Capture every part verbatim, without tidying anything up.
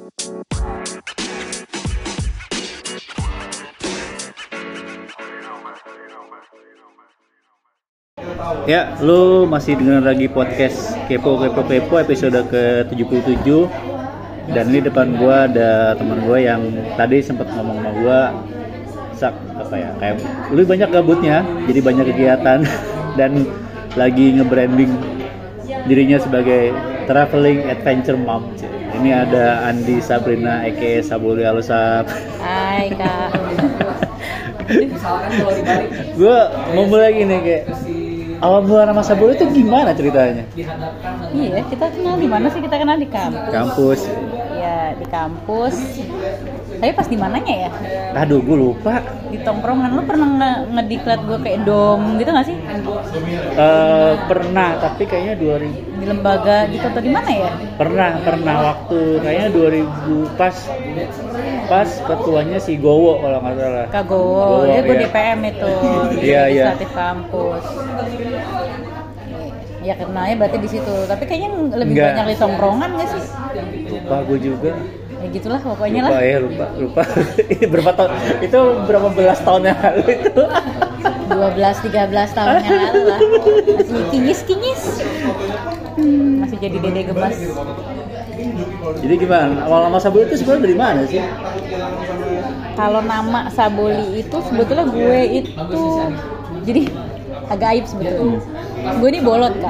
Ya, lu masih dengar lagi podcast Kepo Kepo Kepo episode ke tujuh puluh tujuh. Dan ini depan gua ada teman gua yang tadi sempat ngomong sama gua, sak apa ya, kayak lu banyak gabutnya, jadi banyak kegiatan dan lagi nge-branding dirinya sebagai traveling adventure mom. Ini ada Andi Sabrina aka Sabuli Alusap. Hai Kak. Gue mau mulai gini, kayak awal mula nama Sabuli itu gimana ceritanya? Iya, kita kenal di mana sih? Kita kenal di kampus. Kampus. Ya, di kampus. Tapi pas di mananya ya? Aduh, gue lupa. Di tongkrongan. Lu pernah nge- ngediklat gue kayak dom gitu nggak sih? Uh, pernah, tapi kayaknya dua ribu Di lembaga gitu atau di mana ya? Pernah, pernah waktu kayaknya dua ribu pas pas ketuanya si Gowo kalau nggak salah. Kak Gowo, dia gue iya. D P M itu, di Iya, iya. legislatif kampus. Ya kenalnya berarti di situ. Tapi kayaknya lebih Enggak. banyak di tongkrongan nggak sih? Lupa gue juga. Ya gitulah pokoknya Lupa lah. ya, lupa, lupa. Berapa tahun? Itu berapa belas tahun yang lalu itu? dua belas tiga belas tahun yang lalu lah. Masih kinyis-kinyis. Hmm, masih jadi dede gemas. Jadi gimana? Awal nama Sabuli itu sebenarnya dari mana sih? Kalau nama Sabuli itu sebetulnya gue itu jadi agak aib sebetulnya. Gue ini bolot Kak.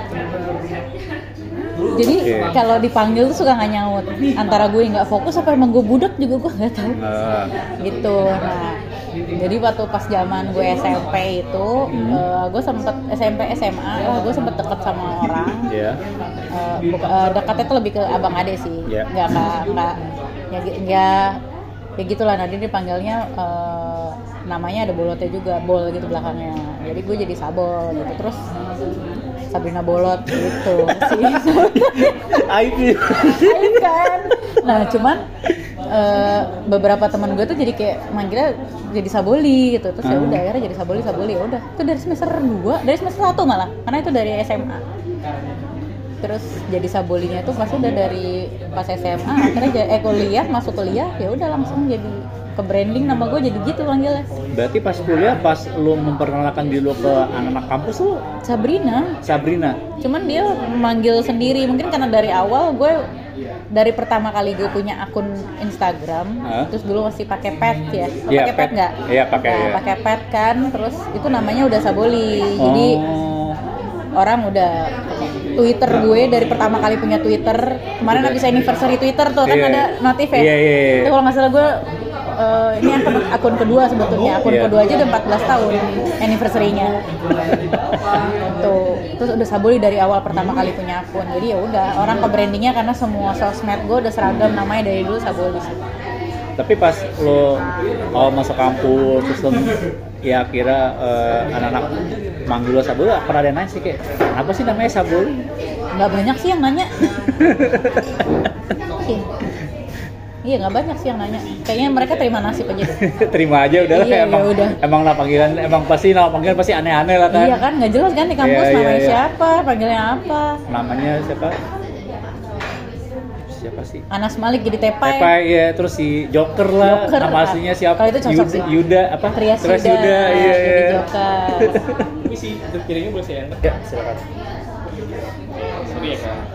Jadi Okay. kalau dipanggil tuh suka nggak nyaut. Antara gue nggak fokus apa emang gue budak juga gue nggak tahu. Uh, Gitu. Nah, jadi waktu pas zaman gue S M P itu, hmm. uh, gue sempet S M P S M A, uh, gue sempet deket sama orang. ya. Uh, buka, uh, dekatnya tuh lebih ke abang ade sih, Yeah. nggak nggak nggak ya, ya ya gitulah. Nanti dipanggilnya uh, namanya ada bolotnya juga, bol gitu belakangnya. Jadi gue jadi Sabol gitu, terus Sabrina Bolot gitu sih. Aib. Aib kan. Nah cuman uh, beberapa teman gue tuh jadi kayak manggilnya jadi Saboli gitu, terus ya udah akhirnya jadi Saboli Saboli ya udah. Itu dari semester dua, dari semester satu malah, karena itu dari S M A. Terus jadi Sabolinya tuh pas udah dari pas S M A, akhirnya eh kuliah, masuk kuliah ya udah langsung jadi ke branding nama gue jadi gitu panggilnya. Berarti pas kuliah, pas lu memperkenalkan diri lu ke anak-anak kampus lu Sabrina. Sabrina. Cuman dia manggil sendiri, mungkin karena dari awal gue dari pertama kali gue punya akun Instagram, huh? terus dulu masih pakai pet ya, oh, yeah, pakai pet nggak? Iya pakai. Nah, Ya. pakai pet kan, terus itu namanya udah Saboli, Oh. jadi orang udah Twitter gue dari pertama kali punya Twitter kemarin udah. Habis anniversary Twitter tuh kan Yeah. ada notif ya, yeah, yeah, yeah. itu kalau nggak salah gue uh, ini akun, akun kedua sebetulnya, akun Yeah. kedua aja udah empat belas tahun anniversary-nya. Tuh, terus udah Saboli dari awal pertama kali punya akun. Jadi ya udah, orang ke brandingnya karena semua sosmed gue udah seragam namanya dari dulu Saboli sih. Tapi pas lo awal masuk kampus, terus lo ya kira uh, anak-anak manggil lo Sabuli, pernah ada yang nanya sih kayak, apa sih namanya Sabuli? Nggak banyak sih yang nanya. Iya. Iya nggak banyak sih yang nanya. Kayaknya mereka terima nasib aja deh. Terima aja udah lah, Iya, emang, ya udah. emang nama panggilan, emang pasti nama panggilan pasti aneh-aneh lah kan? Iya kan, nggak jelas kan di kampus Iya, iya, namanya iya. siapa, panggilnya apa. Namanya siapa? Siapa sih? Anas Malik jadi Tepai. Tepai ya, terus si Joker lah, Joker, nama aslinya siapa? kalau itu cocok Yuda, sih. Yuda apa? Trias Trias Yuda, Yuda, iya. jadi Joker. Ini sih untuk piringnya boleh saya angkat. Ya, silakan. Sorry ya kak.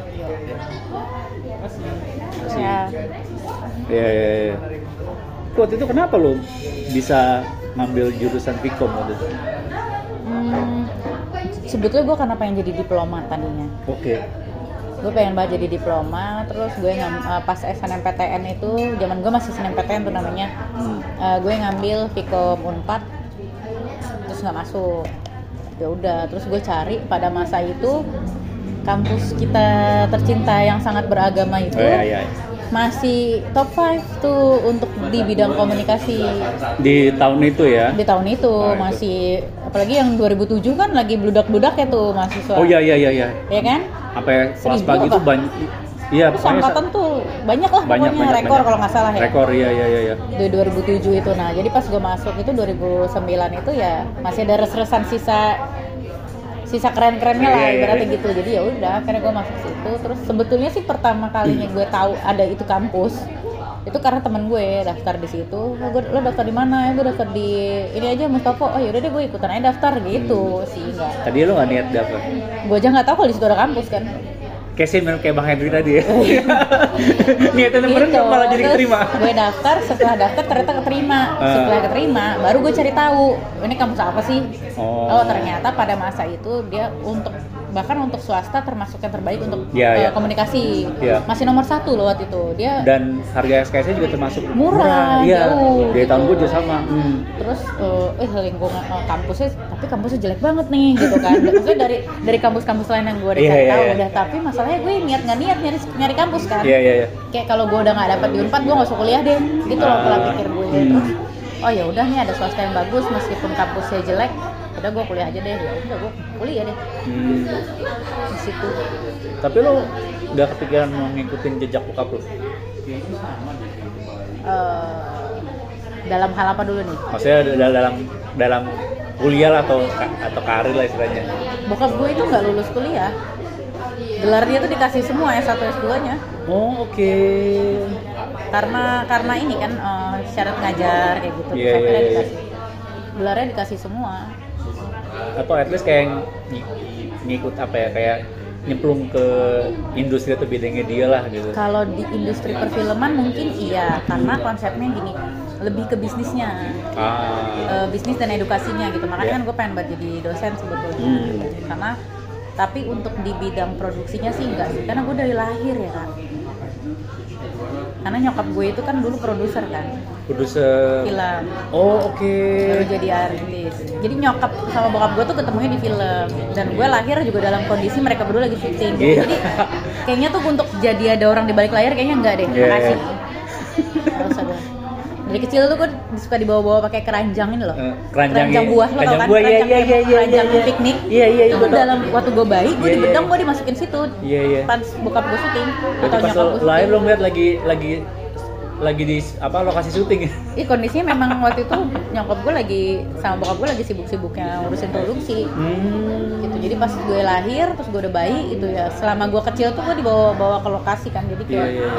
Ya. Iya, iya, iya. Waktu itu kenapa lo bisa ngambil jurusan Vkom waktu itu? Hmm, sebetulnya gue karena pengen jadi diplomat tadinya. Oke. Gue pengen banget jadi diploma, terus gue ngam, uh, pas S N M P T N itu, zaman gue masih S N M P T N tuh namanya, uh, gue ngambil Vkom Unpad, terus nggak masuk. Ya udah, terus gue cari pada masa itu kampus kita tercinta yang sangat beragama itu. Oh, iya, iya. Masih top lima tuh untuk di bidang komunikasi Di tahun itu ya? di tahun itu. Oh, itu. Masih apalagi yang dua ribu tujuh kan lagi bludak-bludak ya tuh mahasiswa. Oh iya iya iya iya. Ya kan? Sampai kelas Seribu pagi apa? itu banyak. Iya, Terus angkatan tuh banyak lah banyak, pokoknya banyak, rekor banyak. kalau nggak salah ya. Rekor iya iya iya iya. Di dua ribu tujuh itu. Nah, jadi pas gue masuk itu dua ribu sembilan itu ya masih ada res-resan sisa sisa keren-kerennya lah Iya, iya, ibaratnya iya. gitu. Jadi ya udah akhirnya gue masuk situ. Terus sebetulnya sih pertama kalinya gue tahu ada itu kampus itu karena temen gue daftar di situ. Oh, gue, lo daftar di mana? Ya gue daftar di ini aja Mustafa. Oh yaudah deh gue ikutan aja daftar gitu sih enggak. Tadi lo nggak niat daftar? Gue aja nggak tahu kalau di situ ada kampus kan. Kayak sih kayak Bang Hendri tadi ya. Niatnya bener Gitu. malah jadi Terus keterima. gue daftar, setelah daftar ternyata keterima. Ah. Setelah keterima, baru gue cari tahu ini kampus apa sih. Oh. Oh ternyata pada masa itu dia untuk bahkan untuk swasta termasuk yang terbaik untuk Ya, eh, ya. komunikasi. Ya. Masih nomor satu loh waktu itu. Dia Dan harga S K S-nya juga termasuk Murah, Iya. jauh. Dari tahun gue juga sama. Hmm. terus eh, eh lingkungan eh, kampusnya tapi kampusnya jelek banget nih gitu kan. Maksudnya dari dari kampus-kampus lain yang gue udah Iya, cari iya, tahu iya. udah, tapi masalahnya gue niat nggak niat nyari nyari kampus kan. Iya iya iya. Kayak kalau gue udah nggak dapat di Unpad gue nggak usah kuliah deh gitu loh Ah, pola pikir gue. hmm. Terus oh ya udah nih ada swasta yang bagus meskipun kampusnya jelek, udah gue kuliah aja deh. Ya udah gue kuliah deh Hmm. di situ. Tapi lo udah kepikiran mau ngikutin jejak bokap lo? Eh, dalam hal apa dulu nih? Maksudnya dal- dalam dalam kuliah lah atau atau karir lah istilahnya. Bokap gue itu nggak lulus kuliah, gelarnya tuh dikasih semua S satu S dua nya Oh oke. karena karena ini kan eh, syarat ngajar kayak gitu. Iya, Terus akhirnya iya, iya. dikasih gelarnya dikasih semua. Atau at least kayak ng- ngikut apa ya, kayak nyemplung ke industri atau bidangnya dia lah gitu. Kalau di industri perfilman mungkin iya, karena konsepnya gini, lebih ke bisnisnya, Ah. Eh, bisnis dan edukasinya gitu. Makanya Iya. kan gue pengen buat jadi dosen sebetulnya. Hmm. Karena tapi untuk di bidang produksinya sih enggak sih, karena gue dari lahir ya Kak. Karena nyokap gue itu kan dulu produser kan, Produser. film. Oh oke. Baru jadi artis. Jadi nyokap sama bokap gue tuh ketemunya di film. Dan gue lahir juga dalam kondisi mereka berdua lagi syuting. Iya. Jadi kayaknya tuh untuk jadi ada orang di balik layar kayaknya enggak deh. Iya, Makasih. iya. Harus ada. Dari kecil tuh gue suka dibawa-bawa pakai keranjang ini loh. Eh, keranjang ya. buah lo tau Keranjang kan? buah, iya, Keranjang iya, kayak iya, iya, keranjang iya. piknik. Iya, iya, iya, Itu gua tau. dalam waktu gue bayi, gue Iya, di iya. bedang gue dimasukin situ. Iya iya. Pas bokap gue syuting Berarti atau pas nyokap lo gue lahir syuting. lo ngeliat lagi lagi lagi di apa lokasi syuting. Ih kondisinya memang waktu itu nyokap gue lagi sama bokap gue lagi sibuk-sibuknya ngurusin produksi. Hmm. Gitu. Jadi pas gue lahir, terus gue udah bayi itu ya. Selama gue kecil tuh gue dibawa-bawa ke lokasi kan. Jadi Iya kayak iya.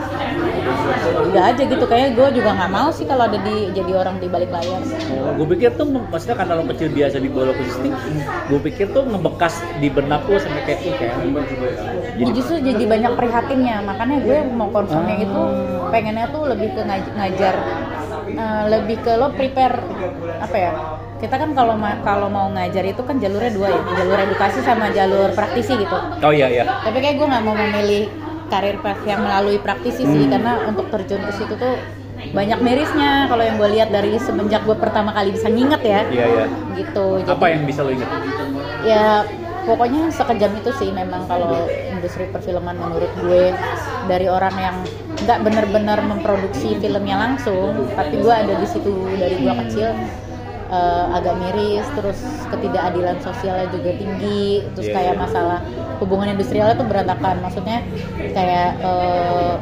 udah aja gitu. Kayaknya gue juga nggak mau sih kalau ada di jadi orang di balik layar. Oh, gue pikir tuh maksudnya karena lo kecil biasa dibawa ke syuting, gue pikir tuh ngebekas di benak lo sampai kayak "Ih, kayak Jadi justru jadi banyak prihatinnya. Makanya gue mau confirmnya Ah. itu pengennya tuh lebih ke ngaj- ngajar, eh, lebih ke lo prepare apa ya? Kita kan kalau ma- kalau mau ngajar itu kan jalurnya dua ya, jalur edukasi sama jalur praktisi gitu. oh iya iya. Tapi kayak gue nggak mau memilih karir path yang melalui praktisi sih, Hmm. karena untuk terjun ke situ tuh banyak mirisnya. Kalau yang gue lihat dari semenjak gue pertama kali bisa nginget ya, Iya iya. gitu. Jadi, Apa yang bisa lo ingat? ya pokoknya sekejam itu sih memang kalau industri perfilman menurut gue, dari orang yang nggak benar-benar memproduksi filmnya langsung, tapi gue ada di situ dari gue kecil. eh, agak miris, terus ketidakadilan sosialnya juga tinggi, terus Iya, kayak iya. masalah hubungan industrialnya tuh berantakan, maksudnya kayak eh,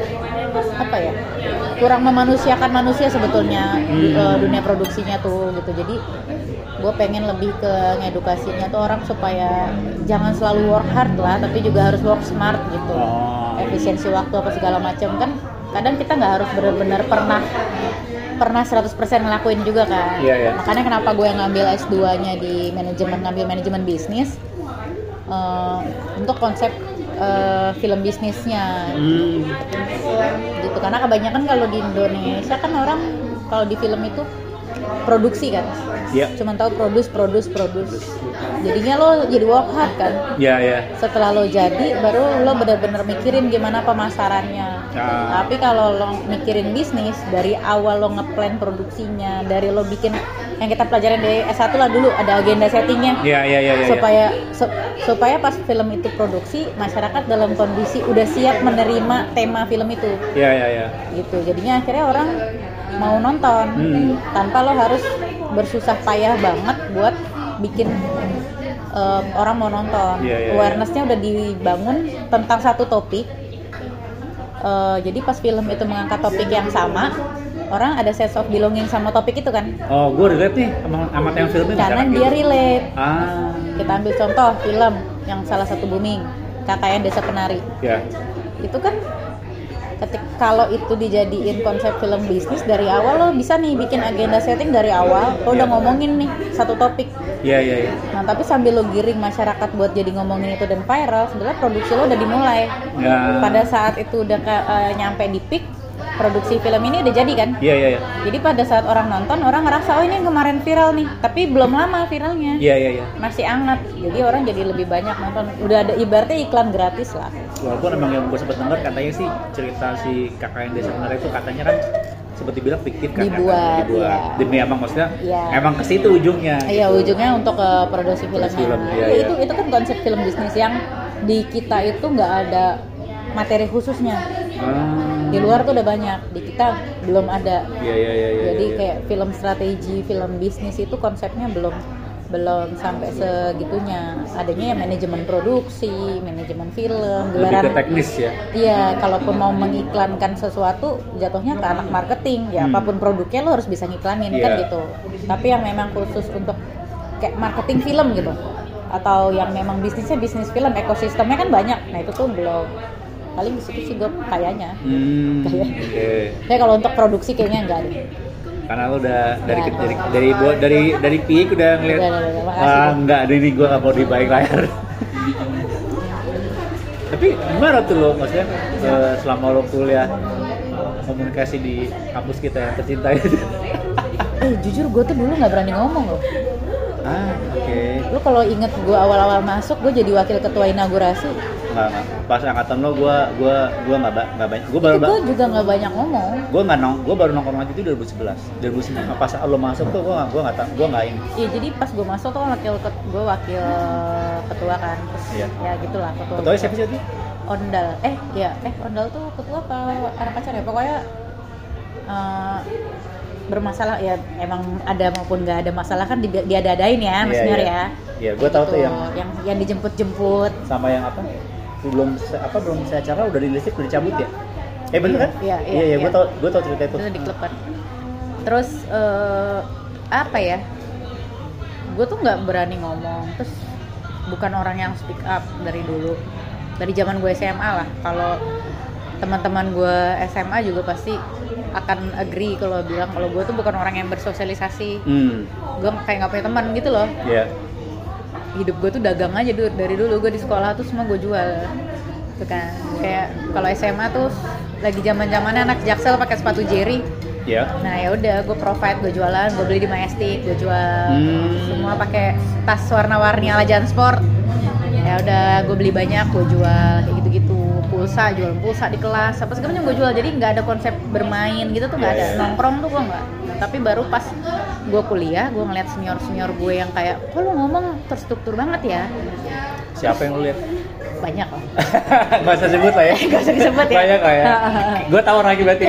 apa ya, kurang memanusiakan manusia sebetulnya di, Hmm. eh, dunia produksinya tuh gitu. Jadi gue pengen lebih ke ngedukasinya tuh orang supaya jangan selalu work hard lah, tapi juga harus work smart gitu. Oh. Efisiensi waktu apa segala macam kan kadang kita nggak harus benar-benar pernah pernah seratus persen ngelakuin juga kan. Iya, iya. Makanya kenapa gue ngambil S dua nya di manajemen, ngambil manajemen bisnis eh, untuk konsep eh, film bisnisnya Hmm. gitu. Karena kebanyakan kalau di Indonesia kan orang kalau di film itu produksi kan, Iya. cuman tahu produce produce produce, jadinya lo jadi work hard kan. Iya iya. Setelah lo jadi baru lo benar-benar mikirin gimana pemasarannya. Ah. Tapi kalau lo mikirin bisnis dari awal, lo ngeplan produksinya, dari lo bikin yang kita pelajarin dari S satu lah dulu, ada agenda settingnya. Iya iya iya. iya. supaya su- supaya pas film itu produksi, masyarakat dalam kondisi udah siap menerima tema film itu Iya iya iya. gitu. Jadinya akhirnya orang mau nonton Hmm. tanpa lo harus bersusah payah banget buat bikin eh, orang mau nonton. Iya, iya, iya. Awareness-nya udah dibangun tentang satu topik, uh, jadi pas film itu mengangkat topik yang sama, orang ada sense of belonging sama topik itu kan. Oh, gue relate nih sama, sama yang filmnya. Karena dia gitu. relate. Ah. Kita ambil contoh film yang salah satu booming, K K N Desa Penari. Ya. Itu kan ketik kalau itu dijadiin konsep film bisnis dari awal, lo bisa nih bikin agenda setting dari awal, lo udah Yeah. ngomongin nih satu topik. Iya, iya, iya. Nah, tapi sambil lo giring masyarakat buat jadi ngomongin itu dan viral, sebenarnya produksi lo udah dimulai. Ya. Pada saat itu udah ke, uh, nyampe di peak, produksi film ini udah jadi kan? Iya, iya, iya. Jadi pada saat orang nonton, orang ngerasa oh ini yang kemarin viral nih, tapi belum lama viralnya. Iya, iya, iya. Masih hangat. Jadi orang jadi lebih banyak nonton. Udah ada ibaratnya iklan gratis lah. Walaupun emang yang gue sempat dengar katanya sih cerita si K K N Desa Penari itu katanya kan seperti bilang fiktif kan, Dibuat, dibuat. iya. Demi emang maksudnya Iya. emang ke situ ujungnya. Iya, gitu. ujungnya untuk ke produksi filmnya. Film, iya, Ya, iya. itu itu kan konsep film bisnis yang di kita itu nggak ada materi khususnya. Ah. Di luar tuh udah banyak, di kita belum ada. Iya, iya, iya, iya. Jadi iya. kayak film strategi, film bisnis itu konsepnya belum belum sampai segitunya. Adanya ya manajemen produksi, manajemen film, lebih ke gelaran. teknis ya. Iya, kalaupun mau mengiklankan sesuatu, jatuhnya ke anak marketing. Ya Hmm. apapun produknya lo harus bisa ngiklanin kan Iya. gitu. Tapi yang memang khusus untuk kayak marketing film gitu, atau yang memang bisnisnya bisnis film, ekosistemnya kan banyak. Nah itu tuh belum. Paling di situ sih gue kayaknya. Hmm. Kayak. Oke. Tapi kalau untuk produksi kayaknya enggak deh. Karena lu udah dari Ya. dari dari dari dari, dari Piik udah ngeliat. Udah, udah, udah, makasih. Ah, enggak, ini gua enggak mau di balik layar. Tapi gimana tuh lo maksudnya eh, selama lo kuliah komunikasi di kampus kita yang tercinta itu? Eh jujur gue tuh dulu nggak berani ngomong loh. Ah, oke. Lu kalau inget gue awal-awal masuk, gue jadi wakil ketua inaugurasi. Enggak, enggak. Pas angkatan lo gua gua gua enggak ba- enggak banyak. Gua baru Itu gue juga nggak banyak ngomong. gua enggak nong, gua baru nongkrong lagi itu dua ribu sebelas. dua ribu sembilan pas lo masuk tuh gua enggak gua enggak gua enggak ini. Iya jadi pas gue masuk tuh kan wakil gue wakil ketua kan. Terus Iya. ya gitulah ketua. Ketuanya siapa sih itu? Ondal. Eh ya eh Ondal tuh ketua apa anak pacar ya? Pokoknya eh, bermasalah ya, emang ada maupun nggak ada masalah kan di, diada-adain ya Mas Iya, Nur iya. ya. Iya, gua tahu Gitu. tuh yang yang yang dijemput-jemput. sama yang apa? Belum se- apa belum saya acara udah di listrik udah dicabut ya? Eh bener kan? Iya, iya, iya, iya, gua iya. tau gua tau cerita itu. Itu di klub kan. Terus eh, apa ya? Gue tuh nggak berani ngomong. Terus bukan orang yang speak up dari dulu. Dari zaman gue S M A lah. Kalau teman-teman gue S M A juga pasti akan agree kalau bilang kalau gue tuh bukan orang yang bersosialisasi. Hmm. Gue kayak nggak punya teman gitu loh. Iya. Hidup gue tuh dagang aja du- dari dulu. Gue di sekolah tuh semua gue jual. Tuh kan. Kayak kalau S M A tuh lagi zaman-zamannya anak Jaksel pakai sepatu Jerry. Iya. Nah ya udah, gue provide, gue jualan, gue beli di Majestic, gue jual, Hmm. semua pakai tas warna-warni ala Jansport. Ya udah, gue beli banyak, gue jual kayak gitu-gitu, pulsa, jual pulsa di kelas, apa segala macam gue jual. Jadi nggak ada konsep bermain gitu tuh nggak Iya, ada, iya. nongkrong tuh gue nggak. Nah, tapi baru pas gue kuliah, gue ngeliat senior-senior gue yang kayak, kok lu ngomong terstruktur banget ya? Siapa yang lu lihat? Banyak lah. Gak usah sebut lah ya. Gak usah disebut ya. Banyak lah ya. Gue tahu lagi berarti.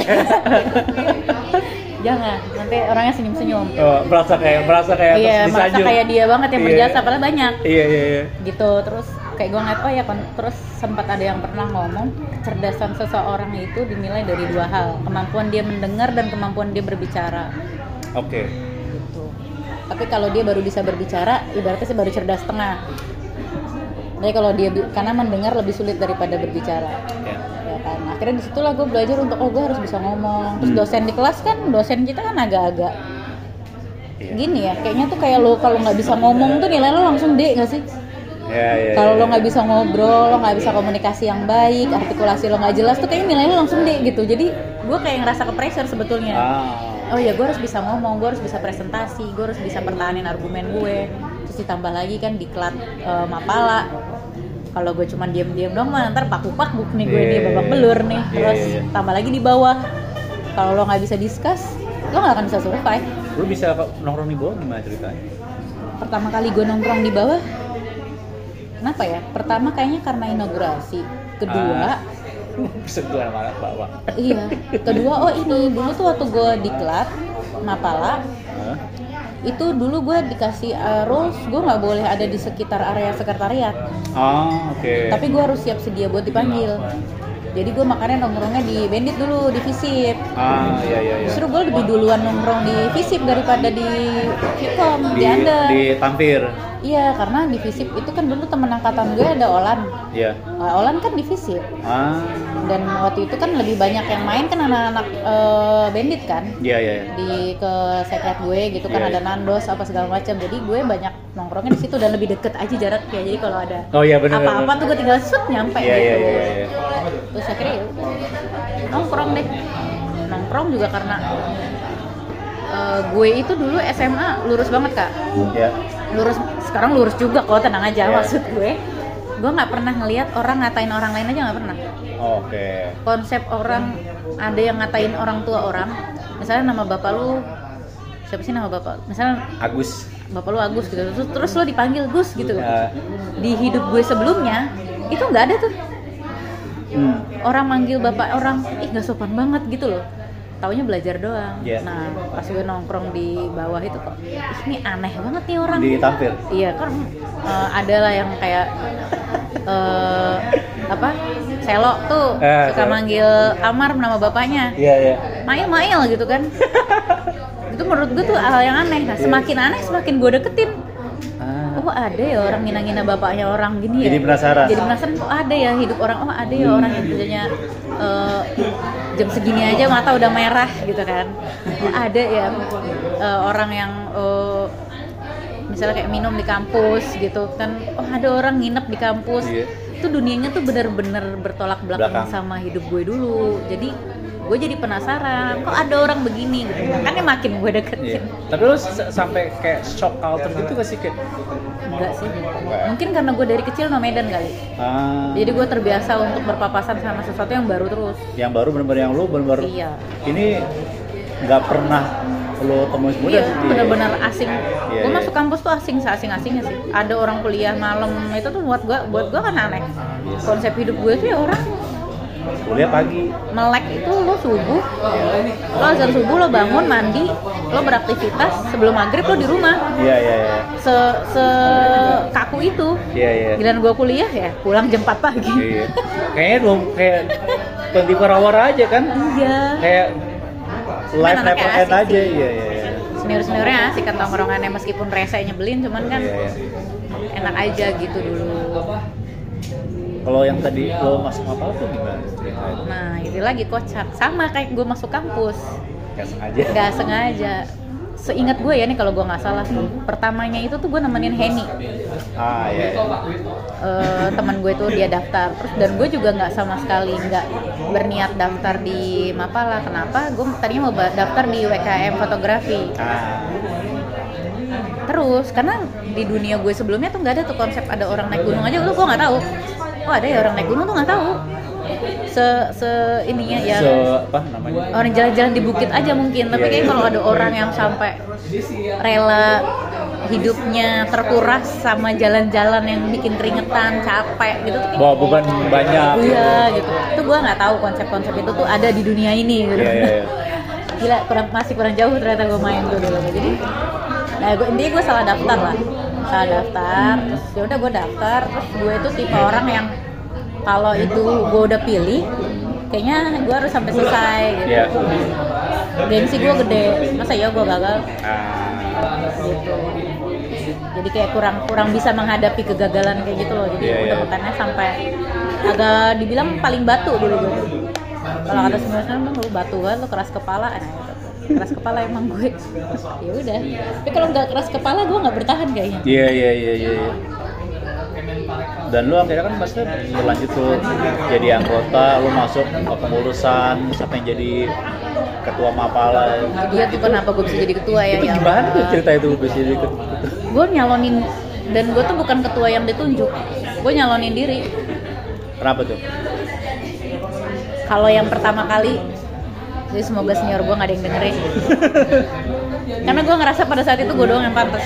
Jangan, nanti orangnya senyum-senyum. Oh, merasa kayak merasa kayak Iya, terus merasa disanjung. kayak dia banget yang Iya. berjasa, padahal banyak. Iya, iya, iya. Gitu. Terus kayak gue ngeliat, oh ya kon- terus sempat ada yang pernah ngomong kecerdasan seseorang itu dinilai dari dua hal, kemampuan dia mendengar dan kemampuan dia berbicara Oke. gitu. Tapi kalau dia baru bisa berbicara, ibaratnya sih baru cerdas setengah. Jadi kalau dia bi- karena mendengar lebih sulit daripada berbicara. Ya. Ya kan. Akhirnya disitulah gue belajar untuk oh gue harus bisa ngomong. Terus Hmm. dosen di kelas kan, dosen kita kan agak-agak Iya. gini ya, kayaknya tuh kayak lo kalau nggak bisa ngomong tuh nilai lo langsung D nggak sih? Ya, ya. Kalau ya. lo nggak bisa ngobrol, lo nggak bisa komunikasi yang baik, artikulasi lo nggak jelas tuh kayaknya nilai lo langsung D gitu. Jadi gue kayak ngerasa ke pressure sebetulnya. Ah. Oh ya gue harus bisa ngomong, gue harus bisa presentasi, gue harus bisa pertahanin argumen gue. Terus ditambah lagi kan diklat uh, Mapala. Kalau gue cuma diem-diem dong mah ntar paku-paku nih gue Iya, nih babak iya, belur nih. iya, Terus iya, iya. tambah lagi di bawah. Kalau lo nggak bisa discuss, lo nggak akan bisa survive. Lu bisa nongkrong di bawah gimana ceritanya? Pertama kali gue nongkrong di bawah, kenapa ya? Pertama kayaknya karena inaugurasi. Kedua, Bersentuhan sama anak bawah. iya. Kedua, oh ini dulu tuh waktu gue diklat Mapala, Hah? itu dulu gue dikasih uh, rules, gue nggak boleh ada di sekitar area sekretariat. Oh, oke. Tapi gue harus siap sedia buat dipanggil. Jadi gue makannya nongkrongnya di Bandit dulu, di Visip. Ah, iya iya iya. Justru gue lebih duluan nongkrong di Visip daripada di Vkom, di, di Anda. Di Tampir. Iya, karena di Visip itu kan dulu temen angkatan gue ada Olan. Iya. Nah, Olan kan di Visip. Ah. Dan waktu itu kan lebih banyak yang main kan anak-anak uh, Bandit kan. Iya iya. Di ke sekret gue gitu kan yeah, ada yeah. Nandos apa segala macam. Jadi gue banyak nongkrongnya di situ dan lebih deket aja jaraknya. Jadi kalau ada oh, iya, bener, apa-apa bener. tuh gue tinggal set nyampe yeah, gitu. Iya iya iya. Terus akhirnya ya udah nongkrong deh. Nongkrong juga karena uh, gue itu dulu S M A lurus banget kak. Iya. Yeah. Lurus sekarang lurus juga kok, tenang aja. Yeah. Maksud gue gue nggak pernah ngelihat orang ngatain orang lain aja, nggak pernah. Oke. Okay. Konsep orang ada yang ngatain orang tua orang, misalnya nama bapak lu siapa sih nama bapak, misalnya Agus, bapak lu Agus gitu, terus, terus lo dipanggil Gus gitu. Ya. Di hidup gue sebelumnya itu nggak ada tuh. Hmm. Orang manggil bapak orang, ih nggak sopan banget gitu loh. Taunya belajar doang. Yeah. Nah pas gue nongkrong di bawah itu kok, ih ini aneh banget nih orang. Di Tampir. Iya kan uh, ada lah yang kayak uh, apa Selo tuh eh, suka Selo. manggil Amar nama bapaknya. Iya iya. Mail Mail gitu kan. Itu menurut gue tuh hal yang aneh. Nah semakin aneh semakin gue deketin. Ah. Oh ada ya orang ngina-ngina bapaknya orang gini ya. Jadi penasaran. Jadi penasaran kok ada ya hidup orang. Oh ada ya orang yang kerjanya uh, jam segini aja mata udah merah gitu kan. Oh ada ya uh, orang yang uh, misalnya kayak minum di kampus gitu kan. Oh ada orang nginep di kampus. Iya. Itu dunianya tuh bener-bener bertolak belakang, Belakang. sama hidup gue dulu. Jadi gue jadi penasaran kok ada orang begini gitu. Makanya makin gue deketin. Iya. Tapi lu s- sampai kayak shock culture gitu gak sih kayak? Enggak sih. Mungkin karena gue dari kecil nomaden kali. Ah. Jadi gue terbiasa untuk berpapasan sama sesuatu yang baru terus. Yang baru benar-benar yang lu benar-benar. Iya. Ini nggak pernah lo temuin semudah. Iya, benar-benar asing. Iya, Gue iya. masuk kampus tuh asing, seasing-asingnya sih. Ada orang kuliah malam itu tuh buat gue, buat gue kan aneh. Konsep hidup gue tuh ya orang Kuliah pagi. melek itu lo subuh, lo azan subuh, lo bangun mandi, lo beraktivitas sebelum maghrib lo di rumah. Iya iya iya. Se se kaku itu. Iya iya. Giliran gue kuliah ya pulang jam empat pagi. Iya. Kayaknya belum kayak dua puluh empat hour aja kan? Iya. Kayak live anaknya never end asik aja. sih. Iya iya iya. Senior-seniornya asik kan tongkrongannya meskipun rese nyebelin, cuman kan Iya iya. enak aja gitu dulu. Kalau yang tadi lo masuk apa tuh gimana? Nah itu lagi kocak, sama kayak gue masuk kampus, Gak sengaja. nggak sengaja. Seingat gue ya nih kalau gue nggak salah, pertamanya itu tuh gue nemenin Henny, Ah iya. iya. uh, teman gue tuh dia daftar, terus dan gue juga nggak sama sekali nggak berniat daftar di Mapala. Kenapa? Gue tadinya mau ba- daftar di W K M fotografi. Ah. Terus karena di dunia gue sebelumnya tuh nggak ada tuh konsep ada orang naik gunung aja, gue gue nggak tahu. Oh ada ya orang naik gunung tuh nggak tahu. Se se ininya ya. So apa namanya? Orang jalan-jalan di bukit aja mungkin, tapi Iya, kayak iya. kalau ada orang yang sampai rela hidupnya terkuras sama jalan-jalan yang bikin keringetan, capek gitu tuh kayak, Bawa beban banyak. iya gitu. Itu gue nggak tahu konsep-konsep itu tuh ada di dunia ini gitu. Iya iya iya. Gila, kurang, masih kurang jauh ternyata gue main tuh dulu. Jadi, nah gue intinya gue salah daftar lah, salah daftar. Terus ya udah gue daftar. Terus gue itu tipe orang yang kalau itu gue udah pilih, kayaknya gue harus sampai selesai gitu. Iya. Gengsi gue gede, masa ya gue gagal Ah. gitu. Jadi kayak kurang kurang bisa menghadapi kegagalan kayak gitu loh. Jadi Iya, udah iya. makanya sampai agak dibilang paling batu dulu gue. Kalau kata semua-semua lu batu kan, lu keras kepala, nah gitu. Keras kepala emang gue. Ya udah. Tapi kalau nggak keras kepala gue nggak bertahan kayaknya. Iya iya iya iya. iya. Dan lu akhirnya kan maksudnya berlanjut tuh jadi anggota, lu masuk ke pengurusan, sampai jadi ketua Mapala. Dia tuh kenapa gue bisa jadi ketua ya? Itu ya gimana Allah. tuh cerita itu bisa jadi ketua? Gue nyalonin, dan gue tuh bukan ketua yang ditunjuk. Gue nyalonin diri. Kenapa tuh? Kalau yang pertama kali, jadi semoga senior gue nggak ada yang dengerin. Karena gue ngerasa pada saat itu gue doang yang pantas.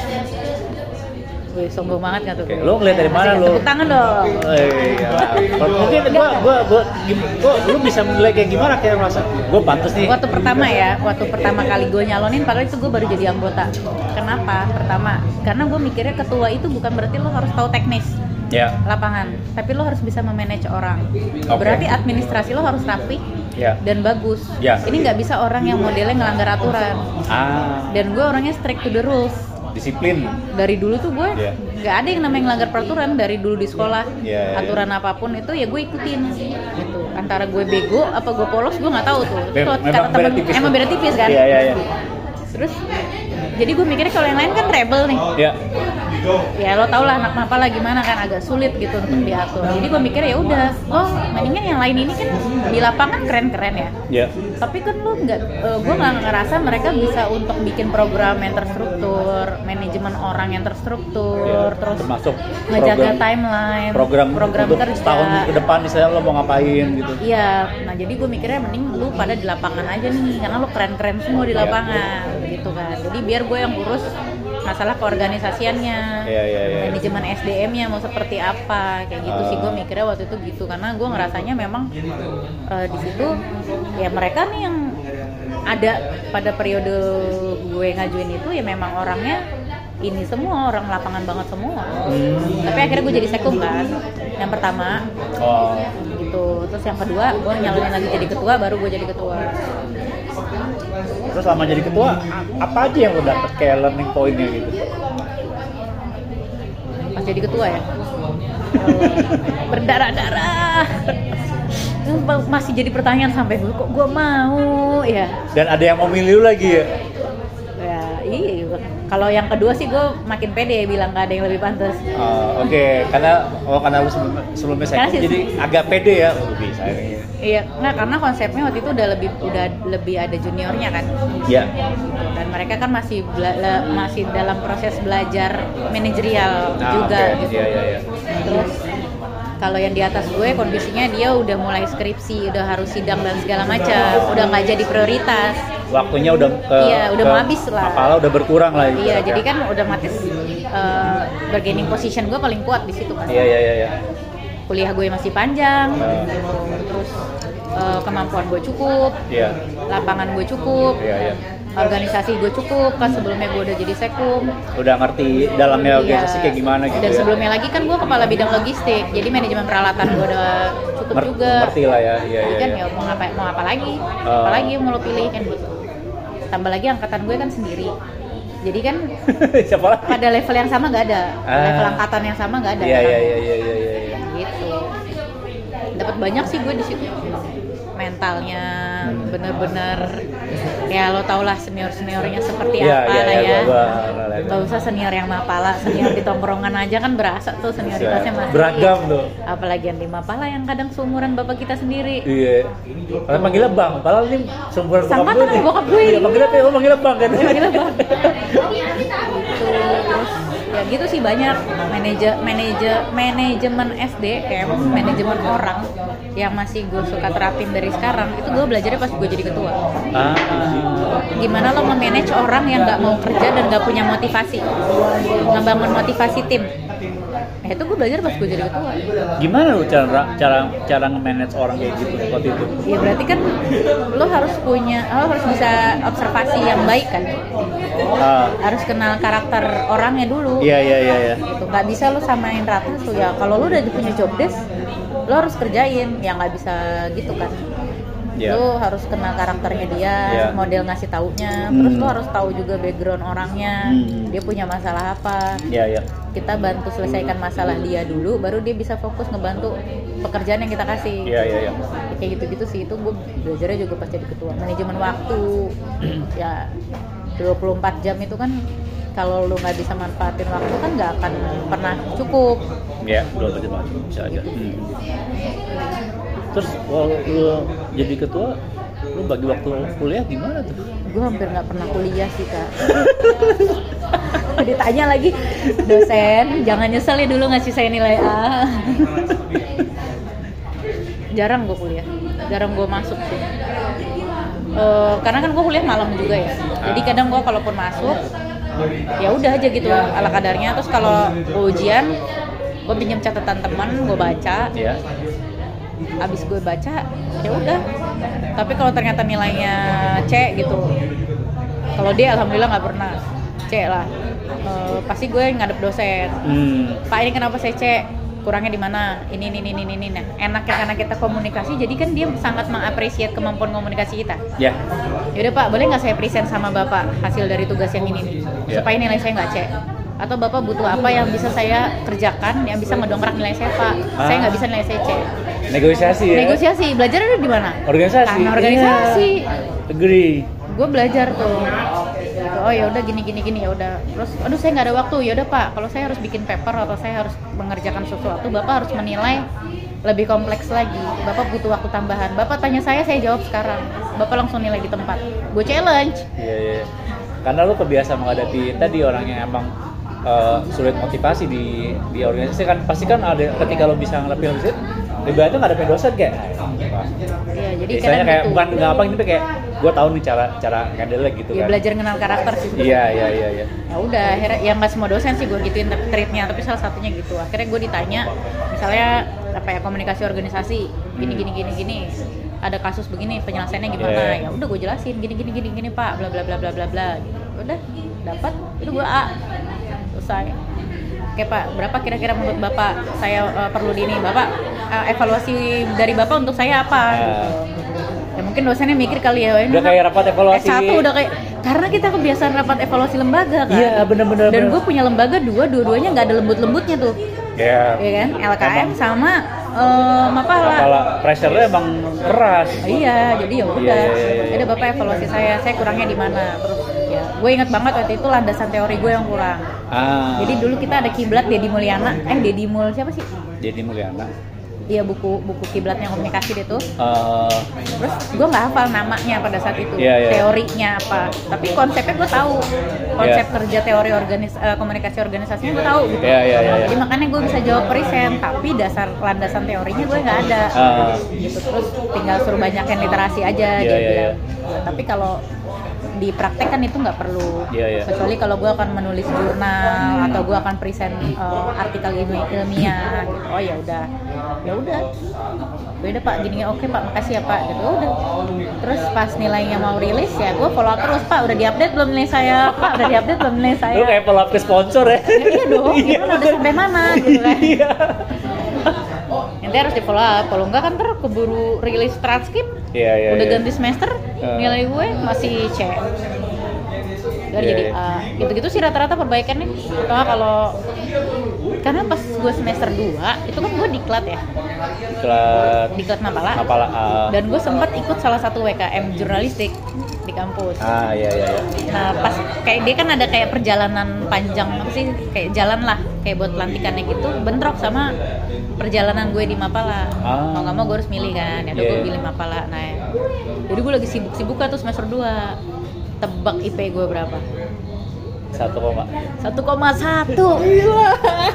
Wih, sombong banget gak tuh? Oke, lo ngeliat dari mana lo? Tepuk tangan dong. Oh, iya. Mungkin gua gua gua gim- gua lu bisa menilai kayak gimana kayak merasa gua pantas nih. Waktu pertama ya, waktu pertama kali gue nyalonin, padahal itu gue baru jadi anggota. Kenapa? Pertama, karena gue mikirnya ketua itu bukan berarti lo harus tahu teknis. Ya. lapangan, tapi lo harus bisa memanage orang. Oke. Berarti administrasi lo harus rapi Ya. dan bagus. Ya. Ini nggak bisa orang yang modelnya ngelanggar aturan. Ah, Dan gue orangnya strict to the rules. disiplin. Dari dulu tuh gue Ya. nggak ada yang namanya ngelanggar peraturan. Dari dulu di sekolah, Ya, ya, aturan apapun itu ya gue ikutin. Gitu. Antara gue bego apa gue polos gue nggak tahu tuh. Be- Kalau memang kata beda temen tipis emang tuh. beda tipis kan. Iya, iya, iya. Terus jadi gue mikirnya kalau yang lain kan rebel nih. Ya. Ya lo tau lah anak mapala gimana kan, agak sulit gitu untuk diatur. Jadi gue mikir ya udah, lo mendingan yang lain ini kan di lapangan keren-keren ya. Ya. Tapi kan lo nggak, uh, gue nggak ngerasa mereka bisa untuk bikin program yang terstruktur, manajemen orang yang terstruktur, Ya. terus Termasuk ngejaga program- timeline, program, program untuk kerja. setahun ke depan misalnya lo mau ngapain gitu. Iya, nah jadi gue mikirnya mending lu pada di lapangan aja nih, karena lu keren-keren semua di Iya. lapangan, gitu kan. Jadi biar gue yang urus masalah keorganisasiannya, Iya, iya, iya. manajemen S D M-nya mau seperti apa, kayak gitu sih gue Ah. mikirnya waktu itu gitu, karena gue ngerasanya memang eh, di situ ya mereka nih yang ada pada periode gue ngajuin itu ya memang orangnya ini semua orang lapangan banget semua. Hmm. Tapi akhirnya gue jadi sekum kan, yang pertama Oh. gitu, terus yang kedua gue nyalonin lagi jadi ketua, baru gue jadi ketua. Terus selama jadi ketua, a- apa aja yang lo dapet kayak learning point-nya gitu? Pas jadi ketua ya berdarah-darah. Masih jadi pertanyaan sampai dulu kok gue mau ya. Dan ada yang mau milih lu lagi ya? Ya iya, kalau yang kedua sih gue makin pede bilang gak ada yang lebih pantas. Oh, Oke, karena oh karena lu sebelum, sebelumnya Karena saya sih- jadi agak pede ya. Oh, bisa ini. Iya, nah karena konsepnya waktu itu udah lebih udah lebih ada juniornya kan. Ya. Dan mereka kan masih bela- le- masih dalam proses belajar manajerial Nah, juga oke. gitu. Iya, iya, iya. Terus kalau yang di atas gue kondisinya dia udah mulai skripsi, udah harus sidang dan segala macam, udah nggak jadi prioritas. Waktunya udah ke Iya, udah ke mau habis lah. Mapala udah berkurang lah. Iya, ibaratnya. jadi kan udah matis uh, bargaining position gue paling kuat di situ kan. Iya, iya, iya, iya. Kuliah gue masih panjang, Hmm. terus uh, kemampuan gue cukup, Iya. lapangan gue cukup, Iya, iya. organisasi gue cukup, kan sebelumnya gue udah jadi sekum. Udah ngerti dalamnya organisasi Iya. kayak gimana gitu. Dan ya. sebelumnya lagi kan gue kepala bidang logistik, jadi manajemen peralatan gue udah cukup Mer- juga. Ngerti lah ya. Iya, iya. Kan iya. ya mau apa mau apa lagi? Oh. Apa lagi yang mau lo pilih kan gitu. Tambah lagi angkatan gue kan sendiri. Jadi kan Siapa lagi? pada level yang sama nggak ada, Ah. level angkatan yang sama nggak ada. Iya, kan? iya, iya, iya, iya, iya, iya. Gitu. Dapat banyak sih gue di situ. Mentalnya Hmm. bener-bener ya lo tau lah senior seniornya seperti Iya, apa iya, lah iya, ya. gua- gua liat. Gak usah senior yang mapala, senior di tongkrongan aja kan berasa tuh senioritasnya masih. Beragam tuh. Apalagi yang di mapala yang kadang seumuran bapak kita sendiri. Iya. Padahal manggilnya bang, padahal ini seumuran bokap Sangkatan gue sama nih. bokap gue. Iya, manggilnya apa? Oh, manggilnya bang kan. Manggilnya bang. Gitu. Terus ya gitu sih banyak manajer manajer manajemen S D M, manajemen orang yang masih gue suka terapin dari sekarang. Itu gue belajarnya pas gue jadi ketua. Ah. Gimana lo nge-manage orang yang nggak mau kerja dan nggak punya motivasi, ngebangun motivasi tim. Nah itu gue belajar pas gue jadi ketua. Gimana lu cara cara cara nge-manage orang kayak gitu waktu itu? Ya berarti kan lo harus punya, lo harus bisa observasi yang baik kan. Ah. Harus kenal karakter orangnya dulu. Iya, iya, iya, iya. Gitu. Nggak bisa lo samain rata tuh ya. Kalau lo udah punya job desk, lo harus kerjain. Ya nggak bisa gitu kan. Iya. Lo harus kenal karakternya dia, Iya. model ngasih taunya. Terus Hmm. lo harus tahu juga background orangnya. Hmm. Dia punya masalah apa. Iya, iya. Kita bantu selesaikan masalah dia dulu, baru dia bisa fokus ngebantu pekerjaan yang kita kasih. Iya, iya, iya. Kayak gitu-gitu sih, itu gue belajarnya juga pas jadi ketua. Manajemen waktu, ya dua puluh empat jam itu kan kalau lu nggak bisa manfaatin waktu kan nggak akan pernah cukup. Iya, belum aja banget bisa aja. Hmm. Terus kalau lu jadi ketua, lu bagi waktu kuliah gimana tuh? Gue hampir nggak pernah kuliah sih kak. Ditanya lagi, dosen jangan nyesel ya dulu ngasih saya nilai A. Jarang gue kuliah, jarang gue masuk sih. Uh, karena kan gue kuliah malam juga ya, jadi kadang gue kalaupun masuk ya udah aja gitu ala kadarnya. Terus kalau ujian gue pinjam catatan teman, gue baca. Iya. Abis gue baca ya udah. Tapi kalau ternyata nilainya C gitu, kalau D alhamdulillah nggak pernah C lah. Uh, pasti gue ngadep dosen. Hmm. Pak ini kenapa saya C? kurangnya di mana, ini ini ini ini ini. Nah, enaknya karena kita komunikasi, jadi kan dia sangat mengapresiasi kemampuan komunikasi kita. Ya. Yaudah Pak, boleh nggak saya present sama Bapak hasil dari tugas yang ini nih, Ya. supaya nilai saya nggak C. Atau Bapak butuh apa yang bisa saya kerjakan, yang bisa mendongkrak nilai saya Pak. Ah. Saya nggak bisa nilai saya C. Negosiasi ya. Negosiasi, belajar ada di mana? Organisasi. Karena organisasi. Iya. Agree. Gue belajar tuh. Oh ya udah gini gini gini ya udah. Terus aduh saya nggak ada waktu. Ya udah Pak, kalau saya harus bikin paper atau saya harus mengerjakan sesuatu, Bapak harus menilai lebih kompleks lagi. Bapak butuh waktu tambahan. Bapak tanya saya, saya jawab sekarang. Bapak langsung nilai di tempat. Gue challenge. Iya, iya. Karena lu kebiasa menghadapi tadi orang yang emang uh, sulit motivasi di di organisasi kan pasti kan ada ketika lo bisa ngelepin dosen, lebih banyak ngadepin dosen kayak Iya, jadi biasanya kadang kayak gitu. bukan gampang tapi kayak gue tahu nih cara cara handle gitu Ya kan. belajar kenal karakter sih. Iya, iya, iya, iya. Ya udah akhirnya ya nggak semua dosen sih gue gituin treatnya, tapi salah satunya gitu. Akhirnya gue ditanya misalnya apa ya, komunikasi organisasi gini gini gini gini, ada kasus begini penyelesaiannya gimana. Yeah. Ya udah gue jelasin gini gini gini gini Pak, bla bla bla bla bla bla gitu. Udah dapat itu gue A, selesai. Oke Pak, berapa kira-kira menurut Bapak saya uh, perlu di ini Bapak, uh, evaluasi dari Bapak untuk saya apa Yeah. gitu. Ya mungkin dosennya mikir kali ya, ini Udah kayak rapat evaluasi. S satu udah kayak, karena kita kebiasaan rapat evaluasi lembaga kan. Iya, bener-bener. Dan gue punya lembaga dua, dua-duanya nggak ada lembut-lembutnya tuh. Iya. Iya kan? L K M Emang. sama um, apa lah. Kepala pressure-nya emang keras. Iya, jadi ya udah. Iya, iya, iya, iya. Jadi Bapak evaluasi saya, saya kurangnya di mana. Terus ya, gue ingat banget waktu itu landasan teori gue yang kurang. Ah. Jadi dulu kita ada kiblat Deddy Mulyana, eh Deddy Mul siapa sih? Jadi Mulyana. Iya buku buku kiblatnya komunikasi dia tuh. Uh, Terus gue nggak hafal namanya pada saat itu, Iya, iya. teorinya apa, tapi konsepnya gue tahu, konsep Iya. kerja teori organis eh, komunikasi organisasinya gue tahu gitu. Iya, iya, iya, iya. Jadi makanya gue bisa jawab present, tapi dasar landasan teorinya gue nggak ada. Ah. Gitu, terus tinggal suruh banyakin literasi aja. Iya, dia iya, bilang. Tapi kalau di praktek kan itu nggak perlu, Iya, iya. kecuali kalau gue akan menulis jurnal atau gue akan present eh, artikel ilmi- ilmiah gitu. Oh ya udah, ya udah, beda Pak gini, oke Pak makasih ya Pak gitu. Udah, terus pas nilainya mau rilis ya gue follow up terus, Pak udah diupdate belum nilai saya, Pak udah diupdate belum nilai saya. Lu kayak pelap ke sponsor ya? Ya, iya dong, gimana udah sampai mana gitu kan. Iya. Nanti harus di follow up, kalau enggak kan ntar keburu rilis transkrip. Iya, iya. Udah iya. ganti semester, Uh. nilai gue masih C. Dari Iya, jadi iya. A. Gitu-gitu sih rata-rata perbaikannya. Atau kalau karena pas gue semester dua itu kan gue diklat ya, Kelas diklat Mapala. Mapala. ah. Dan gue sempat ikut salah satu W K M jurnalistik di kampus. Ah, iya, iya, iya. Nah pas kayak dia kan ada kayak perjalanan panjang apa sih, kayak jalan lah kayak buat pelantikannya gitu, bentrok sama perjalanan gue di Mapala. Ah. Mau nggak mau gue harus milih kan, ya udah Yeah. gue pilih Mapala. Nah jadi gue lagi sibuk-sibuk tuh semester dua, tebak I P gue berapa? Satu koma. satu koma satu. Gila.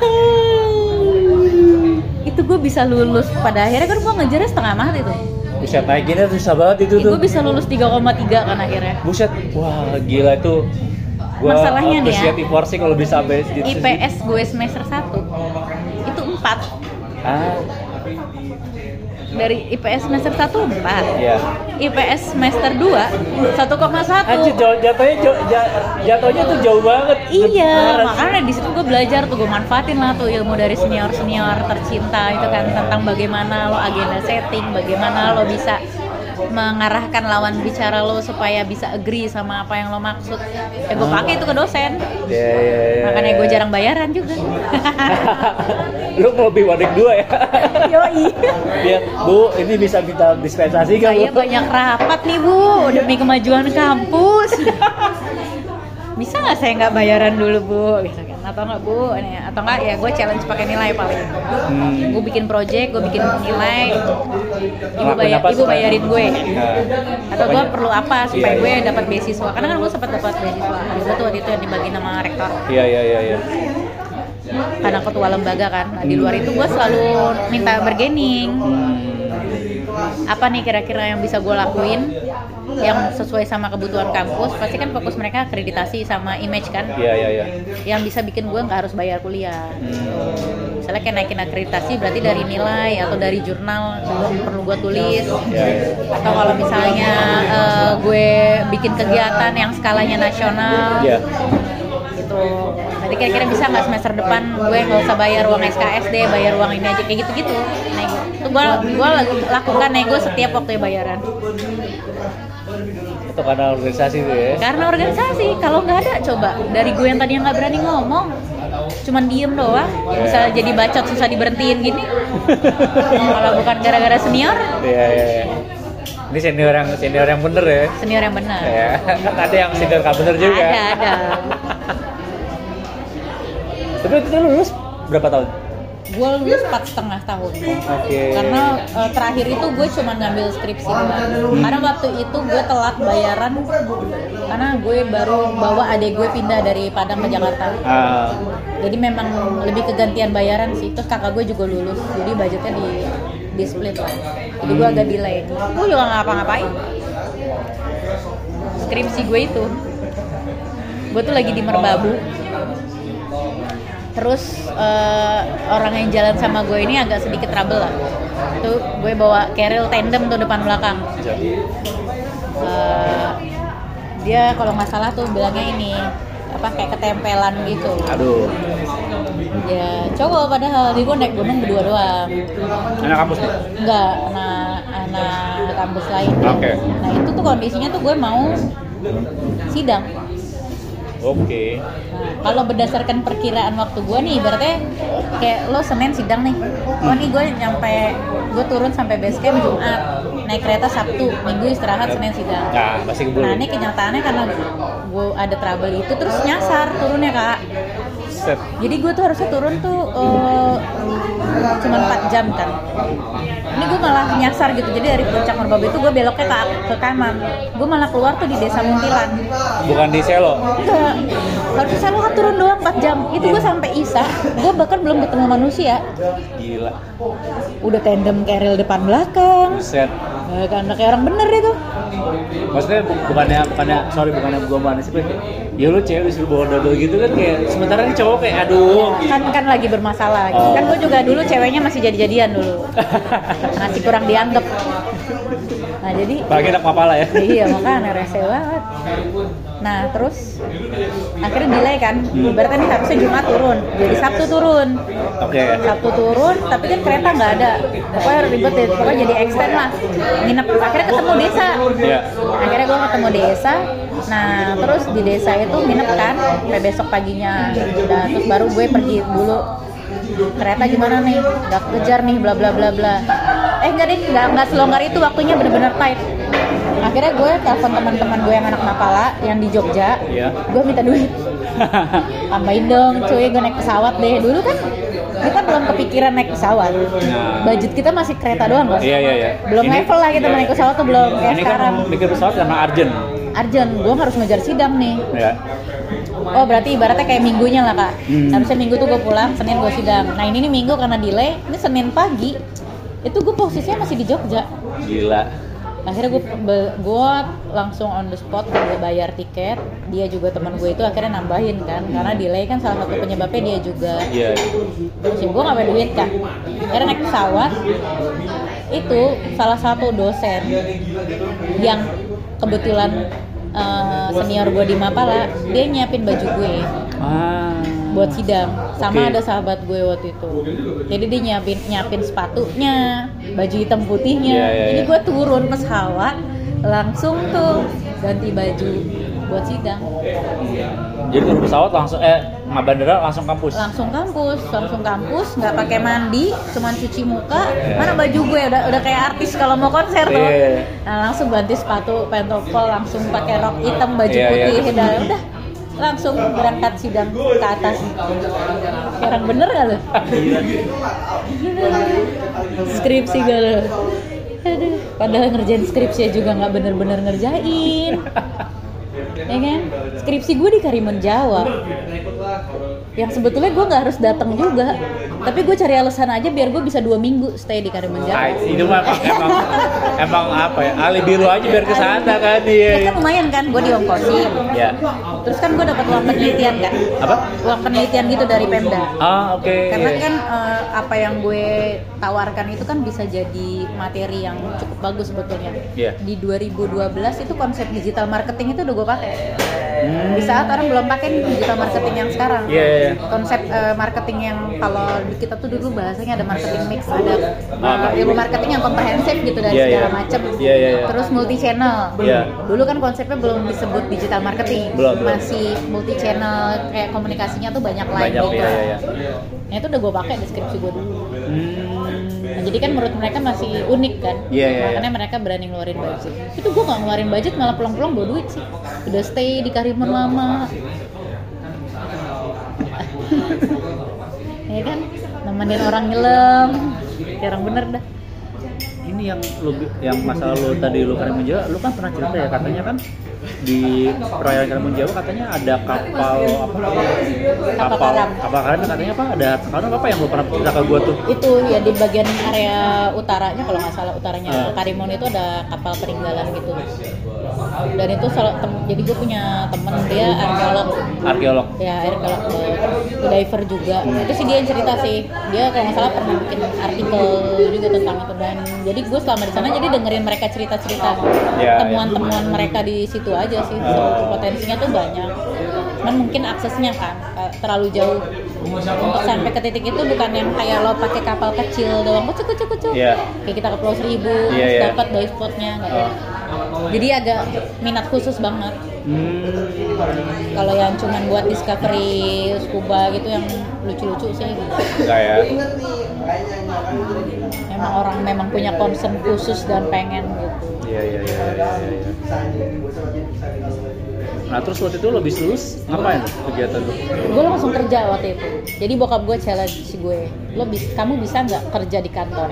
Itu gue bisa lulus pada akhirnya kan gue ngejarnya setengah mati tuh. Buset, naikinnya susah banget itu tuh. Gue bisa lulus tiga koma tiga kan akhirnya. Buset, wah gila itu. Gua Masalahnya nih ya, appreciative porsi kalau bisa sampai segitu. I P S gue semester satu itu empat. Ah, Dari I P S semester satu empat. iya. I P S semester dua satu koma satu. Anjir, jauh- jatuhnya jauh- ja- jatuhnya tuh jauh banget. Iya, Beneran. makanya di situ gue belajar tuh, gue manfaatin lah tuh ilmu dari senior-senior tercinta itu kan, tentang bagaimana lo agenda setting, bagaimana lo bisa mengarahkan lawan bicara lo supaya bisa agree sama apa yang lo maksud. Ya gue pakai itu ke dosen. Iya, iya, iya. Makanya gue jarang bayaran juga. Lu mau lebih wadik dua ya? Yoi. Dia, Bu, ini bisa minta dispensasi nggak, Saya Bu? banyak rapat nih Bu, demi kemajuan kampus. Bisa nggak saya nggak bayaran dulu Bu? Bisa kan? Atau nggak Bu? Nih, atau nggak ya gue challenge pakai nilai paling. Hmm. Gue bikin project, gue bikin nilai, ibu Ngelakuin bayar, apa ibu supaya- bayarin gue. Nah, Atau gue pokoknya- perlu apa supaya Iya, gue iya. dapat beasiswa? Karena kan gue sempat dapat beasiswa. Gue tuh waktu itu yang dibagi nama rektor. Iya, iya, iya, iya. Karena ketua lembaga kan. Nah, di luar itu gue selalu minta bargaining. Apa nih kira-kira yang bisa gue lakuin yang sesuai sama kebutuhan kampus? Pasti kan fokus mereka akreditasi sama image kan, Iya, iya, iya. yang bisa bikin gue nggak harus bayar kuliah. Misalnya kayak naikin akreditasi berarti dari nilai atau dari jurnal yang perlu gue tulis. Iya, iya. Atau kalau misalnya eh, gue bikin kegiatan yang skalanya nasional Iya. gitu, nanti kira-kira bisa nggak semester depan gue nggak usah bayar uang S K S deh, bayar uang ini aja kayak gitu-gitu. Nego. Itu gue gue lakukan nego setiap waktu bayaran. Itu karena organisasi tuh ya? Karena organisasi. Kalau nggak ada coba dari gue yang tadi yang nggak berani ngomong, cuman diem doang, bisa jadi bacot susah diberhentiin gini. Kalau bukan gara-gara senior. Iya iya. Ya. Ini senior yang senior yang bener ya? Senior yang benar. Ya, kan ada yang senior nggak bener juga. Ada ada. Tapi itu lu lulus berapa tahun? Gue lulus empat setengah tahun. Oke. Okay. Karena uh, terakhir itu gue cuma ngambil skripsi. Hmm. Karena waktu itu gue telat bayaran karena gue baru bawa adik gue pindah dari Padang ke Jakarta. Ah. Jadi memang lebih kegantian bayaran sih. Terus kakak gue juga lulus, jadi budgetnya di di split lah. Jadi gue agak delay. Gue juga nggak ngapa-ngapain. Skripsi gue itu, gue tuh lagi di Merbabu. Terus uh, orang yang jalan sama gue ini agak sedikit trouble lah. Tuh gue bawa carrier tandem tuh depan belakang. Uh, dia kalau nggak salah tuh bilangnya ini apa kayak ketempelan gitu. Aduh. Ya cowok padahal dia gue naik gunung berdua doang. Anak kampus nih? Enggak, anak anak kampus lain. Oke. Okay. Nah itu tuh kondisinya tuh gue mau sidang. Oke. Okay. Nah, kalau berdasarkan perkiraan waktu gue nih, berarti kayak lo Senin sidang nih. Oh nih gue nyampe, gue turun sampai base camp Jumat, naik kereta Sabtu, Minggu istirahat, Senin sidang. Nah, masih keburu. Nah ini kenyataannya karena gue ada trouble itu, terus nyasar turunnya kak. Set. Jadi gue tuh harusnya turun tuh uh, cuma empat jam kan. Ini gue malah nyasar gitu. Jadi dari puncak Merbabu itu gue beloknya ke, ke kanan. Gue malah keluar tuh di Desa Muntilan. Bukan di Selo? Enggak. Harusnya Selo kan turun doang empat jam. Itu gue sampai Isa. Gue bahkan belum ketemu manusia. Gila. Udah tandem keril depan belakang. Set. Nah, kan kayak orang bener itu. Maksudnya bukannya bukannya sorry bukannya gue manis sih. Ya lu cewek disuruh bawa dodol gitu kan kayak sementara ini cowok kayak aduh. Kan kan lagi bermasalah. Oh. Kan gue juga dulu ceweknya masih jadi-jadian dulu. Masih kurang dianggap. Nah jadi bagi anak papa lah ya. Iya makanya rese banget. Nah terus akhirnya delay kan. Berarti nih harusnya Jumat turun, jadi Sabtu turun. Oke. Okay. Sabtu turun, tapi kan kereta nggak ada. Pokoknya ribet deh. Pokoknya jadi extend lah. Nginep. Akhirnya ketemu desa. Yeah. Akhirnya gue ketemu desa. Nah terus di desa itu nginep kan. Sampai besok paginya. Nah, terus baru gue pergi dulu. Kereta gimana nih? Gak kejar nih, bla bla bla bla. Eh enggak deh, enggak enggak selonggar itu, waktunya bener-bener tight. Akhirnya gue telepon teman-teman gue yang anak Mapala yang di Jogja. Yeah. Gue minta duit. Tambahin dong, cuy, gue naik pesawat deh. Dulu kan kita belum kepikiran naik pesawat. Nah. Budget kita masih kereta doang, Bos. Iya iya iya. Belum ini, level lah kita iya, naik pesawat tuh belum kayak ini sekarang. Ini kan mikir pesawat karena urgent. Urgent, gue harus ngejar sidang nih. Iya. Oh berarti ibaratnya kayak minggunya lah kak. Hmm. Harusnya minggu tuh gue pulang, Senin gue sidang. Nah ini nih minggu karena delay, ini Senin pagi itu gue posisinya masih di Jogja. Gila. Akhirnya gue gue langsung on the spot gue bayar tiket. Dia juga teman gue itu akhirnya nambahin kan, karena delay kan salah satu penyebabnya dia juga. Iya. Terus gue nggak punya duit kan. Akhirnya naik pesawat. Itu salah satu dosen yang kebetulan Uh, senior gue di Mapala, dia nyiapin baju gue ah, buat sidang. Sama okay. Ada sahabat gue waktu itu. Jadi dia nyiapin nyiapin sepatunya, baju hitam putihnya. Yeah, yeah, Jadi gue turun pesawat langsung tuh ganti baju buat sidang. Jadi turun pesawat langsung eh bandara langsung kampus. Langsung kampus, langsung kampus, nggak pakai mandi, cuman cuci muka. Yeah. Mana baju gue udah udah kayak artis kalau mau konser tuh. Yeah. Nah, langsung ganti sepatu, pantofel, langsung pakai rok hitam, baju yeah, putih, yeah. Dan udah langsung berangkat sidang ke atas. Orang bener gak lo? Skripsi gak lo? Aduh, padahal ngerjain skripsi juga nggak bener-bener ngerjain. Ya kan? Skripsi gue di Karimun Jawa. Yang sebetulnya gue nggak harus datang juga, tapi gue cari alasan aja biar gue bisa dua minggu stay di Karimun Jawa. Itu mah emang emang apa ya? Alibi lu aja biar kesana kan dia. Ya kan lumayan kan, gue diongkosin. Ya. Terus kan gue dapat uang penelitian kan? Apa? Uang penelitian gitu dari Pemda. Ah oke. Okay. Karena kan uh, apa yang gue tawarkan itu kan bisa jadi materi yang cukup bagus sebetulnya. Yeah. Di dua ribu dua belas itu konsep digital marketing itu udah gue pakai. Hmm. Di saat orang belum pakai digital marketing yang sekarang. sekarang. Iya, iya, iya. Konsep uh, marketing yang kalau di kita tuh dulu bahasanya ada marketing mix, ada uh, ilmu marketing yang komprehensif gitu dari Iya, segala iya. macam. Iya, iya, iya. Terus multi channel. Iya. Dulu kan konsepnya belum disebut digital marketing. Belum, belum. Masih multi channel, kayak komunikasinya tuh banyak lain Banyak, gitu. iya, iya, iya. Nah itu udah gue pakai deskripsi gue dulu. Hmm. Nah, jadi kan menurut mereka masih unik kan, Iya, iya, iya. makanya mereka berani ngeluarin budget. Itu gue nggak ngeluarin budget, malah pulang-pulang bawa duit sih. Udah stay di Karimun lama, ya kan, nemenin orang nyelam, jarang bener dah. Ini yang lu yang masalah lu tadi lu Karimun Jawa, lu kan pernah cerita ya katanya kan di perairan Karimun Jawa katanya ada kapal apa namanya? Kapal karam. Kapal karam katanya apa? Ada sekarang apa yang lu pernah cerita ke gua tuh? Itu ya di bagian area utaranya, kalau nggak salah utaranya Uh. Karimun itu ada kapal peninggalan gitu. Dan itu salah tem- jadi gue punya temen dia arkeolog. Arkeolog. Ya arkeolog uh, diver juga. Hmm. Itu sih dia yang cerita sih. Dia kalau nggak salah pernah bikin artikel juga tentang itu, dan jadi gue selama di sana jadi dengerin mereka cerita-cerita Ya, temuan-temuan mereka di situ aja sih. So, potensinya tuh banyak. Cuman mungkin aksesnya kan uh, terlalu jauh. Untuk sampai ke titik itu bukan yang kayak lo pakai kapal kecil doang, kucuk kucuk kucuk. Iya. Kayak kita ke Pulau Seribu, Iya, terus iya. dapat dive spotnya nggak Oh. ada. Jadi agak minat khusus banget. Hmm. Kalau yang cuman buat discovery scuba gitu yang lucu-lucu sih gitu. Enggak ya. Memang orang memang punya concern khusus dan pengen gitu. Iya iya iya iya. iya. Nah terus waktu itu lo habis lulus ngapain tuh kegiatan lo? Gue langsung kerja waktu itu. Jadi bokap gue challenge gue, lo bis, kamu bisa nggak kerja di kantor?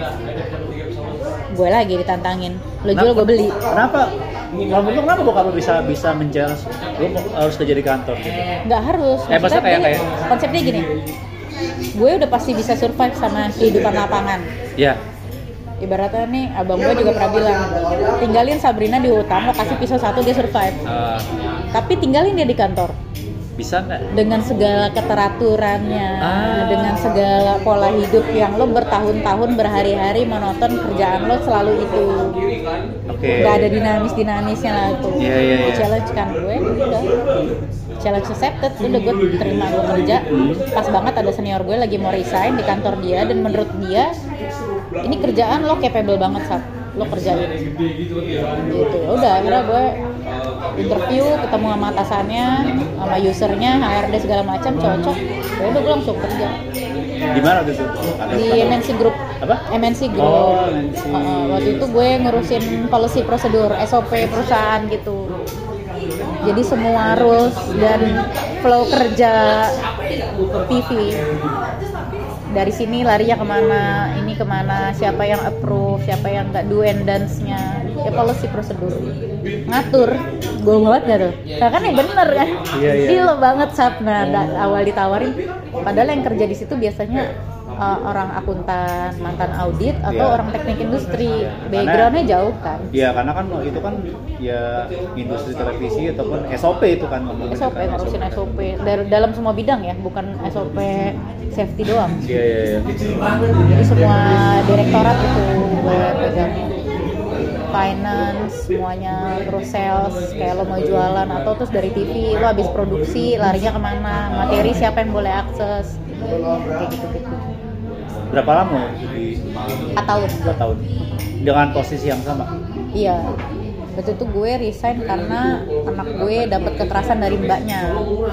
Gue lagi ditantangin, lo jual gue beli. Kenapa? Kalau menurut lo kenapa bokap lo bisa bisa men-challenge lo mau- harus kerja di kantor gitu? Nggak harus. Eh, maksudnya kayak- dia- kayak- konsepnya gini, gue udah pasti bisa survive sama kehidupan lapangan. Ya. Ibaratnya nih, abang gue juga pernah bilang, tinggalin Sabrina di hutan, lo kasih pisau satu dia survive. Uh, Tapi tinggalin dia di kantor bisa nggak? dengan segala keteraturannya, Ah. dengan segala pola hidup yang lo bertahun-tahun berhari-hari monoton, kerjaan lo selalu itu, Oke. nggak ada dinamis-dinamisnya lah tuh. Iya, iya, iya. Challenge kan gue, udah challenge accepted, udah gue terima, gue kerja. Pas banget ada senior gue lagi mau resign di kantor dia, dan menurut dia ini kerjaan lo capable banget, Sab, lo kerjain gitu. Ya udah akhirnya gue interview, ketemu sama atasannya, sama usernya, H R D segala macam, cocok. Ya udah gue langsung kerja Di mana waktu itu? Ada di tempat- M N C Group. Apa? M N C Group. Oh, M N C. Uh, waktu itu gue ngurusin policy prosedur, S O P perusahaan gitu. Jadi semua rules dan flow kerja T V. Dari sini larinya kemana, ini kemana, siapa yang approve, siapa yang nggak do and dance-nya, ya policy prosedur, ngatur, gue banget gak tuh? Nah kan yang bener kan, Iya, iya. gila banget Sab. Nah da- awal ditawarin, padahal yang kerja di situ biasanya uh, orang akuntan, mantan audit, atau Iya. orang teknik industri, Karena- backgroundnya jauh kan. Iya karena kan itu kan ya industri televisi ataupun S O P itu kan ngomongin S O P, kan, ngurusin S O P dari dalam semua bidang ya, bukan S O P safety doang. Iya iya iya. Jadi semua direktorat itu gue pegang, finance semuanya, terus sales kayak lo mau jualan atau terus dari T V lo habis produksi larinya kemana, materi siapa yang boleh akses, kayak gitu-gitu. Berapa lama di empat tahun. dua tahun dengan posisi yang sama? Iya. Waktu itu gue resign karena anak gue dapet kekerasan dari mbaknya.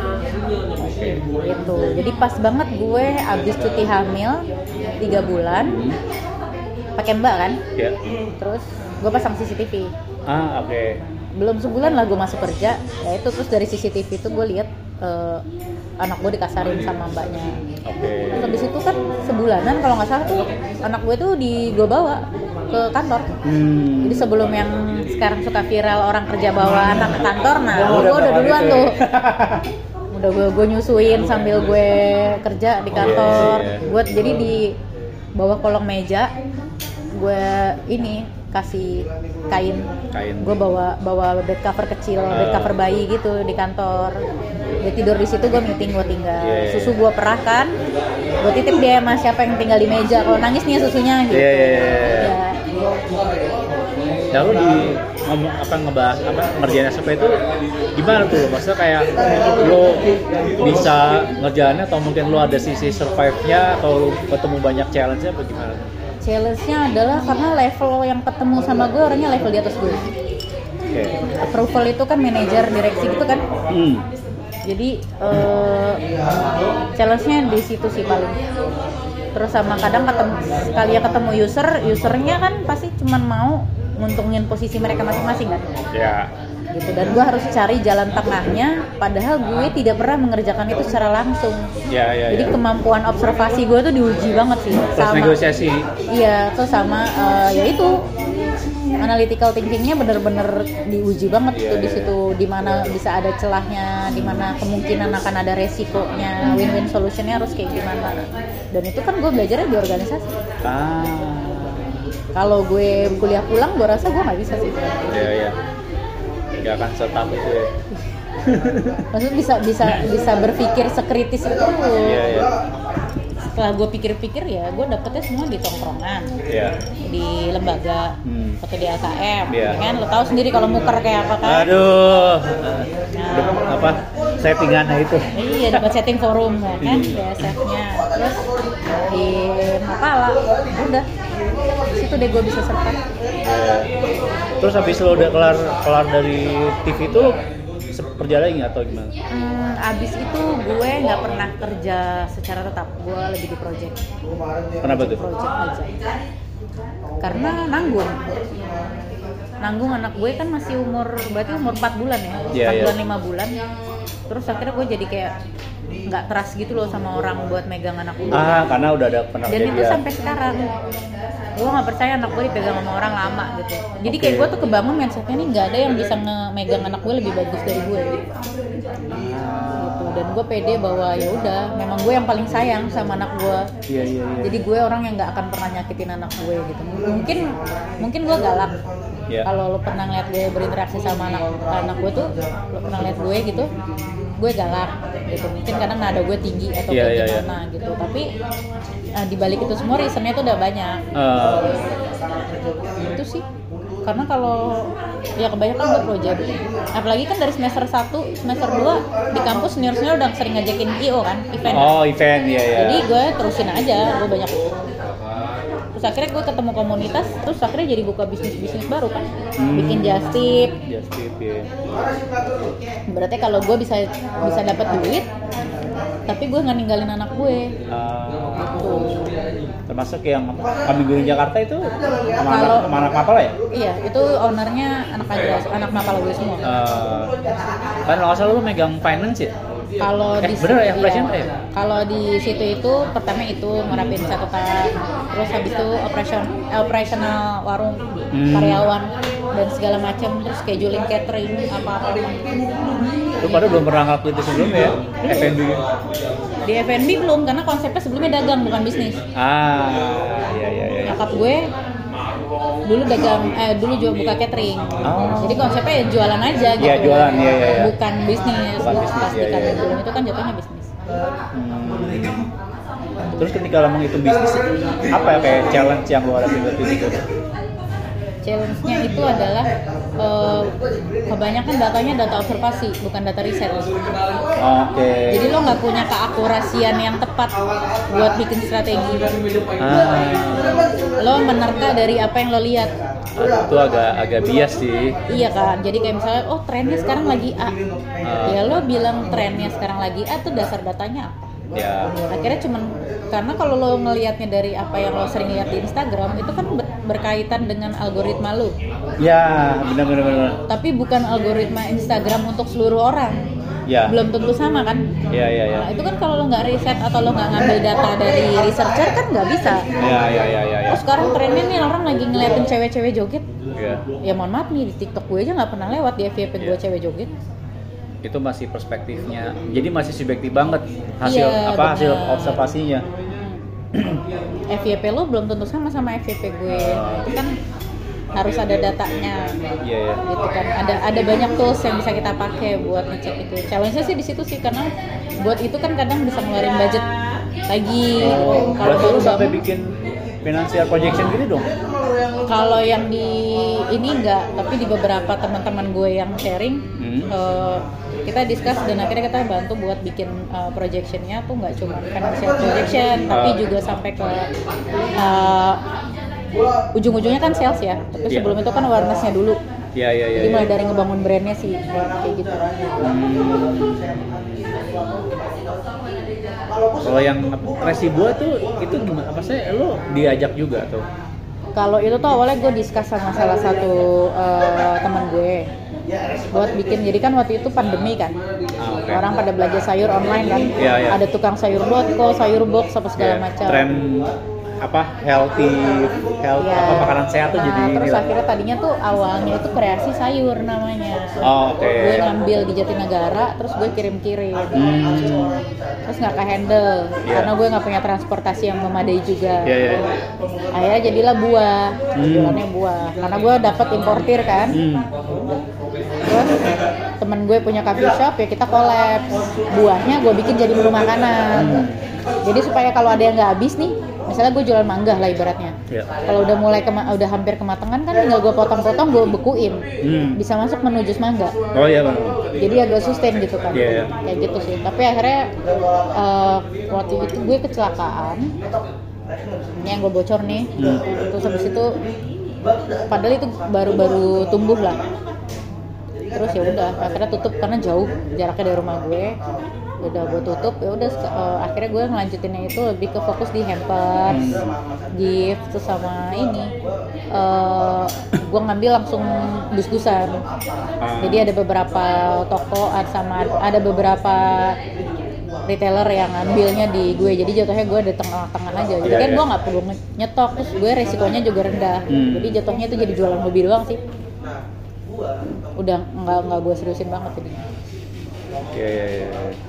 Gitu. Jadi pas banget gue abis cuti hamil tiga bulan, pakai mbak kan. Ya. Terus gue pasang C C T V. Ah oke. Belum sebulan lah gue masuk kerja. Ya itu terus dari C C T V itu gue lihat eh, anak gue dikasarin sama mbaknya. Oke. Terus habis itu kan sebulanan kalau nggak salah tuh anak gue tuh di gue bawa ke kantor. Hmm. Jadi sebelum yang sekarang suka viral orang kerja bawa anak ke kantor, nah Oh, gue udah udah tahu duluan gitu tuh. ya. Udah gue gue nyusuin sambil gue kerja di kantor. Iya, iya. Gue jadi di bawah kolong meja gue ini kasih kain. Kain. Gue bawa bawa bed cover kecil, bed Ah. cover bayi gitu di kantor. Dia tidur di situ, gue meeting, gue tinggal. Iya, iya, Susu gue perahkan, gue titip dia sama siapa yang tinggal di meja. Kalau nangis nih ya susunya gitu. Iya iya iya. Ya, Ya lu di ngomong apa ngebahas apa ngerjain S O P itu gimana tuh? Maksudnya kayak lo bisa ngerjainnya atau mungkin lo ada sisi survive-nya atau lo ketemu banyak challenge-nya apa gimana? Challenge-nya adalah karena level yang ketemu sama gue orangnya level di atas gue. Oke. Okay. Approval itu kan manajer direksi gitu kan. Hmm. Jadi uh, challenge-nya di situ sih paling. Terus sama kadang ketemu sekali ya ketemu user, usernya kan pasti cuma mau nguntungin posisi mereka masing-masing kan. Ya. Gitu, dan gue harus cari jalan tengahnya padahal gue tidak pernah mengerjakan itu secara langsung. Ya, ya, jadi ya. Kemampuan observasi gue tuh diuji banget sih. Terus sama negosiasi. Iya, terus sama uh, ya itu analytical thinkingnya bener-bener diuji banget yeah, tuh di yeah. situ, di mana bisa ada celahnya, di mana kemungkinan akan ada resikonya, win-win solutionnya harus kayak gimana. Dan itu kan gue belajarnya di organisasi. Ah. Kalau gue kuliah pulang, gue rasa gue nggak bisa sih. Iya iya. Gak akan setap itu ya. Maksudnya bisa bisa bisa berpikir sekritis itu. Iya iya. Setelah gue pikir-pikir ya, gue dapetnya semua di tongkrongan, Iya. di lembaga, Hmm. atau di L K M, Iya. kan? Lo tahu sendiri kalau muker kayak apa kan? Aduh. Nah. Apa settingannya itu? Iya, dapat setting forum ya kan, D S F-nya. Terus di Mapala, udah. Di situ deh gue bisa survive. Ya. Terus habis lo udah kelar kelar dari T V itu perjalanan nggak atau gimana? Hmm, abis itu gue nggak pernah kerja secara tetap, gue lebih di project. Kenapa tuh? Project aja. Karena nanggung. Nanggung anak gue kan masih umur, berarti umur empat bulan ya, Yeah, empat yeah. bulan lima bulan. Terus akhirnya gue jadi kayak nggak trust gitu loh sama orang buat megang anak gue. Ah, karena udah ada pernah Dan itu kejadian. sampai sekarang gue nggak percaya anak gue dipegang sama orang lama gitu. Jadi kayak Oke. gue tuh kebangun mindsetnya nih nggak ada yang bisa nge-megang anak gue lebih bagus dari gue gitu. Dan gue pede bahwa ya udah memang gue yang paling sayang sama anak gue. Iya iya iya. Jadi gue orang yang nggak akan pernah nyakitin anak gue gitu. Mungkin mungkin gue galak. Iya. Kalau lo pernah ngeliat gue berinteraksi sama anak anak gue tuh, lo pernah ngeliat gue gitu, gue galak gitu. Mungkin kadang nada gue tinggi atau Iya, kayak iya, iya. gimana gitu. Tapi uh, di balik itu semua reasonnya tuh udah banyak. Eh, Itu sih. Karena kalau ya kebanyakan buat project. Apalagi kan dari semester satu, semester dua di kampus senior-senior udah sering ngajakin I O kan, event. oh event ya ya. Jadi gue terusin aja, gue banyak. Terus akhirnya gue ketemu komunitas, terus akhirnya jadi buka bisnis-bisnis baru kan, Hmm. bikin just tip. Just tip ya. Berarti kalau gue bisa bisa dapat duit, tapi gue nggak ninggalin anak gue. Ah, Tuh. termasuk yang kami guru Jakarta itu sama anak, Kalau- sama anak Mapala ya? Iya, itu ownernya anak Agras, anak Mapala gue semua. Eh, kan kalau nggak salah lu megang finance ya? Kalau Eh, di bener ya, iya. operation ya? Kalau di situ itu pertama itu ngerapin catatan, terus habis itu operation operasional warung Hmm. karyawan dan segala macam, terus scheduling catering apa-apa. Lu pada belum pernah ngelakuin itu sebelumnya ya? F and B. Di F and B belum, karena konsepnya sebelumnya dagang bukan bisnis. Ah, iya iya iya. Nyokap gue dulu dagang, eh dulu jual buka catering. Oh. Jadi konsepnya ya jualan aja gitu. Iya, jualan, iya, iya, iya. Bukan bisnis. Bukan bisnis, Pastikan iya, iya, iya. belum itu kan jatuhnya bisnis. Hmm. Terus ketika ngomong itu bisnis, apa ya kayak challenge yang lu hadapin waktu itu? Challenge-nya itu adalah eh, kebanyakan datanya data observasi, bukan data riset. Oke. Jadi lo nggak punya keakurasian yang tepat buat bikin strategi. Ah, Lo menerka dari apa yang lo lihat. itu agak agak bias sih. Iya kan, jadi kayak misalnya, oh trennya sekarang lagi A. Ya lo bilang trennya sekarang lagi A tuh dasar datanya apa? Ya. Akhirnya cuman karena kalau lo ngelihatnya dari apa yang lo sering lihat di Instagram itu kan ber- berkaitan dengan algoritma lo. Ya, benar benar benar. Tapi bukan algoritma Instagram untuk seluruh orang. Ya. Belum tentu sama kan? Ya ya ya. Nah, itu kan kalau lo nggak riset atau lo nggak ngambil data dari researcher kan nggak bisa. Ya ya ya ya ya. Oh sekarang trennya nih orang lagi ngeliatin cewek-cewek joget. Ya. Ya mohon maaf nih di TikTok gue aja nggak pernah lewat di F Y P gue Iya. cewek joget. Itu masih perspektifnya. Jadi masih subjektif banget hasil Iya, apa hasil benar. observasinya. F Y P lo belum tentu sama sama F Y P gue. Itu kan harus ada datanya. Iya ya. Gitu kan. Ada ada banyak tools yang bisa kita pakai buat ngecek itu. Challenge-nya sih di situ sih karena buat itu kan kadang bisa ngeluarin budget lagi. Oh, Kalau berarti baru lu sampai bangun, bikin financial projection gitu dong? Kalau yang di ini enggak, tapi di beberapa teman-teman gue yang sharing, hmm. uh, kita discuss dan akhirnya kita bantu buat bikin uh, projectionnya tuh nggak cuma financial projection, uh. tapi juga sampai ke uh, ujung-ujungnya kan sales ya. Tapi yeah. sebelum itu kan awareness-nya dulu. Iya iya iya. Jadi mulai dari ngebangun brandnya sih kayak gitu. Hmm. Kalau yang Resibua tuh itu gimana? Apa sih lo diajak juga tuh? Kalau itu tuh awalnya gue discuss sama salah satu uh, teman gue buat bikin. Jadi kan waktu itu pandemi kan, ah, okay. orang pada belanja sayur online kan, yeah, yeah. ada tukang sayur dot co, sayur box apa segala yeah. macam. Tren apa healthy, health yeah. apa makanan sehat tuh nah, jadi. Terus inilah. Akhirnya tadinya tuh awalnya itu kreasi sayur namanya. Oh, oke. Okay. Gue ngambil di Jatinegara, terus gue kirim-kirim. Hmm. Terus nggak ke handle, yeah. karena gue nggak punya transportasi yang memadai juga. Yeah, yeah, yeah. Akhirnya jadilah buah, hmm. jualannya buah. Karena gue dapat importir kan. Hmm. Terus temen gue punya coffee shop ya kita collab. Buahnya gue bikin jadi menu makanan. Hmm. Jadi supaya kalau ada yang nggak habis nih, misalnya gue jualan mangga lah ibaratnya. Yeah. Kalau udah mulai kema- udah hampir kematangan kan tinggal gue potong-potong, gue bekuin. Hmm. Bisa masuk menu jus mangga. Oh iya bang. Jadi agak sustain gitu kan. Yeah, yeah. Kayak gitu sih. Tapi akhirnya uh, waktu itu gue kecelakaan. Ini yang gue bocor nih. Hmm. Terus habis itu padahal itu baru-baru tumbuh lah. Terus ya udah akhirnya tutup karena jauh jaraknya dari rumah gue. Udah gue tutup ya udah uh, akhirnya gue ngelanjutinnya itu lebih ke fokus di hampers, gift terus sama ini uh, gue ngambil langsung dus-dusan. Jadi ada beberapa toko sama ada beberapa retailer yang ngambilnya di gue, jadi jatuhnya gue di tengah-tengah aja. Jadi kan gue nggak perlu nyetok, terus gue resikonya juga rendah. Jadi jatuhnya itu jadi jualan hobi doang sih. Udah nggak nggak gue seriusin banget jadi. Iya iya iya.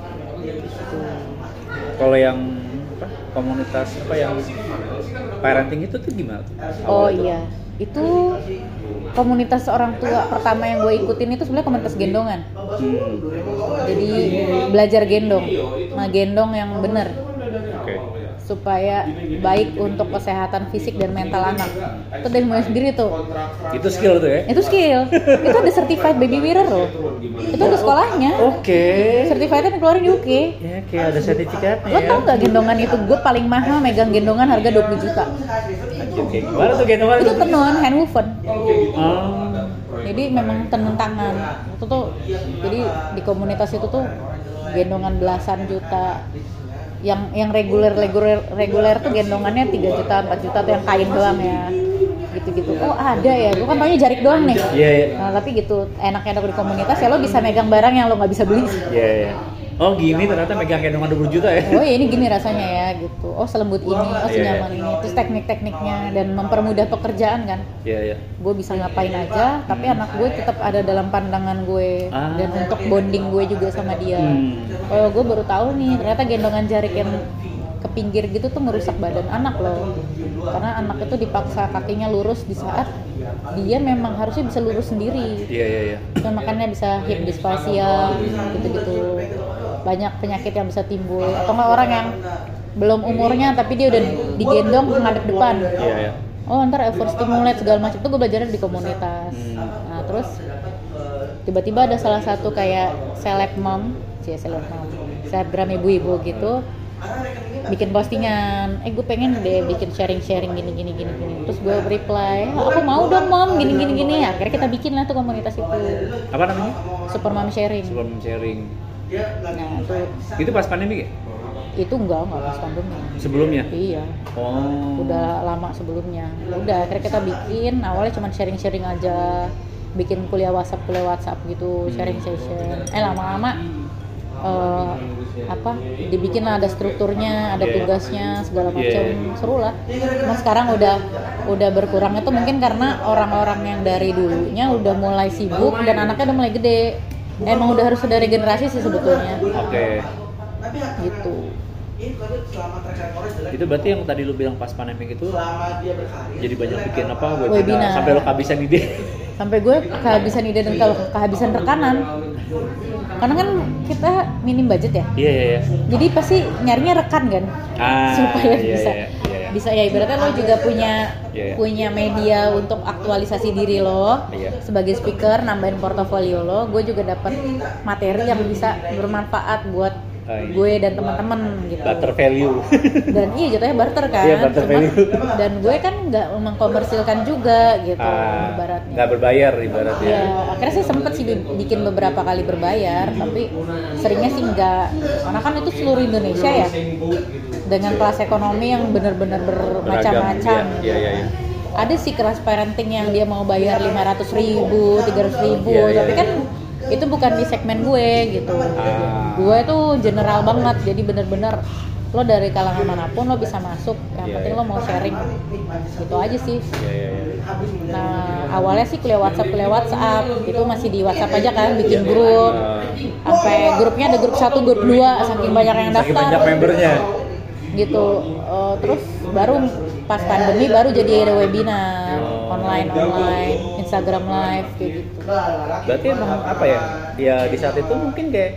Kalau yang apa, komunitas apa yang parenting itu tuh gimana? Oh iya, itu komunitas orang tua pertama yang gue ikutin itu sebenarnya komunitas gendongan. Hmm. Jadi belajar gendong, nah gendong yang benar. Okay. Supaya baik untuk kesehatan fisik dan mental anak. Itu dari mulai sendiri tuh. Itu skill tuh ya? Itu skill. Itu ada certified baby wearer loh. Itu ada sekolahnya. Oke. Okay. Certifiednya dikeluarin di U K. Ya, kayak ada sertifikatnya. Lo tau nggak gendongan itu? Gue paling mahal megang gendongan harga dua puluh juta. Oke. Gimana tuh gendongan? Itu tenun hand woven. Oh. Jadi memang tenun tangan. Itu tuh. Jadi di komunitas itu tuh gendongan belasan juta. Yang yang reguler reguler reguler tuh gendongannya tiga juta empat juta tuh yang kain doang ya gitu-gitu. Oh ada ya, gue kan taunya jarik doang nih. Iya yeah, yeah. Nah tapi gitu enaknya ada di komunitas ya lo bisa megang barang yang lo nggak bisa beli. Iya yeah, iya. Yeah. Oh gini ternyata megang gendongan dua puluh juta ya? Oh ya ini gini rasanya ya gitu. Oh selembut ini, oh senyaman yeah, yeah. ini. Terus teknik-tekniknya dan mempermudah pekerjaan kan. Iya yeah, iya. Yeah. Gue bisa ngapain aja, tapi hmm. anak gue tetap ada dalam pandangan gue ah. dan untuk bonding gue juga sama dia. Hmm. Kalau gue baru tahu nih ternyata gendongan jarik yang ke pinggir gitu tuh merusak badan anak loh. Karena anak itu dipaksa kakinya lurus di saat dia memang harusnya bisa lurus sendiri. Iya iya iya. Dan makanya bisa hip dysplasia gitu-gitu. Banyak penyakit yang bisa timbul atau nggak orang yang belum umurnya tapi dia udah digendong ngadep depan. Iya iya. Oh ntar overstimulate segala macam itu gue belajarnya di komunitas. Hmm. Nah terus tiba-tiba ada salah satu kayak seleb mom, cie seleb mom, selebgram ibu-ibu gitu, bikin postingan, eh gue pengen deh bikin sharing-sharing gini gini gini gini. Terus gue reply, aku mau dong mom gini gini gini. Akhirnya kita bikin lah tuh komunitas itu. Apa namanya? Super Mom Sharing. Super Mom Sharing. Nah itu. Itu pas pandemi ya? Itu enggak, enggak pas pandemi. Sebelumnya? Iya. Oh. Udah lama sebelumnya. Udah akhirnya kita bikin, awalnya cuma sharing-sharing aja, bikin kuliah WhatsApp, kuliah WhatsApp gitu, sharing session. Eh lama-lama uh, apa? Dibikin lah ada strukturnya, ada tugasnya, segala macam, yeah. Seru lah. Cuma sekarang udah udah berkurang itu mungkin karena orang-orang yang dari dulunya udah mulai sibuk dan anaknya udah mulai gede. Emang udah harus ada regenerasi sih sebetulnya. Oke. Okay. Gitu. Itu berarti yang tadi lu bilang pas pandemi itu jadi banyak bikin apa webinar, webinar. Sampai lo kehabisan ide. Sampai gue kehabisan ide dan kalau kehabisan rekanan. Karena kan kita minim budget ya. Iya yeah, iya yeah, yeah. Jadi pasti nyarinya rekan kan. Ah, supaya yeah, bisa. Yeah, yeah, yeah. bisa ya ibaratnya lo juga punya Yeah, yeah. punya media untuk aktualisasi diri lo Yeah. sebagai speaker, nambahin portofolio lo. Gue juga dapat materi yang bisa bermanfaat buat Oh, iya. gue dan teman-teman gitu. Barter value. Dan iya jatuhnya barter kan. Iya, barter Cuman- value. dan gue kan nggak mengkomersilkan juga gitu Ah, ibaratnya. nggak berbayar ibaratnya. Ya, akhirnya sih sempet sih bi- bikin beberapa kali berbayar, tapi seringnya sih enggak. Karena kan itu seluruh Indonesia ya, dengan kelas ekonomi yang benar-benar bermacam-macam. Beragam, iya, iya, iya. Ada sih kelas parenting yang dia mau bayar lima ratus ribu, tiga ratus ribu, Iya, iya, tapi iya. kan itu bukan di segmen gue gitu. Ah. Gue tuh general banget, jadi bener-bener lo dari kalangan manapun lo bisa masuk. Yang Iya, penting iya. lo mau sharing, gitu aja sih. Iya, iya, iya. Nah, awalnya sih kuliah WhatsApp, kuliah WhatsApp itu masih di WhatsApp aja kan, bikin grup. Sampai grupnya ada grup satu, grup dua, saking banyak yang Saking daftar. banyak membernya. Gitu. Eh, terus baru pas pandemi baru jadi ada webinar online online, Instagram live kayak gitu. Berarti emang apa ya? Ya di saat itu mungkin kayak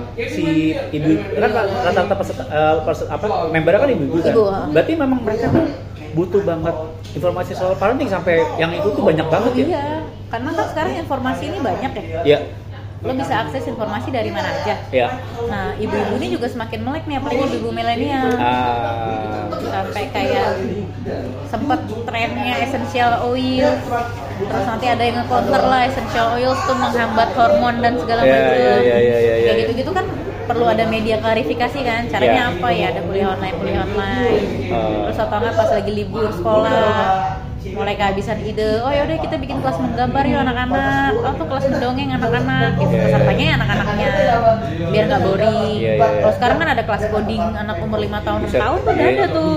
si ibu kan rata-rata peserta eh, perse- apa membernya kan ibu-ibu kan. Ibu, ha. Berarti memang mereka tuh butuh banget informasi soal parenting sampai yang itu tuh banyak banget ya. Iya, karena kan sekarang informasi ini banyak ya. Iya. Lo bisa akses informasi dari mana aja. Iya. Nah, ibu-ibu ini juga semakin melek nih, apalagi ibu-ibu milenial. Ah, Sampai kayak sempet trennya essential oil, terus nanti ada yang nge-counter lah essential oil tuh menghambat hormon dan segala Iya, macam. iya, iya, iya, iya, Kayak iya. gitu-gitu kan perlu ada media klarifikasi kan, caranya Iya. apa ya, ada kuliah online, kuliah online. Oh. Terus atau nggak pas lagi libur sekolah, mulai kehabisan ide, oh yaudah kita bikin kelas menggambar yuk anak-anak, oh tuh kelas mendongeng anak-anak, gitu. Iya, iya. Pesertanya ya anak-anaknya, biar nggak boring. Iya, iya, iya. Kalau sekarang kan ada kelas coding anak umur lima tahun, enam Bisa. tahun tuh udah Iya. ada tuh.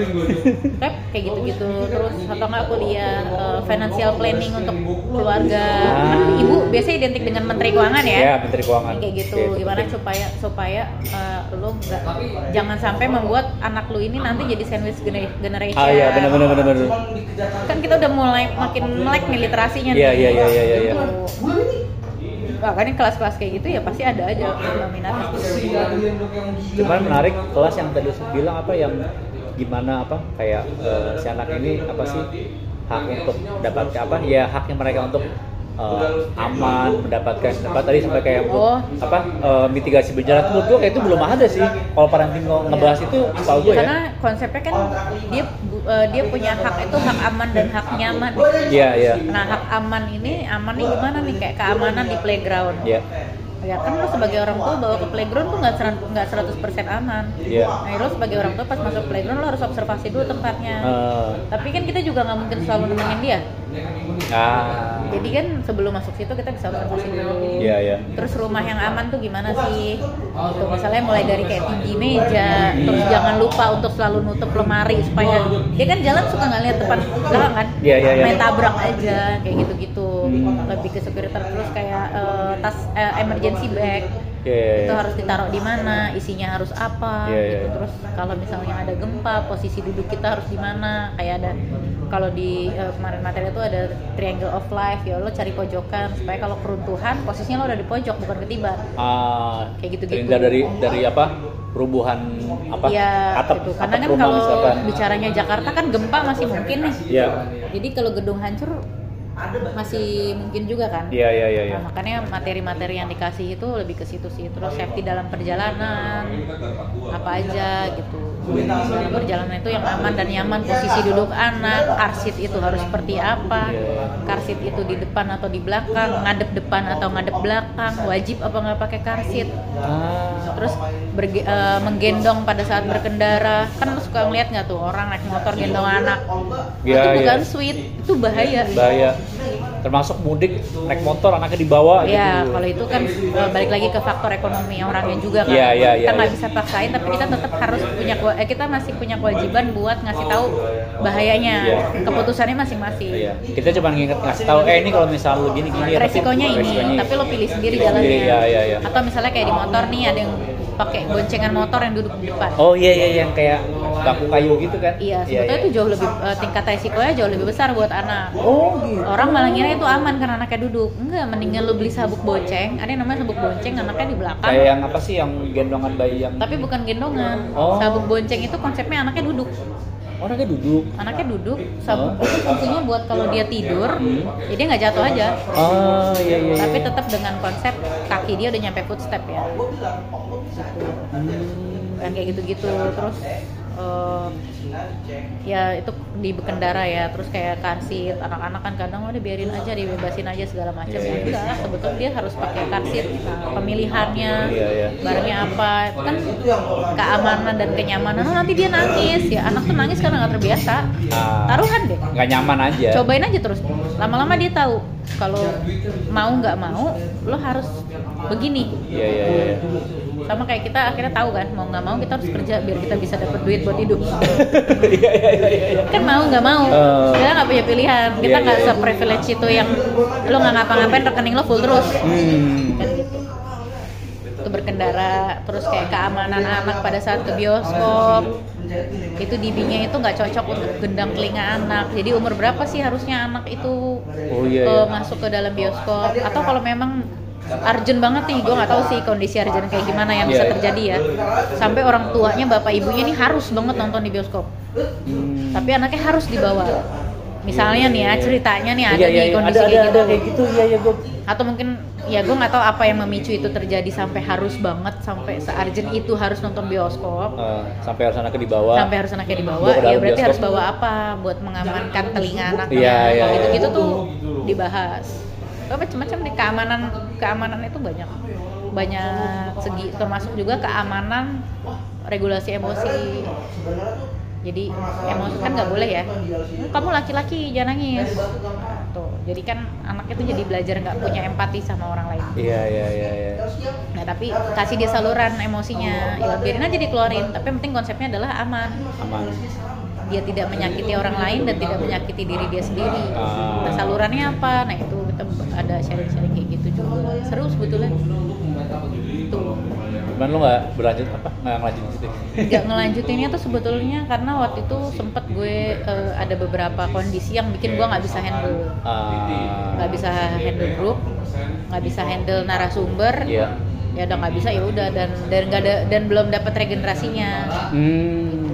Kayak kayak gitu-gitu. Terus atau nggak kuliah uh, financial planning untuk keluarga. Ah. Kan ibu biasanya identik dengan menteri keuangan ya. ya Menteri Keuangan. Kayak gitu. Oke, itu Gimana penting. supaya supaya uh, lo nggak jangan sampai membuat anak lo ini nanti jadi sandwich gener- generation. Ah iya, benar benar benar benar. Kan kita udah mulai makin melek nih literasinya Iya, nih. iya, iya, iya, iya. Gitu. Wah, kan kelas-kelas kayak gitu ya pasti ada aja minatnya. Cuman menarik kelas yang tadi lu bilang apa yang gimana apa kayak eh, si anak ini apa sih hak untuk mendapatkan apa ya haknya mereka untuk eh, aman mendapatkan apa tadi sampai kayak untuk Oh. apa eh, mitigasi bencana itu menurut gue kayak itu belum ada sih kalau parenting ngo- ngebahas itu tahu gue ya. Karena konsepnya kan dia bu- eh, dia punya hak itu hak aman dan hak nyaman. Iya iya Nah, hak aman ini aman nih gimana nih kayak keamanan di playground. iya Ya kan lo sebagai orang tua bawa ke playground tuh nggak seran- nggak seratus persen aman. Iya. Nah, lo sebagai orang tua pas masuk playground lo harus observasi dulu tempatnya. Eh, Tapi kan kita juga nggak mungkin selalu nemenin dia. ah Jadi kan sebelum masuk situ kita bisa observasi dulu. iya iya Terus rumah yang aman tuh gimana sih? Gitu, misalnya mulai dari kayak tinggi meja, terus jangan lupa untuk selalu nutup lemari supaya dia kan jalan suka nggak lihat depan belakang kan? Iya, iya, iya. Main tabrak aja kayak gitu-gitu. Hmm. Lebih ke security terus kayak eh, tas eh, emergency bag. oke Itu harus ditaruh di mana, isinya harus apa Iya, iya, gitu. iya. Terus kalau misalnya ada gempa, posisi duduk kita harus di mana? Kayak ada kalau di eh, kemarin materi itu ada triangle of life, ya lo cari pojokan supaya kalau keruntuhan posisinya lo udah di pojok bukan ketiban. ah Kayak gitu-gitu. terhindar dari dari apa perubuhan apa Iya, atap gitu. Karena atap kan rumah kalau misalkan bicaranya Jakarta kan gempa masih mungkin nih. iya Jadi kalau gedung hancur masih mungkin juga kan. iya iya iya iya. Nah, makanya materi-materi yang dikasih itu lebih ke situ sih. Terus safety dalam perjalanan apa aja gitu. Dalam perjalanan itu yang aman dan nyaman, posisi duduk anak, car seat itu harus seperti apa, car seat itu di depan atau di belakang, ngadep depan atau ngadep belakang, wajib apa nggak pakai car seat. Ah, Terus berge- eh, menggendong pada saat berkendara, kan lu suka ngeliat nggak tuh orang naik motor gendong anak, Iya, itu bukan iya. sweet, itu bahaya. bahaya termasuk mudik naik motor anaknya dibawa Ya, gitu. kalau itu kan eh, balik lagi ke faktor ekonomi orangnya juga kan. Iya, iya, iya, Kita nggak iya. bisa paksain, tapi kita tetap harus punya kewa- eh, kita masih punya kewajiban buat ngasih tahu bahayanya. Iya. Keputusannya masing-masing. Iya. Kita cuma nginget ngasih tahu eh ini kalau misal lu gini gini Resikonya tapi, ini, resikonya tapi lo pilih sendiri Pilih jalannya. sendiri, iya, iya, iya. Atau misalnya kayak di motor nih ada yang pakai boncengan motor yang duduk di depan. oh iya iya yang kayak bangku kayu gitu kan Iya, sebetulnya itu jauh lebih eh, tingkat resikonya jauh lebih besar buat anak. oh gitu Orang malah ngira itu aman karena anaknya duduk. Enggak, mendingan lu beli sabuk bonceng. Ada yang namanya sabuk bonceng, anaknya di belakang. kayak yang apa sih yang gendongan bayi yang Tapi bukan gendongan. Oh. Sabuk bonceng itu konsepnya anaknya duduk. Orangnya duduk. Anaknya duduk, sabuk Oh. itu fungsinya buat kalau dia tidur, ya dia nggak jatuh aja. Oh iya iya. Tapi iya. tetap dengan konsep kaki dia udah nyampe footstep ya. Hmm. Yang kayak gitu-gitu. Terus eh, ya itu di berkendara ya. Terus kayak car seat, anak-anak kan kadang udah biarin aja, dibebasin aja segala macam. Iya, Ya iya. enggak, sebetulnya dia harus pakai car seat. Nah, pemilihannya, Iya, iya. barangnya apa, itu kan keamanan dan kenyamanan. Oh, nanti dia nangis ya, anak tuh nangis karena nggak terbiasa. Ah. Taruhan deh. Nggak nyaman aja. Cobain aja terus. Lama-lama dia tahu kalau mau nggak mau, lo harus begini. Iya iya iya. Sama kayak kita akhirnya tahu kan, mau nggak mau kita harus kerja biar kita bisa dapat duit buat hidup. Iya iya iya iya. Kan mau nggak mau, Oh. kita nggak punya pilihan. Kita Iya, nggak iya. se-privilege itu yang lo nggak ngapa-ngapain rekening lo full terus. Hmm. Kan gitu. Itu berkendara, terus kayak keamanan anak pada saat ke bioskop. Itu D B-nya itu nggak cocok untuk gendang telinga anak. Jadi umur berapa sih harusnya anak itu Oh iya, eh, iya. masuk ke dalam bioskop? Atau kalau memang urgent banget nih, gue nggak tahu sih kondisi urgent kayak gimana yang bisa Iya, iya. terjadi ya. Sampai orang tuanya, bapak ibunya nih harus banget nonton di bioskop. Hmm. Tapi anaknya harus dibawa. Misalnya nih ya, ceritanya nih ada Iya, iya, nih iya. kondisi ada, kayak ada, gitu. ada kayak gitu. Iya iya gue. Atau mungkin ya gue nggak tahu apa yang memicu itu terjadi sampai harus banget, sampai se-urgent itu harus nonton bioskop. Uh, sampai harus anaknya dibawa. Sampai harus anaknya dibawa, Bawa ke dalam ya berarti bioskop. harus bawa apa buat mengamankan telinga anaknya. Iya, iya, Kalau iya. gitu-gitu tuh dibahas. Tapi macam-macam nih, keamanan keamanan itu banyak banyak segi, termasuk juga keamanan regulasi emosi. Jadi emosi kan nggak boleh ya. Kamu laki-laki jangan nangis. Tuh, jadi kan anaknya tuh jadi belajar nggak punya empati sama orang lain. Iya iya iya iya. Nah tapi kasih dia saluran emosinya, ya biarin aja dikeluarin. Tapi yang penting konsepnya adalah aman. Aman. Dia tidak menyakiti orang lain dan tidak menyakiti diri dia sendiri. Ah. Nah salurannya apa? Nah itu kita ada sharing-sharing kayak gitu juga. Seru sebetulnya. Tuh. Cuman lu nggak berlanjut apa? Nggak ngelanjut di situ? Gak ngelanjutinnya tuh sebetulnya karena waktu itu sempet gue eh, ada beberapa kondisi yang bikin gue nggak bisa handle, Ah. nggak bisa handle grup, nggak bisa handle narasumber. Iya. Ya udah nggak bisa ya udah dan dan nggak ada dan belum dapat regenerasinya. Hmm.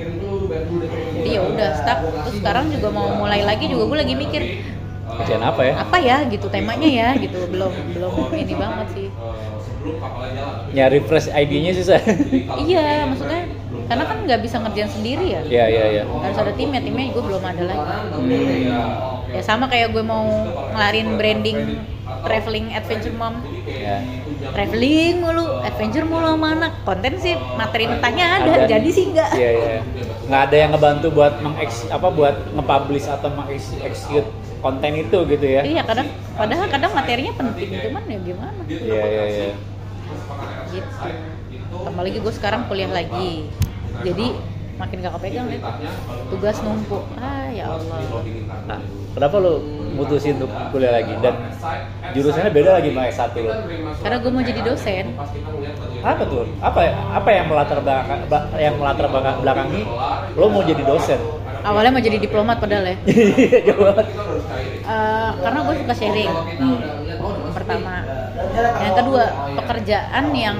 Jadi ya udah stop. Terus sekarang juga mau mulai lagi juga gue lagi mikir Kerjaan apa ya? apa ya gitu temanya ya gitu belum belum ini banget sih. Nyari fresh idenya susah. Iya maksudnya karena kan nggak bisa ngerjain sendiri ya. Iya iya iya. Harus ada timnya, timnya gue belum ada lagi. Ya sama kayak gue mau ngelarin branding traveling adventure mom. Ya. Traveling mulu, adventure mulu sama anak. Konten sih materi mentahnya ada, Ada. jadi sih enggak. Iya iya. Nggak ada yang ngebantu buat mengeks apa buat nge-publish atau meng-execute konten itu gitu ya. Iya kadang, padahal kadang materinya penting, cuman ya gimana? Iya iya iya. Gitu. Apalagi gue sekarang kuliah lagi, jadi makin gak kepegang deh. Tugas numpuk, ah ya Allah. Nah, kenapa lo mutusin untuk kuliah lagi dan jurusannya beda lagi sama S satu lo? Karena gue mau jadi dosen. Apa tuh? Apa apa yang melatar belakang yang melatar belakang belakangi lo mau jadi dosen? Awalnya mau jadi diplomat padahal ya. Iya, jauh banget. Uh, karena gue suka sharing. Pertama, yang kedua pekerjaan yang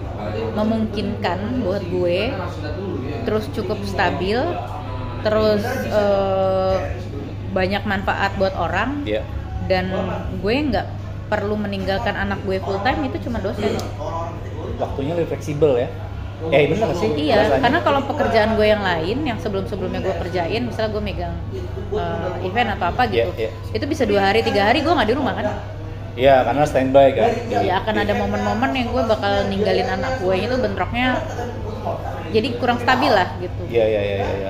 memungkinkan buat gue, terus cukup stabil, terus uh, banyak manfaat buat orang, Iya. dan gue nggak perlu meninggalkan anak gue full time itu cuma dosen. Waktunya lebih fleksibel ya. Eh bener nggak sih? Iya, bahasanya? karena kalau pekerjaan gue yang lain yang sebelum-sebelumnya gue kerjain, misalnya gue megang uh, event atau apa gitu, Iya, iya. itu bisa dua hari, tiga hari gue nggak di rumah kan. Iya, karena standby kan. Ya akan ada momen-momen yang gue bakal ninggalin anak gue itu bentroknya jadi kurang stabil lah gitu. Iya iya iya iya.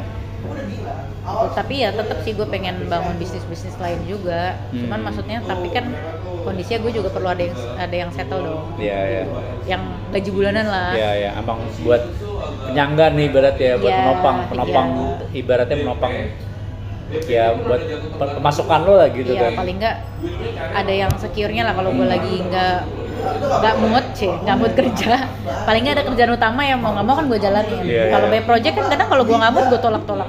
Gitu. Tapi ya tetap sih gue pengen bangun bisnis-bisnis lain juga. Hmm. Cuman maksudnya tapi kan kondisinya gue juga perlu ada yang ada yang settle dong. Iya iya. Yang gaji bulanan lah. Iya iya, abang buat penyangga nih ibarat ya, buat Iya, penopang, penopang iya. ibaratnya penopang ya buat pemasukan lo lah gitu Iya, kan. paling nggak ada yang secure-nya lah kalau gue lagi nggak nggak mood sih, nggak mood kerja. Paling nggak ada kerjaan utama yang mau nggak mau kan gue jalanin. Iya, Kalau iya. by project kan kadang kalau gue nggak mood gue tolak-tolak.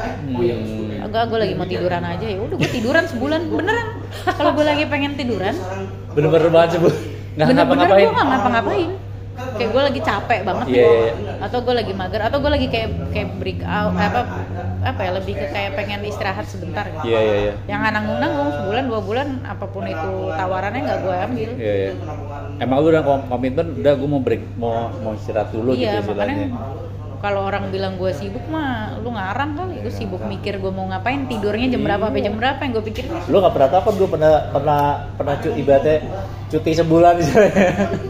Hmm. Agak gue lagi mau tiduran aja ya udah gue tiduran sebulan beneran. Kalau gue lagi pengen tiduran, Bener-bener banget sih bu. Nggak bener-bener ngapa-ngapain. gue nggak ngapa-ngapain. Kayak gue lagi capek banget Iya, nih, iya, iya. atau gue lagi mager, atau gue lagi kayak kayak break out apa apa ya lebih ke kayak pengen istirahat sebentar gitu. Iya iya iya. Yang nggak nanggung-nanggung sebulan dua bulan apapun itu tawarannya nggak gue ambil. Iya iya. Emang lu udah kom- komitmen udah gue mau break mau mau istirahat dulu Iya gitu makanya istilahnya. kalau orang bilang gue sibuk mah lu ngarang kali. Gue sibuk mikir gue mau ngapain, tidurnya jam berapa sampai jam berapa yang gue pikirin. Lu nggak pernah takut gue pernah pernah pernah cuti ibaratnya cuti sebulan misalnya.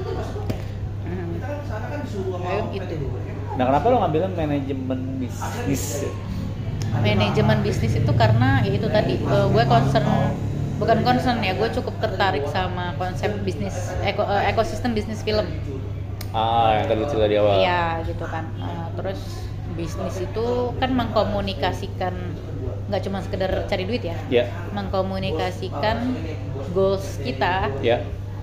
Hmm. Kayak gitu. Nah kenapa lo ngambilnya manajemen bisnis? Manajemen bisnis itu karena ya itu tadi uh, gue concern bukan concern ya gue cukup tertarik sama konsep bisnis eko, uh, ekosistem bisnis film. Ah yang tadi cerita di awal. Iya gitu kan. Uh, terus bisnis itu kan mengkomunikasikan nggak cuma sekedar cari duit ya. Iya. Mengkomunikasikan goals kita. Iya.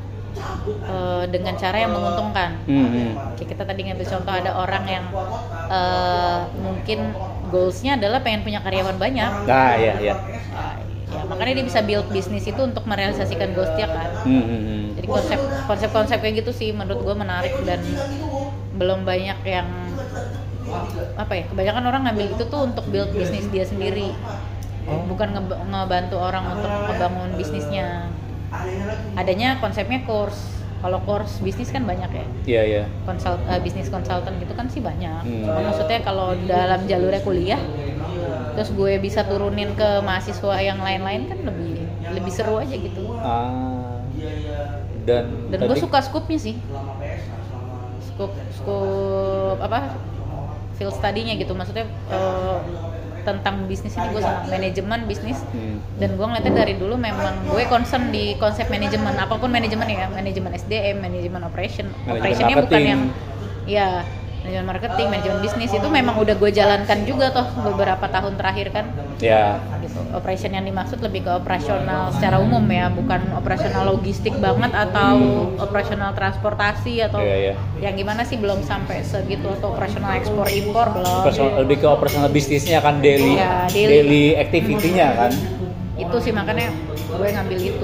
Uh, dengan cara yang menguntungkan. Hmm. Kayak kita tadi ngambil contoh ada orang yang uh, mungkin goalsnya adalah pengen punya karyawan banyak. Nah iya iya. Ya, ya makanya dia bisa build bisnis itu untuk merealisasikan goals dia kan. Hmm, hmm, hmm. Jadi konsep konsep-konsep kayak gitu sih menurut gue menarik dan belum banyak yang apa ya kebanyakan orang ngambil itu tuh untuk build bisnis dia sendiri, bukan nge- ngebantu orang untuk ngebangun bisnisnya. Adanya konsepnya course. Kalau course bisnis kan banyak ya. Iya iya. Konsult, uh, bisnis konsultan gitu kan sih banyak. Hmm. Maksudnya kalau dalam jalurnya kuliah, terus gue bisa turunin ke mahasiswa yang lain-lain kan lebih lebih seru aja gitu. Ah. Dan Dan gue suka scope-nya sih. Scope scope apa? Field study-nya gitu. Maksudnya uh, tentang bisnis ini gue senang manajemen bisnis. Hmm. Dan gue ngeliatnya dari dulu memang gue concern di konsep manajemen apapun manajemen ya, manajemen S D M, manajemen operation. Operationnya bukan yang ya manajemen marketing, manajemen bisnis itu memang udah gue jalankan juga toh beberapa tahun terakhir kan. Ya. Gitu. Operation yang dimaksud lebih ke operasional secara umum ya, bukan operasional logistik banget atau hmm. operasional transportasi atau ya, ya. yang gimana sih belum sampai segitu atau operasional ekspor impor belum. Operasional, lebih ke operasional bisnisnya kan daily, ya, daily. daily activity-nya kan. Itu sih makanya gue ngambil itu.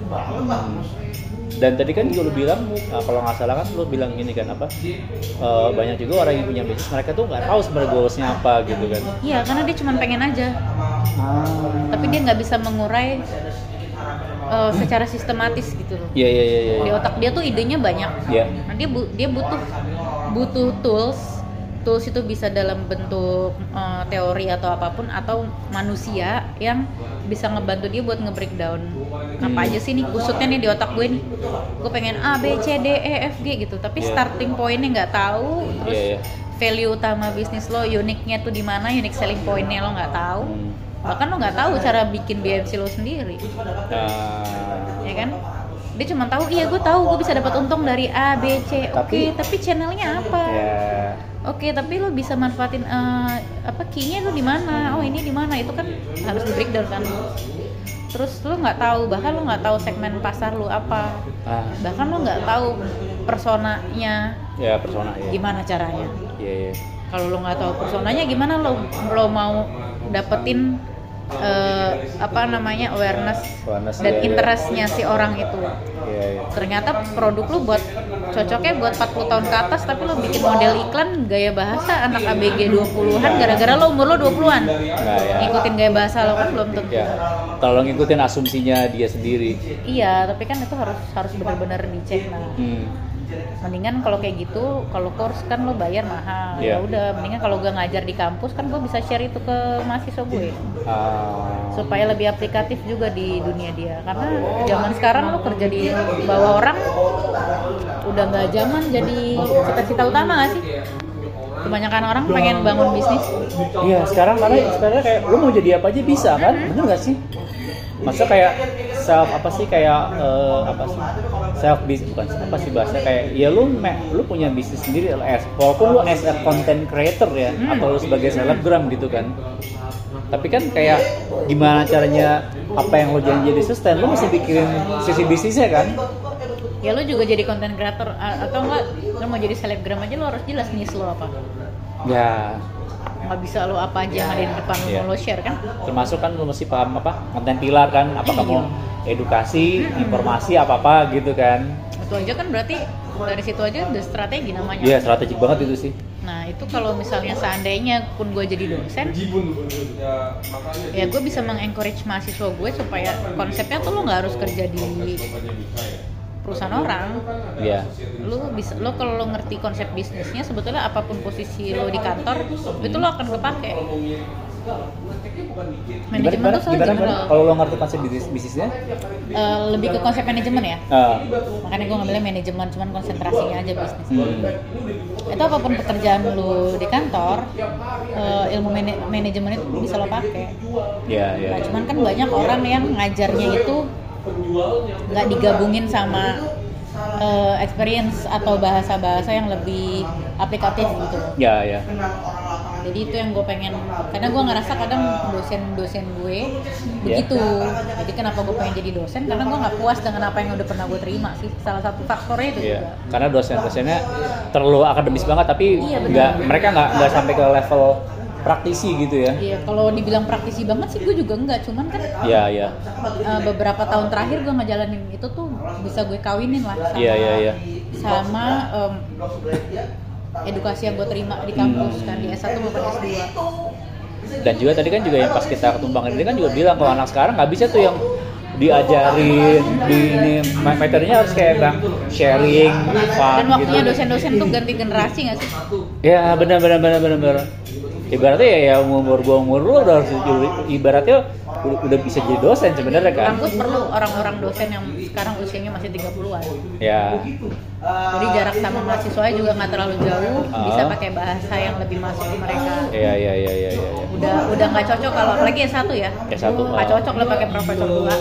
Dan tadi kan juga lu bilang, uh, kalau nggak salah kan lu bilang gini kan apa? Uh, banyak juga orang yang punya bisnis mereka tuh nggak tahu sebenarnya goalsnya apa gitu kan? Iya, karena dia cuma pengen aja. Ah. Tapi dia nggak bisa mengurai uh, secara sistematis gitu loh. Iya iya iya. Ya. Di otak dia tuh idenya banyak. Iya. Nah, dia bu- dia butuh butuh tools. Tools itu bisa dalam bentuk uh, teori atau apapun atau manusia yang bisa ngebantu dia buat nge-breakdown hmm. apa aja sih nih kusutnya nih di otak gue nih. Gue pengen A, B, C, D, E, F, G gitu. Tapi yeah. starting point-nya nggak tahu. Terus yeah, yeah. value utama bisnis lo, uniknya tuh di mana, unique selling point-nya lo nggak tahu. Hmm. Bahkan lo nggak tahu cara bikin B M C lo sendiri. Uh. Ya kan? Dia cuma tahu, iya gue tahu gue bisa dapat untung dari A, B, C. Oke, okay, tapi channelnya apa? Yeah. Oke, okay, tapi lo bisa manfaatin uh, apa key-nya tuh di mana? Oh, ini di mana? Itu kan harus di breakdown kan. Terus lo nggak tahu, bahkan lo nggak tahu segmen pasar lo apa. Ah. Bahkan lo nggak tahu personanya. Ya, persona ya. Gimana caranya? Iya, yeah, yeah. Kalau lo nggak tahu personanya, gimana lo lo mau dapetin Uh, apa namanya awareness, awareness dan ya, interestnya ya. Si orang itu ya, ya. Ternyata produk lu buat cocoknya buat empat puluh tahun ke atas, tapi lu bikin model iklan gaya bahasa anak A B G dua puluhan gara-gara lo umur lo dua puluhan nah, ya. Ngikutin gaya bahasa lo kan belum tentu ya. Kalau ngikutin asumsinya dia sendiri iya, tapi kan itu harus harus benar-benar dicek nah hmm. Mendingan kalau kayak gitu, kalau course kan lo bayar mahal. Yeah. Ya udah, mendingan kalau gue ngajar di kampus kan gue bisa share itu ke mahasiswa gue. Uh. Supaya lebih aplikatif juga di dunia dia. Karena zaman sekarang lo kerja di bawah orang udah nggak zaman jadi cita-cita utama nggak sih? Kebanyakan orang pengen bangun bisnis. Iya, sekarang karena sekarang kayak lo mau jadi apa aja bisa kan? Mm-hmm. Bener nggak sih? Masa kayak self apa sih kayak uh, apa sih self bisnis bukan apa sih bahasa kayak ya lu me, lu punya bisnis sendiri as walaupun lu as a content creator ya hmm. atau lu sebagai selebgram gitu kan tapi kan kayak gimana caranya apa yang lu janji jadi sustain lu mesti bikin sisi bisnisnya kan ya lu juga jadi content creator atau enggak lu mau jadi selebgram aja lu harus jelas niche lu apa ya nggak bisa lo apa aja yang ada di depan lo yeah. Lo share kan termasuk kan lo mesti paham apa konten pilar kan apa kamu edukasi mm-hmm. informasi apa apa gitu kan itu aja kan berarti dari situ aja udah strategi namanya iya yeah, strategik banget itu sih Nah itu kalau misalnya seandainya pun gue jadi dosen, ya gue bisa mengencourage mahasiswa gue supaya konsepnya tuh lo nggak harus kerja di perusahaan orang. Iya. Lo bisa, lo kalau lo ngerti konsep bisnisnya, sebetulnya apapun posisi lo di kantor itu lo akan kepake. Manajemen tuh soal general. Kalau lo ngerti konsep bisnis bisnisnya? Uh, lebih ke konsep manajemen ya. Uh. Makanya gue ngambilnya manajemen, cuman konsentrasinya aja bisnis. Hmm. Itu apapun pekerjaan lo di kantor, uh, ilmu man- manajemen itu bisa lo pakai. Iya, yeah, iya. Yeah. Nah, cuman kan banyak orang yang ngajarnya itu nggak digabungin sama uh, experience atau bahasa-bahasa yang lebih aplikatif gitu. Iya, iya. Jadi itu yang gue pengen, karena gue ngerasa kadang dosen-dosen gue begitu. Yeah. Jadi kenapa gue pengen jadi dosen, karena gue nggak puas dengan apa yang udah pernah gue terima sih. Salah satu faktornya itu yeah. juga. Karena dosen-dosennya terlalu akademis banget, tapi iya, nggak, mereka nggak nggak sampai ke level praktisi gitu ya. Iya, kalau dibilang praktisi banget sih gue juga enggak, cuman kan Iya, iya. Uh, beberapa tahun terakhir gue ngejalanin itu tuh bisa gue kawinin lah sama Iya, iya, iya. sama um, edukasi yang gue terima di kampus hmm. kan di S satu maupun S dua. Dan juga tadi kan juga yang pas kita ketumbangan ini kan juga bilang kalau anak sekarang nggak bisa tuh yang diajarin di ini metodenya harus kayak bang sharing fun. Dan waktunya gitu. Dosen-dosen tuh ganti generasi nggak sih? Ya benar benar benar benar benar. Ibaratnya ya, ya umur gua umur lu udah harus ibaratnya udah, udah bisa jadi dosen sebenarnya kan. Kampus perlu orang-orang dosen yang sekarang usianya masih tiga puluhan. Ya. Jadi jarak sama mahasiswa juga nggak terlalu jauh, uh. bisa pakai bahasa yang lebih masuk ke mereka. Iya iya iya iya. Ya. Udah udah nggak cocok kalau apalagi S satu ya. S satu nggak uh. cocok lo pakai profesor dua.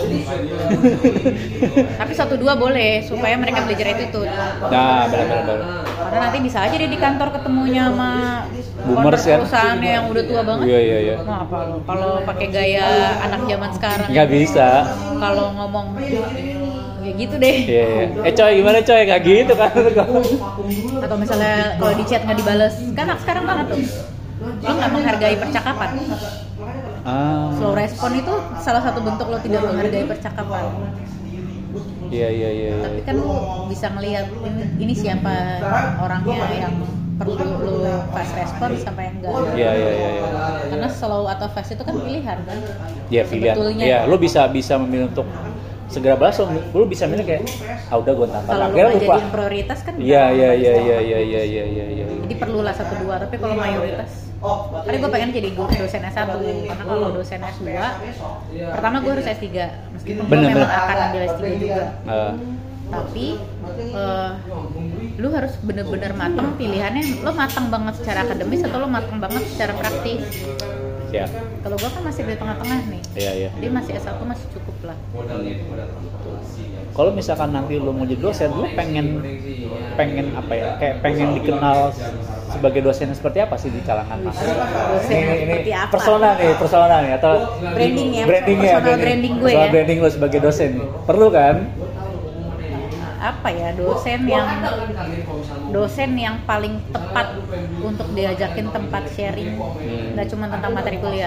Tapi satu dua boleh supaya mereka belajar itu tuh. Nah benar benar benar. Karena nanti bisa aja dia di kantor ketemunya sama boomers kan. Perusahaannya yang udah tua banget. Iya iya iya. Nah, apa kalau pakai gaya anak zaman sekarang? Nggak bisa. Kalau ngomong kayak gitu deh. Iya, iya. Eh coy gimana coy, nggak gitu kan? Atau misalnya kalau di chat nggak dibales, kan sekarang banget tuh. Lo nggak menghargai percakapan. Ah. Slow respon itu salah satu bentuk lo tidak menghargai percakapan. Iya iya iya. Tapi kan lo bisa ngelihat ini, ini siapa orangnya yang perlu lo fast respon sampai enggak. Iya iya iya. Ya. Karena slow atau fast itu kan pilihan kan. Iya pilihan. Iya lo bisa bisa memilih untuk segera balas, lo bisa milih kayak ah udah gue ntar kalau lo nggak jadiin prioritas kan. Iya iya iya iya iya iya iya iya. Jadi perlulah satu dua, tapi kalau mayoritas, karena gue pengen jadi dosen S satu, karena kalau dosen S dua, pertama gue harus S tiga, meskipun gue memang akan ambil S tiga juga. Uh. Tapi uh, lu harus bener-bener matang pilihannya, lo matang banget secara akademis atau lo matang banget secara praktis. Ya. Kalau gue kan masih di tengah-tengah nih. Iya iya. Jadi masih S satu masih cukup lah. Kalau misalkan nanti lo mau jadi dosen, lo pengen pengen apa ya? Kayak pengen dikenal sebagai dosen seperti apa sih di kalangan mahasiswa? Dosen ini, ini seperti apa? persona nih, persona nih atau branding ya. Branding ya, personal branding, branding gue personal ya. Branding lo sebagai dosen nih. Perlu kan? Apa ya, dosen yang dosen yang paling tepat untuk diajakin tempat sharing, nggak cuma tentang materi kuliah.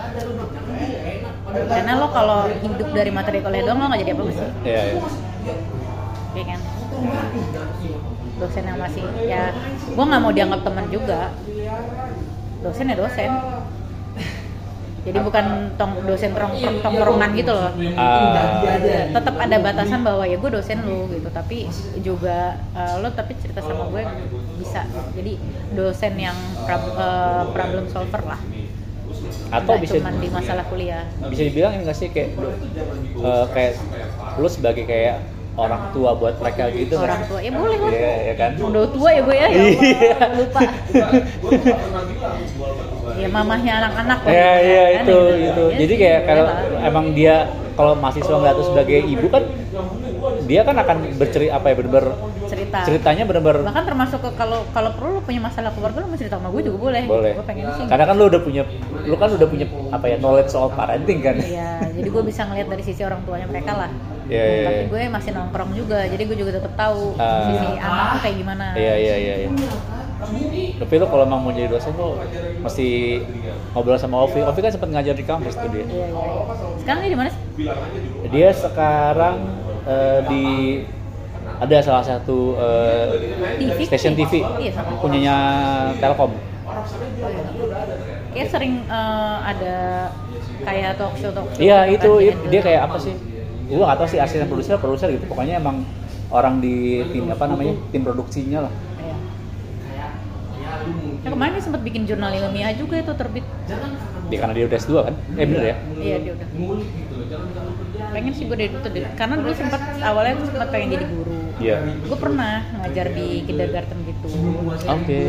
Karena lo kalau hidup dari materi kuliah doang lo nggak jadi apa-apa sih. Iya. Iya. Ya kan. Dosen yang masih ya, gue nggak mau dianggap teman juga. Dosen ya dosen. Jadi bukan tong, dosen tong, tongkrongan gitu loh. Uh. Tetap ada batasan bahwa ya gue dosen lo gitu, tapi juga uh, lo tapi cerita sama gue bisa. Jadi dosen yang prob- uh, problem solver lah. Atau nggak bisa cuman di masalah kuliah. Bisa dibilang ini nggak sih kayak uh, kayak lo sebagai kayak orang tua buat mereka gitu. Orang tua ya boleh lah. Iya ya kan. Udah tua ya gue ya. Ya lupa. Ya mamahnya anak-anak. Iya iya kan, itu gitu. itu. Ya, Jadi sih, kayak kalau lah. emang dia kalau mahasiswa nggak tuh sebagai ibu kan dia kan akan bercerita apa ya bener-bener cerita. Ceritanya bener-bener. Bahkan termasuk ke kalau kalau perlu lo punya masalah keluarga lo mau cerita sama gue juga boleh. Boleh. Gue pengen sih. Karena kan lo udah punya lo kan udah punya apa ya knowledge soal parenting kan. Iya. Jadi gue bisa ngeliat dari sisi orang tuanya mereka lah. Iya, iya, Tapi iya. gue masih nongkrong juga, jadi gue juga tetap tahu uh, sisi anak tuh kayak gimana. Iya iya iya. iya. Tapi lo kalau emang mau jadi dosen lo mesti ngobrol sama Ovi. Ovi kan sempat ngajar di kampus tuh dia. Iya iya. Sekarang dia di mana sih? Dia sekarang uh, di ada salah satu uh, T V? stasiun T V Iya, sama. punyanya Telkom. Kayak sering eh, ada kayak talk show talk show. Iya gitu itu kan, it- gitu. dia kayak apa sih? Gua nggak tahu sih asisten produser produser gitu. Pokoknya emang orang di tim apa namanya tim produksinya lah. Iya. Ya, kemarin dia sempat bikin jurnal ilmiah juga itu terbit. Dia karena dia udah S dua kan? Eh bener ya? Iya dia udah. Pengen sih gue dari itu deh. Karena dulu sempat awalnya gue sempat pengen jadi guru. Iya. Gue pernah ngajar di kindergarten gitu. Oke.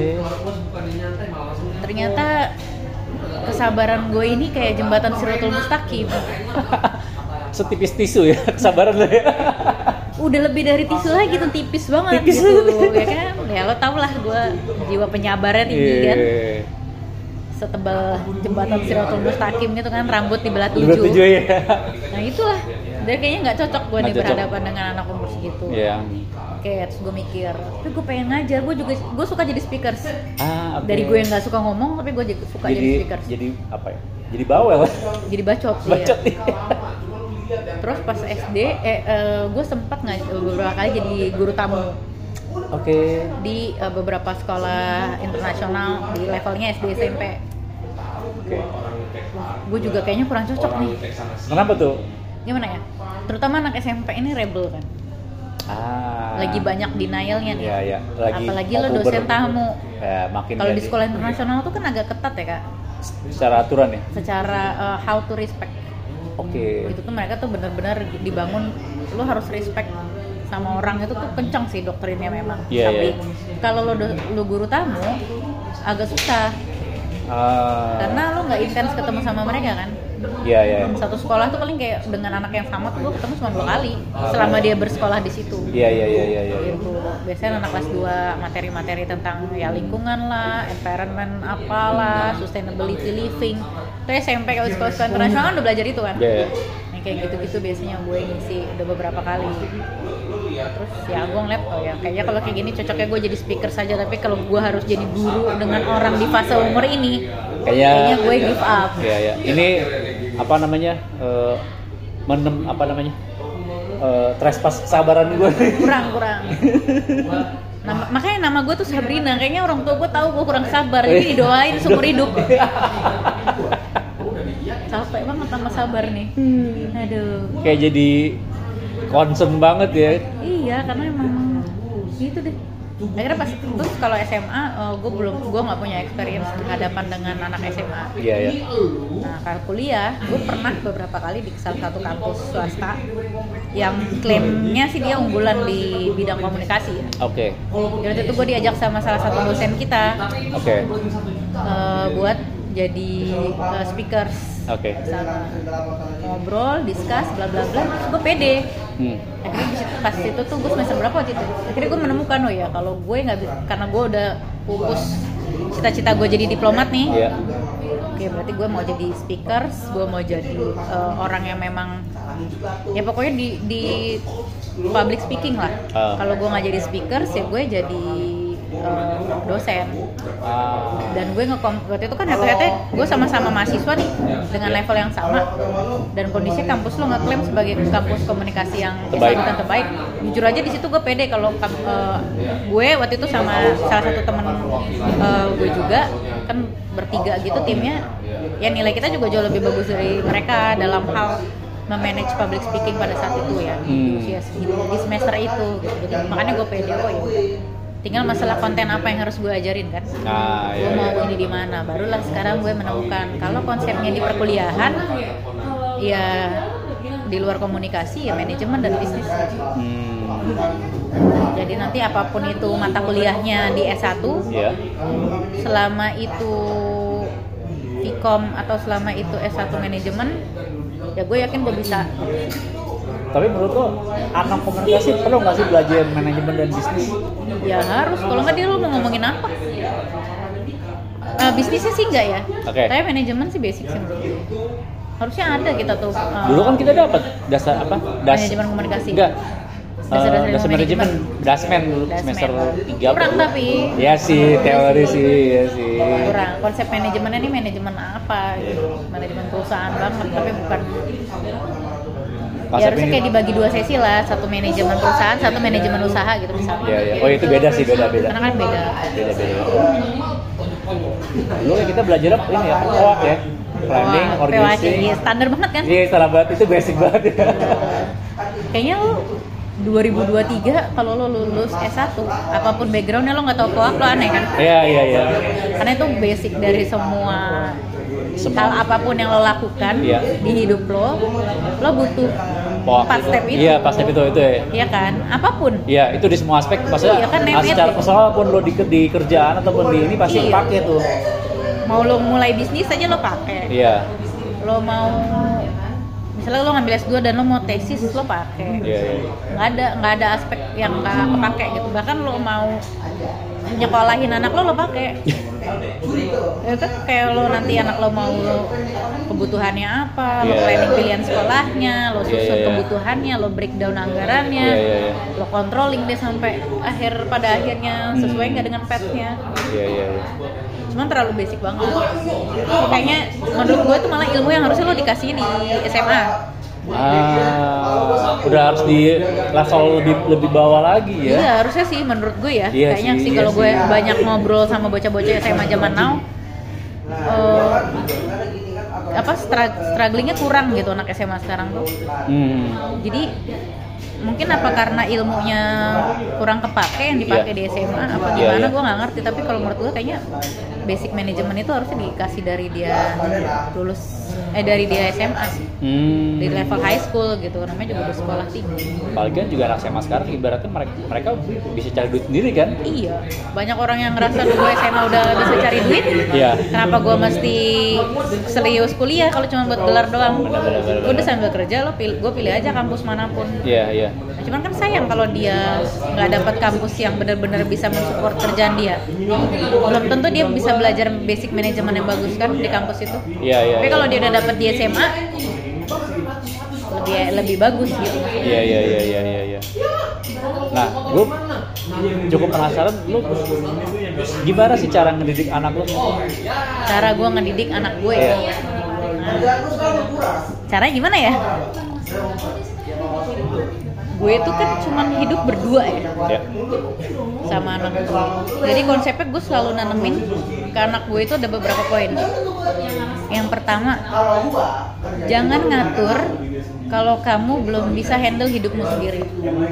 Ternyata kesabaran gue ini kayak jembatan Siratul Mustaqim. Setipis tisu ya, kesabaran lo ya. Udah lebih dari tisu lagi tuh, tipis banget Tipis gitu. banget. Ya kan? Ya lo tau lah gue jiwa penyabarnya tinggi kan. Iya. Setebal jembatan Siratul Mustaqim gitu kan, rambut dibelah Dua tujuh. tujuh ya. Nah itulah. Dia kayaknya nggak cocok gue nih Nggak cocok. berhadapan dengan anak umur segitu. Iya. Kayak terus gue mikir, tapi gue pengen ngajar, gue juga gue suka jadi speakers. Ah, oke. Dari gue yang nggak suka ngomong, tapi gue juga suka jadi, jadi speakers. jadi apa ya? Jadi bawel. Jadi bacot, Bacot. iya. Terus pas S D, eh, eh, gue sempat ngajar beberapa kali jadi guru tamu Oke. di eh, beberapa sekolah internasional di levelnya S D S M P. Oke. Gue juga kayaknya kurang cocok nih. Kenapa tuh? Gimana ya? Terutama anak S M P ini rebel kan. Ah. Lagi banyak denialnya nih. Iya, iya. Lagi Apalagi mau lo puber. dosen tamu. Ya, makin Kalau di jadi- sekolah internasional tuh kan agak ketat ya kak, secara aturan ya. secara uh, how to respect. Oke. Itu tuh mereka tuh benar-benar dibangun, lo harus respect sama orang, itu tuh kencang sih doktrinnya memang. Iya, Tapi iya. kalau lo do- lo guru tamu agak susah Ah. karena lo nggak intens ketemu sama mereka kan. Iya, iya. Satu sekolah tuh paling kayak dengan anak yang sama tuh gue ketemu cuma dua kali selama dia bersekolah di situ. Iya, iya, iya, iya, iya. Gitu. Biasanya anak kelas dua materi-materi tentang ya lingkungan lah, environment apalah, sustainability living. Itu S M P kalau sekolah-sekolah internasional kan udah belajar itu kan. Iya, iya. Yang kayak gitu-gitu biasanya gue ngisi udah beberapa kali. Terus ya gue ngeliat oh ya kayaknya kalau kayak gini cocoknya gue jadi speaker saja, tapi kalau gue harus jadi guru dengan orang di fase umur ini Kayaknya, kayaknya gue give up. Iya, iya. Ini apa namanya? eh, menem apa namanya? Eh, trespass kesabaran gue. Kurang kurang. Nama, makanya nama gue tuh Sabrina, kayaknya orang tua gue tahu gue kurang sabar, jadi didoain seumur hidup. Capek banget sama sabar nih. Aduh. Kayak jadi concern banget ya. Iya, karena emang gitu deh. Akhirnya pas terus kalau S M A, uh, gue belum, gue nggak punya experience berhadapan dengan anak S M A. Iya, iya. Nah, kalau kuliah, gue pernah beberapa kali di salah satu kampus swasta yang klaimnya sih dia unggulan di bidang komunikasi. Ya. Oke. Jadi waktu itu gue diajak sama salah satu dosen kita Oke. uh, buat jadi uh, speakers. Oke. Sama ngobrol, discuss, bla bla bla. Terus gue pede. Hmm. Akhirnya di situ pas itu tuh gue semester berapa waktu itu? Akhirnya gue menemukan oh ya kalau gue nggak bi- karena gue udah pupus cita-cita gue jadi diplomat nih. Iya. Oke berarti gue mau jadi speakers, gue mau jadi uh, orang yang memang ya pokoknya di di public speaking lah. Ah. Kalau gue nggak jadi speakers ya gue jadi uh, dosen. Ah. Dan gue ngekom waktu itu kan head-to-headnya gue sama-sama mahasiswa nih dengan level yang sama, dan kondisi kampus lo ngeklaim sebagai kampus komunikasi yang Terbaik. dan terbaik. Jujur aja di situ gue pede kalau uh, gue waktu itu sama salah satu temen uh, gue juga kan bertiga gitu timnya, ya nilai kita juga jauh lebih bagus dari mereka dalam hal memanage public speaking pada saat itu ya di Hmm. usia segitu, di semester itu gitu. Jadi makanya gue pede oh ya udah. Tinggal masalah konten apa yang harus gue ajarin kan. Nah, Gue iya, mau iya. ini di mana. Barulah sekarang gue menemukan kalau konsepnya di perkuliahan ya di luar komunikasi ya manajemen dan bisnis. Hmm. Jadi nanti apapun itu mata kuliahnya di S satu, Iya. selama itu Vkom atau selama itu S satu manajemen, ya gue yakin gue bisa. Tapi menurut lo anak komunikasi perlu nggak sih belajar manajemen dan bisnis? Ya harus, kalau nggak dia lu mau ngomongin apa? Uh, bisnisnya sih enggak ya, Oke. tapi manajemen sih basic sih menurut gue. Harusnya ada kita tuh. uh, Dulu kan kita dapat dasar apa? Das Manajemen komunikasi. Enggak. Dasar-dasar Eh, dasar ilmu manajemen, manajemen. dasmen dulu Dasmen. semester tiga. Kurang tapi. Ya sih, teori sih, ya sih. kurang. Konsep manajemennya ini manajemen apa? Gitu. Manajemen perusahaan banget, tapi bukan Ya harusnya kayak dibagi dua sesi lah, satu manajemen perusahaan, satu manajemen usaha gitu misalnya. Iya, iya. Oh itu beda sih, beda beda. Karena kan beda. Beda beda. Dulu kita belajar ini ya, O A K ya. Planning, Wah, P O A C, organizing. iya, standar banget kan? Iya, standar banget, itu basic banget ya. Kayaknya lo dua ribu dua puluh tiga kalau lo lulus S satu, apapun backgroundnya lo nggak tahu P O A C, lo aneh kan? Iya, iya, iya. Karena itu basic dari semua Semua. hal apapun yang lo lakukan Iya. di hidup lo, lo butuh P O A C empat step itu. Iya, empat step itu itu ya. Iya kan? Apapun. Iya, itu di semua aspek. Maksudnya Iya kan, name it. secara personal pun lo di, di kerjaan ataupun di ini pasti Iya. pakai tuh. Mau lo mulai bisnis aja lo pakai. Iya. Lo mau misalnya lo ngambil S dua dan lo mau tesis lo pakai. Iya, iya. Nggak ada nggak ada aspek yang nggak kepake gitu. Bahkan lo mau nyekolahin anak lo lo pakai. Ya kan kayak lo nanti anak lo mau kebutuhannya apa, lo Iya. planning pilihan sekolahnya, lo Iya, susun iya, iya. kebutuhannya, lo breakdown anggarannya, Iya, iya, iya. lo controlling deh sampai akhir pada akhirnya sesuai nggak dengan path-nya. Iya, iya, iya. Cuman terlalu basic banget. Kayaknya menurut gue itu malah ilmu yang harusnya lo dikasih di S M A. Ah, udah harus di level lebih lebih bawah lagi ya. Iya harusnya sih menurut gue ya. Iya Kayaknya sih, sih iya kalau sih. gue banyak ngobrol sama bocah-bocah S M A zaman now, eh, apa strug- strugglingnya kurang gitu anak S M A sekarang tuh. Hmm. Jadi mungkin apa karena ilmunya kurang kepake yang dipakai Iya. di S M A apa Iya, gimana iya. gue nggak ngerti, tapi kalau menurut gue kayaknya basic manajemen itu harusnya dikasih dari dia lulus eh dari dia S M A sih, Hmm. di level high school gitu, namanya juga udah sekolah tinggi. Apalagi kan juga anak S M A sekarang ibaratnya mereka mereka bisa cari duit sendiri kan? Iya, banyak orang yang ngerasa gue S M A udah bisa cari duit. Iya. Kenapa gue mesti serius kuliah kalau cuma buat gelar doang? Benar, benar, benar, Gue udah sambil kerja, lo pilih, gue pilih aja kampus manapun. Iya, iya. Nah, cuman kan sayang kalau dia nggak dapat kampus yang benar-benar bisa mensupport kerjaan dia. Belum tentu dia bisa belajar basic manajemen yang bagus kan di kampus itu. Iya, iya. Tapi kalau dia udah dapat di S M A, lebih lebih bagus gitu. Iya, iya, iya, iya, iya, iya. Nah, gue cukup penasaran lu gimana sih cara ngedidik anak lu? Cara gue ngedidik anak gue Iya. ya. Caranya gimana ya? Gue itu kan cuman hidup berdua ya Ya. sama anak gue. Jadi konsepnya gue selalu nanemin ke anak gue itu ada beberapa poin. Yang pertama, jangan ngatur kalau kamu belum bisa handle hidupmu sendiri.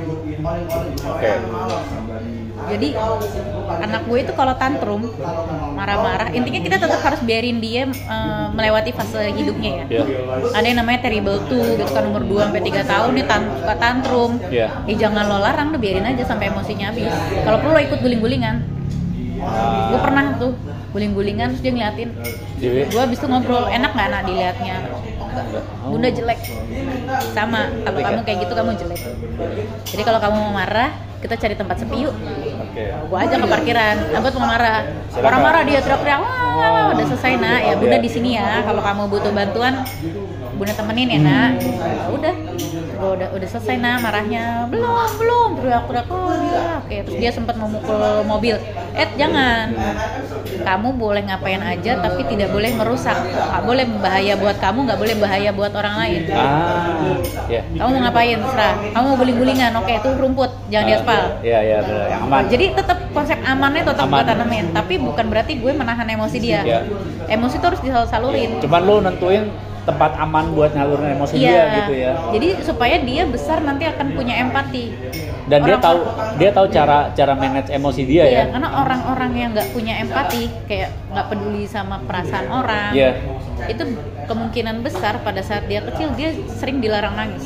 Oke. Jadi anak gue itu kalau tantrum, marah-marah, intinya kita tetap harus biarin dia uh, melewati fase hidupnya ya. Iya. Ada yang namanya terrible two gitu kan, umur dua sampai tiga tahun dia tan- suka tantrum. Iya. Ya jangan lo larang, lo biarin aja sampai emosinya habis. Kalau perlu lo ikut guling-gulingan. Gue pernah tuh guling-gulingan terus dia ngeliatin. Jadi, Gue abis itu ngobrol, enak nggak anak dilihatnya? Bunda jelek. Sama, kalau kamu kayak gitu kamu jelek. Jadi kalau kamu mau marah, kita cari tempat sepi yuk. oke. Gua aja ke parkiran, abang mau marah. Silakan. Orang marah dia teriak-teriak, wah udah selesai nak, ya bunda Iya. di sini ya. Kalau kamu butuh bantuan, bunda temenin ya nak. Ya udah, gua udah udah selesai nak marahnya. Belum belum, teriak-teriak, oh iya. Oke, terus dia sempat memukul mobil. Eh jangan, kamu boleh ngapain aja, tapi tidak boleh merusak. Nggak boleh bahaya buat kamu, nggak boleh bahaya buat orang lain. Ah, ya. Kamu mau ngapain terserah. Kamu mau guling-gulingan, oke itu rumput, jangan di aspal. Iya, iya, benar. Yang aman. Jadi tetap konsep amannya tetap Aman. gue tanemin, tapi bukan berarti gue menahan emosi dia. Iya. Emosi itu harus disalur-salurin. Cuman lu nentuin tempat aman buat ngalurin emosi Iya. dia gitu ya. Jadi supaya dia besar nanti akan punya empati. Dan dia Orang- tahu dia tahu cara cara manage emosi dia Iya, ya. karena orang-orang yang nggak punya empati, kayak nggak peduli sama perasaan orang, Iya. itu kemungkinan besar pada saat dia kecil dia sering dilarang nangis,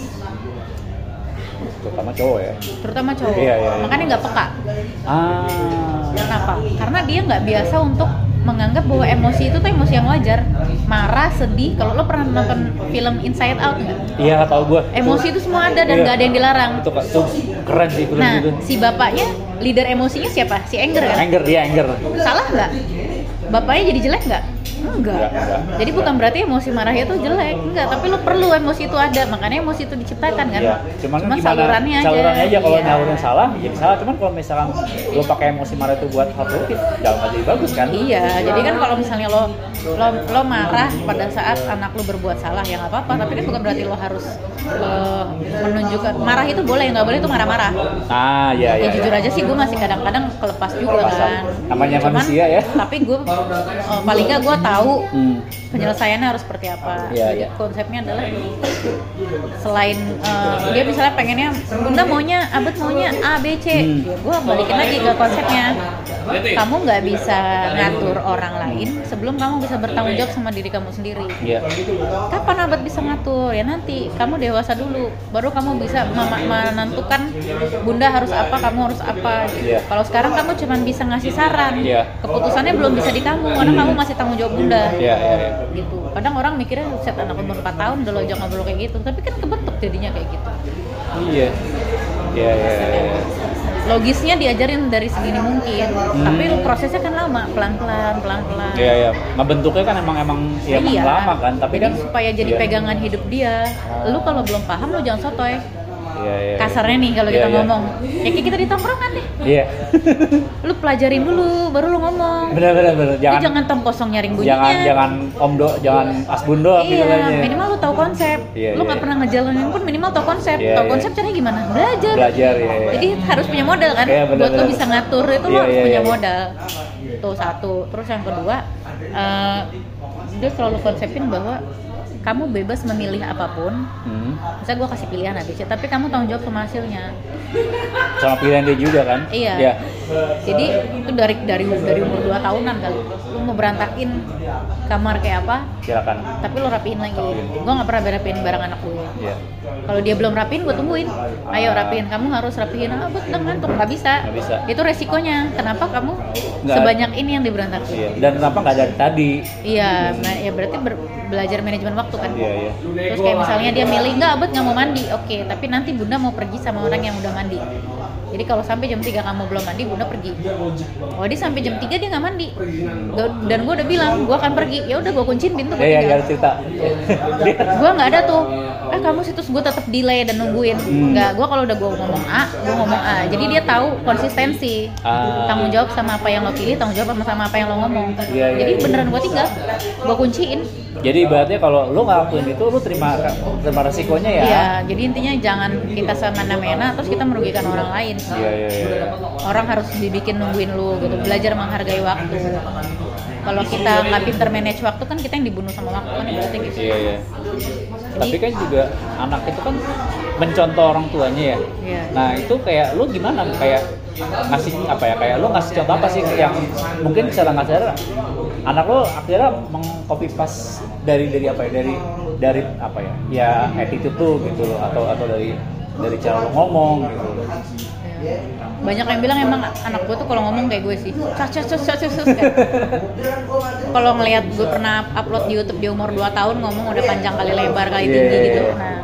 Terutama cowok ya. terutama cowok. Iya, iya, iya. Makanya nggak peka. Ah. Kenapa? Karena dia nggak biasa untuk menganggap bahwa emosi itu tuh emosi yang wajar. Marah, sedih. Kalau lo pernah nonton film Inside Out nggak? Iya, tahu gua. Emosi itu semua ada dan Iya. nggak ada yang dilarang. Itu Kak, itu keren sih film Nah, itu. si bapaknya leader emosinya siapa? Si Anger kan? Anger dia anger. Salah nggak? Bapaknya jadi jelek nggak? Enggak. enggak. Jadi bukan berarti emosi marahnya itu jelek, enggak. Tapi lu perlu emosi itu ada, makanya emosi itu diciptakan kan. Iya. Cuman, Cuma gimana salurannya aja. Salurannya aja kalau Iya. nyalurin salah, jadi salah. Cuman kalau misalkan lo pakai emosi marah itu buat hal produktif, jangan jadi bagus kan? Iya, jadi kan kalau misalnya lo lo lo marah pada saat anak lo berbuat salah ya nggak apa-apa, tapi kan bukan berarti lo harus uh, menunjukkan marah itu boleh, nggak boleh itu marah-marah. Ah, iya Ya iya. jujur aja sih gue masih kadang-kadang kelepas juga Kelepasan. kan. Namanya Cuman, manusia ya. Tapi gue uh, paling nggak gue tahu Hmm. penyelesaiannya harus seperti apa. Iya, Jadi iya. konsepnya adalah selain uh, dia misalnya pengennya bunda maunya abet maunya A B C, Hmm. ya gue balikin lagi ke konsepnya. Kamu nggak bisa ngatur orang lain sebelum kamu bisa bertanggung jawab sama diri kamu sendiri. Iya. Kapan abet bisa ngatur? Ya nanti kamu dewasa dulu, baru kamu bisa mem- menentukan bunda harus apa, kamu harus apa. Iya. Kalau sekarang kamu cuma bisa ngasih saran, Iya. keputusannya belum bisa di kamu karena kamu masih tanggung jawab bunda. Iya, iya, iya. Gitu. Kadang orang mikirnya set anak umur empat tahun udah lo aja ngobrol kayak gitu, tapi kan kebentuk jadinya kayak gitu. Iya. Iya, iya, iya. Logisnya diajarin dari segini mungkin, Hmm. tapi prosesnya kan lama, pelan-pelan, pelan-pelan. Iya, iya. Ngebentuknya kan emang emang ya emang Iya. lama kan, tapi jadi kan supaya jadi iya. pegangan hidup dia. Lu kalau belum paham lu jangan sotoy. Iya, iya. Kasarnya nih kalau Iya, kita iya. ngomong, ya kayak kita di tongkrongan deh. Iya. Lu pelajarin dulu, baru lu ngomong. Benar, benar, benar. Jangan, Jangan jangan tong kosong nyaring bunyinya. jangan jangan om do, jangan asbun doang Iya, istilahnya. minimal lu tahu konsep. Iya, lu iya. nggak pernah ngejalanin pun minimal tahu konsep. Iya, tahu iya. konsep caranya gimana? Belajar. Belajar ya. Iya. Jadi harus punya modal kan, Iya, benar, buat lo benar. bisa ngatur itu lo Iya, harus iya, punya iya. modal. Itu satu. Terus yang kedua, eh, dia selalu konsepin bahwa kamu bebas memilih apapun. Hmm. Misalnya gue kasih pilihan A B C, tapi kamu tanggung jawab sama hasilnya. Sama pilihan dia juga kan? Iya. Iya. Jadi itu dari dari dari umur dua tahunan kali. Lu mau berantakin kamar kayak apa, Silakan. tapi lo rapiin lagi. Gue nggak pernah rapiin barang anak gue. Iya. Kalau dia belum rapiin, gue tungguin. Ayo rapiin, kamu harus rapiin. Ah, gue sedang ngantuk, nggak bisa. Nggak bisa. Itu resikonya. Kenapa kamu Nggak. sebanyak ini yang diberantakin? Iya. Dan kenapa nggak dari tadi? Iya, nah, ya berarti ber- belajar manajemen waktu kan. Iya, iya. Terus kayak misalnya dia milih nggak, abet nggak mau mandi, oke. Tapi nanti bunda mau pergi sama orang yang udah mandi. Jadi kalau sampai jam tiga kamu belum mandi, bunda pergi. Oh dia sampai jam tiga dia nggak mandi. Gua- Dan gue udah bilang, gue akan pergi. Ya udah gue kunciin pintu, gue Iya, iya, tinggal. ada cerita. Gue nggak ada tuh. Eh kamu situs gue tetap delay dan nungguin. Hmm. Nggak, gue kalau udah gue ngomong A, gue ngomong A. Jadi dia tahu konsistensi. Ah. Tanggung jawab sama apa yang lo pilih, tanggung jawab sama sama apa yang lo ngomong. Iya, iya, Jadi iya. beneran gue tinggal, gue kunciin. Jadi ibaratnya kalau lu ngelakuin itu lu terima terima resikonya ya. Iya, jadi intinya jangan kita semena-mena terus kita merugikan orang lain. Iya, iya, iya. Orang harus dibikin nungguin lu gitu, belajar menghargai waktu. Kalau kita nggak pinter manage waktu kan kita yang dibunuh sama waktu kan ibaratnya gitu. Iya, iya. Tapi kan juga anak itu kan mencontoh orang tuanya ya. Iya. Nah, itu kayak lu gimana kayak ngasih apa ya? Kayak lu ngasih contoh apa sih yang mungkin secara nggak sadar anak lu akhirnya mengcopy paste dari dari apa ya? Dari dari apa ya? Ya attitude tuh gitu loh atau atau dari dari cara lu ngomong gitu. Banyak yang bilang emang anak gue tuh kalau ngomong kayak gue sih, cus cus cus cus cus kan. Kalau ngelihat gue pernah upload di YouTube di umur dua tahun ngomong udah panjang kali lebar kali tinggi Yeah. gitu. Nah,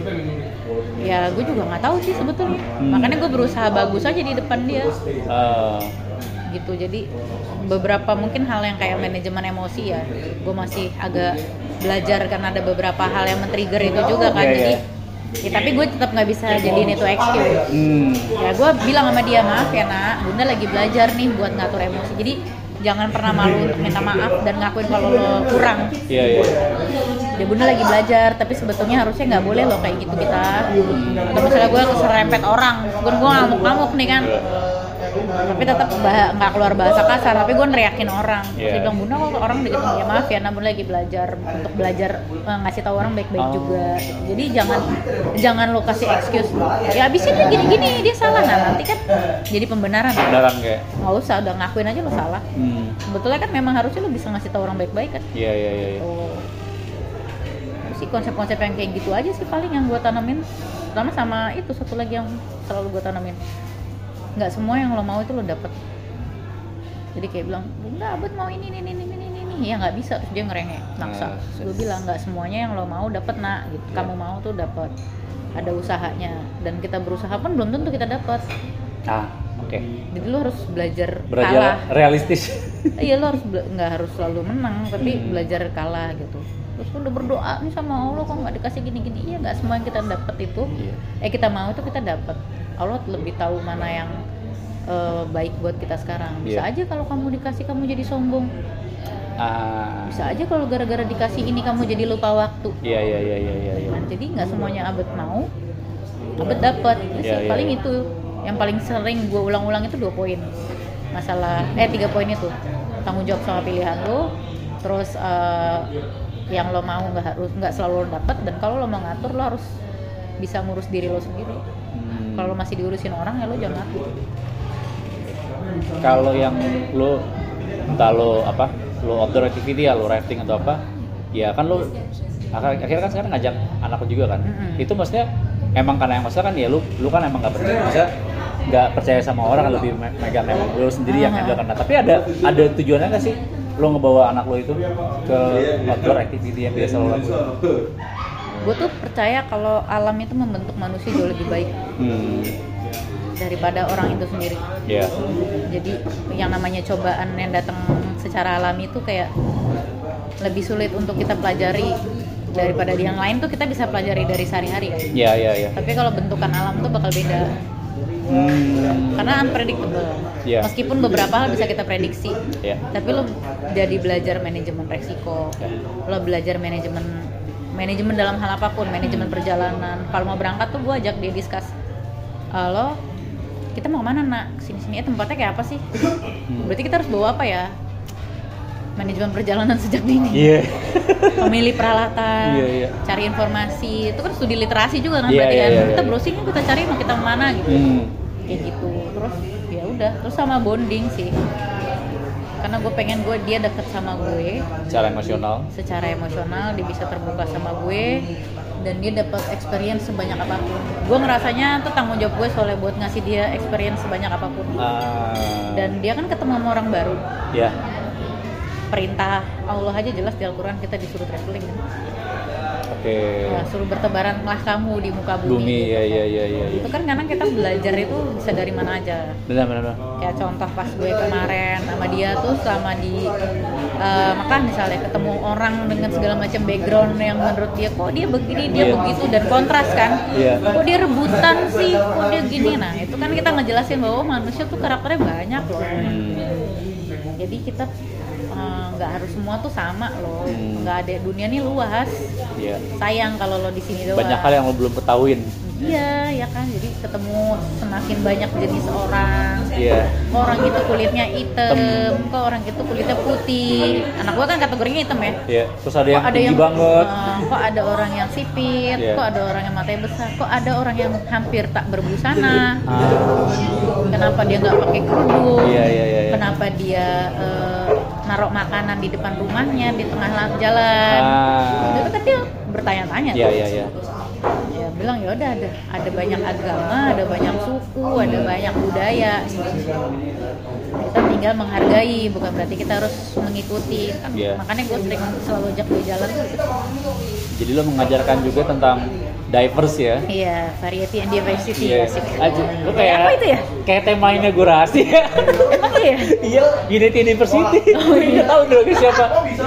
ya gue juga nggak tahu sih sebetulnya. Hmm. Makanya gue berusaha bagus aja di depan dia. Eh, Gitu. Jadi beberapa mungkin hal yang kayak manajemen emosi ya, gue masih agak belajar karena ada beberapa hal yang men-trigger itu juga kan. Iya, Jadi iya. ya, tapi gue tetap nggak bisa jadiin itu excuse. hmm. Ya gue bilang sama dia, maaf ya nak, bunda lagi belajar nih buat ngatur emosi. Jadi jangan pernah malu untuk minta maaf dan ngakuin kalau lo kurang. Iya, iya. Ya bunda lagi belajar, tapi sebetulnya harusnya nggak boleh loh kayak gitu kita. Atau misalnya gue keserempet orang, gue gue ngamuk-ngamuk nih kan. Tapi tetap bah- nggak keluar bahasa kasar, tapi gue neriakin orang. Terus Yeah. dia bilang, bunda kok orang gitu, ya maaf ya, namun lagi belajar untuk belajar eh, ngasih tahu orang baik-baik Oh. juga. Jadi jangan jangan lo kasih excuse. Ya abis ini gini-gini dia salah, nah nanti kan jadi pembenaran. Beneran kayak. Nggak usah, udah ngakuin aja lo salah. Hmm. Sebetulnya kan memang harusnya lo bisa ngasih tahu orang baik-baik kan. Iya, iya, iya. iya. Oh. Sih konsep-konsep yang kayak gitu aja sih paling yang gue tanamin. Terutama sama itu satu lagi yang selalu gue tanamin. Nggak semua yang lo mau itu lo dapet. Jadi kayak bilang, bunda abet mau ini ini ini ini ini ini ya nggak bisa, terus dia ngerengek maksa. Nah, Gue bilang nggak semuanya yang lo mau dapet nak gitu. Yeah. Kamu mau tuh dapet, ada usahanya dan kita berusaha pun belum tentu kita dapet. Nah, Oke. Jadi lo harus belajar Belajar kalah. realistis. Iya, lo harus bela- nggak harus selalu menang, tapi Hmm. belajar kalah gitu. Terus lo udah berdoa nih sama Allah, kok nggak dikasih gini-gini. Iya, nggak semua yang kita dapat itu, Iya. eh kita mau itu kita dapat. Allah lebih tahu mana yang eh, baik buat kita sekarang. Bisa Iya. aja kalau kamu dikasih kamu jadi sombong. Ah. Bisa aja kalau gara-gara dikasih ini kamu jadi lupa waktu. Iya iya iya iya iya. iya. Jadi nggak semuanya abad mau, abad dapat. Itu Iya, sih iya, paling iya. itu yang paling sering gue ulang-ulang itu dua poin. Masalah eh tiga poin itu tanggung jawab sama pilihan lo, terus eh, yang lo mau nggak harus nggak selalu lo dapat, dan kalau lo mau ngatur lo harus bisa ngurus diri lo sendiri. Hmm. Kalau lo masih diurusin orang ya lo jangan ngatur. Kalau yang lo entah lo apa lo outdoor activity ya lo rafting atau apa ya kan lo ak- akhirnya kan sekarang ngajak anak lo juga kan. Mm-mm. Itu maksudnya emang karena yang masalah kan ya lo lo kan emang nggak percaya maksudnya nggak percaya sama orang kan lebih me- megang emang lo sendiri yang Aha. handle kan. Nah, tapi ada ada tujuannya nggak sih lo ngebawa anak lo itu ke outdoor activity yang biasa lo lakukan? Gue tuh percaya kalau alam itu membentuk manusia jauh lebih baik Hmm. daripada orang itu sendiri. Ya. Jadi yang namanya cobaan yang datang secara alami itu kayak lebih sulit untuk kita pelajari daripada di yang lain tuh kita bisa pelajari dari sehari-hari kan. Ya ya ya. Tapi kalau bentukan alam tuh bakal beda Hmm. karena unpredictable. Iya. Meskipun beberapa hal bisa kita prediksi, Ya. tapi lo jadi belajar manajemen resiko, Ya. lo belajar manajemen manajemen dalam hal apapun, manajemen perjalanan. Kalau mau berangkat tuh gue ajak dia discuss, "Eh, lo kita mau kemana nak? Sini-sini, eh tempatnya kayak apa sih? Berarti kita harus bawa apa ya? Manajemen perjalanan sejak dini, Iya. memilih peralatan, Iya, iya. cari informasi, itu kan studi literasi juga kan Iya, berarti iya, kan. iya, Kita iya. browsing kita cari mau kita kemana gitu, Hmm. kayak gitu. Terus ya udah, terus sama bonding sih, karena gue pengen gue dia deket sama gue Secara emosional. secara emosional, dia bisa terbuka sama gue dan dia dapat experience sebanyak apapun. Gue ngerasanya tuh tanggung jawab gue soalnya buat ngasih dia experience sebanyak apapun. Ah. Dan dia kan ketemu sama orang baru. Ya. Perintah Allah aja jelas di Al-Quran kita disuruh traveling kan. Oke. Ya, suruh bertebaranlah kamu di muka bumi. Bumi ya ya ya ya. ya. Itu kan karena kita belajar itu bisa dari mana aja. Benar benar. benar. Kayak contoh pas gue kemarin sama dia tuh selama di uh, Mekah misalnya ketemu orang dengan segala macam background yang menurut dia kok dia begini dia Iya. begitu dan kontras kan. Iya. Kok dia rebutan sih, kok dia gini. Nah itu kan kita ngejelasin bahwa manusia tuh karakternya banyak loh. Hmm. Jadi kita uh, nggak harus semua tuh sama loh. Hmm. Nggak ada, dunia nih luas. Iya. Sayang kalau lo di sini doang. Banyak hal yang lo belum ketahuin. Iya, ya kan. Jadi ketemu semakin banyak jenis orang. Iya. Kok orang itu kulitnya hitam, kok orang itu kulitnya putih. Anak gua kan kategorinya hitam ya. Iya. Terus ada yang Kok tinggi banget. eh, kok ada orang yang sipit, Iya. kok ada orang yang matanya besar, kok ada orang yang hampir tak berbusana. Ah. Kenapa dia nggak pakai kerudung? Iya iya iya. iya. Kenapa dia eh, naruh makanan di depan rumahnya di tengah jalan? Ah. Itu kan dia bertanya-tanya. Iya tuh. iya iya. Ya bilang ya udah ada ada banyak agama, ada banyak suku, ada banyak budaya. Kita tinggal menghargai, bukan berarti kita harus mengikuti. Iya. Makanya gue sering selalu ajak dia jalan tuh gitu. Jadi lo mengajarkan juga tentang diverse ya. Iya, variety and diversity Iya. asik. Aja. Lo kayak Apa itu ya? Kayak tema inaugurasi. Emang iya? Iya. Unity University. Oh iya. Tahu dong siapa?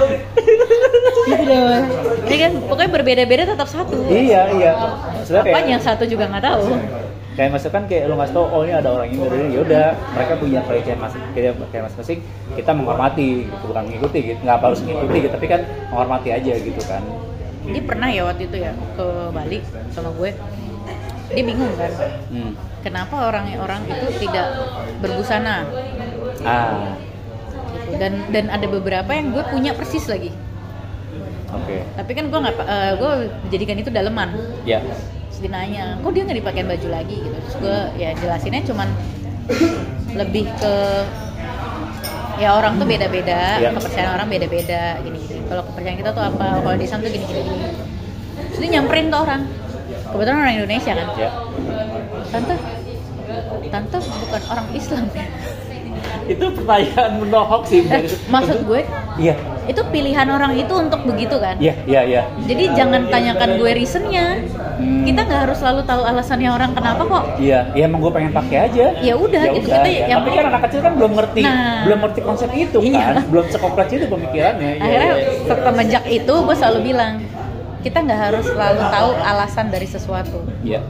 Gitu. Ini kan pokoknya berbeda-beda tetap satu. Iya iya. Maksudnya kayak- Apanya yang satu juga nggak tahu. kayak maksudnya kan kayak lu ngasih tau oh ini ada orang ini ada ini, ya udah mereka punya variasi masing kayak kayak masing-masing, kita menghormati gitu, bukan mengikuti gitu, nggak harus mengikuti gitu, tapi kan menghormati aja gitu kan. Dia pernah ya waktu itu ya ke Bali sama gue. Dia bingung kan, Hmm. kenapa orang-orang itu tidak berbusana Ah, gitu. Dan dan ada beberapa yang gue punya persis lagi. oke. Tapi kan gue nggak, uh, gue jadikan itu daleman. Ya. Terus dia nanya, kok dia nggak dipakein baju lagi gitu. Terus gue ya jelasinnya cuman lebih ke ya orang tuh beda-beda, Ya. kepercayaan orang beda-beda gini-gini. Kalau kepercayaan kita tuh apa? Kalau di Islam tuh gini-gini. Terus dia nyamperin tuh orang. Kebetulan orang Indonesia kan. Ya. Tante, tante bukan orang Islam. itu pertanyaan menohok sih. Eh, maksud gue, Iya. itu pilihan orang itu untuk begitu kan? Iya, iya, iya. Jadi jangan tanyakan gue reasonnya. Hmm. Kita nggak harus selalu tahu alasannya orang kenapa kok. Iya, ya emang gue pengen pakai aja. Ya udah gitu udah, kita ya. yang Tapi kan anak kecil kan belum ngerti, Nah. belum ngerti konsep itu kan, Iya. belum sekompleks itu pemikirannya. Iya, akhirnya iya. semenjak itu gue selalu bilang kita nggak harus selalu tahu alasan dari sesuatu. Iya.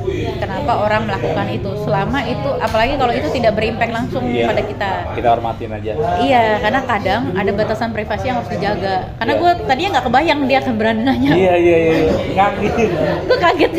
Kenapa orang melakukan itu? Selama itu, apalagi kalau itu tidak berimpact langsung Iya. pada kita. Kita hormatin aja. Iya, karena kadang ada batasan privasi yang harus dijaga. Karena Iya. gue tadinya nggak kebayang dia akan berani nanya. Iya, iya, iya. Kaget. Gue kaget.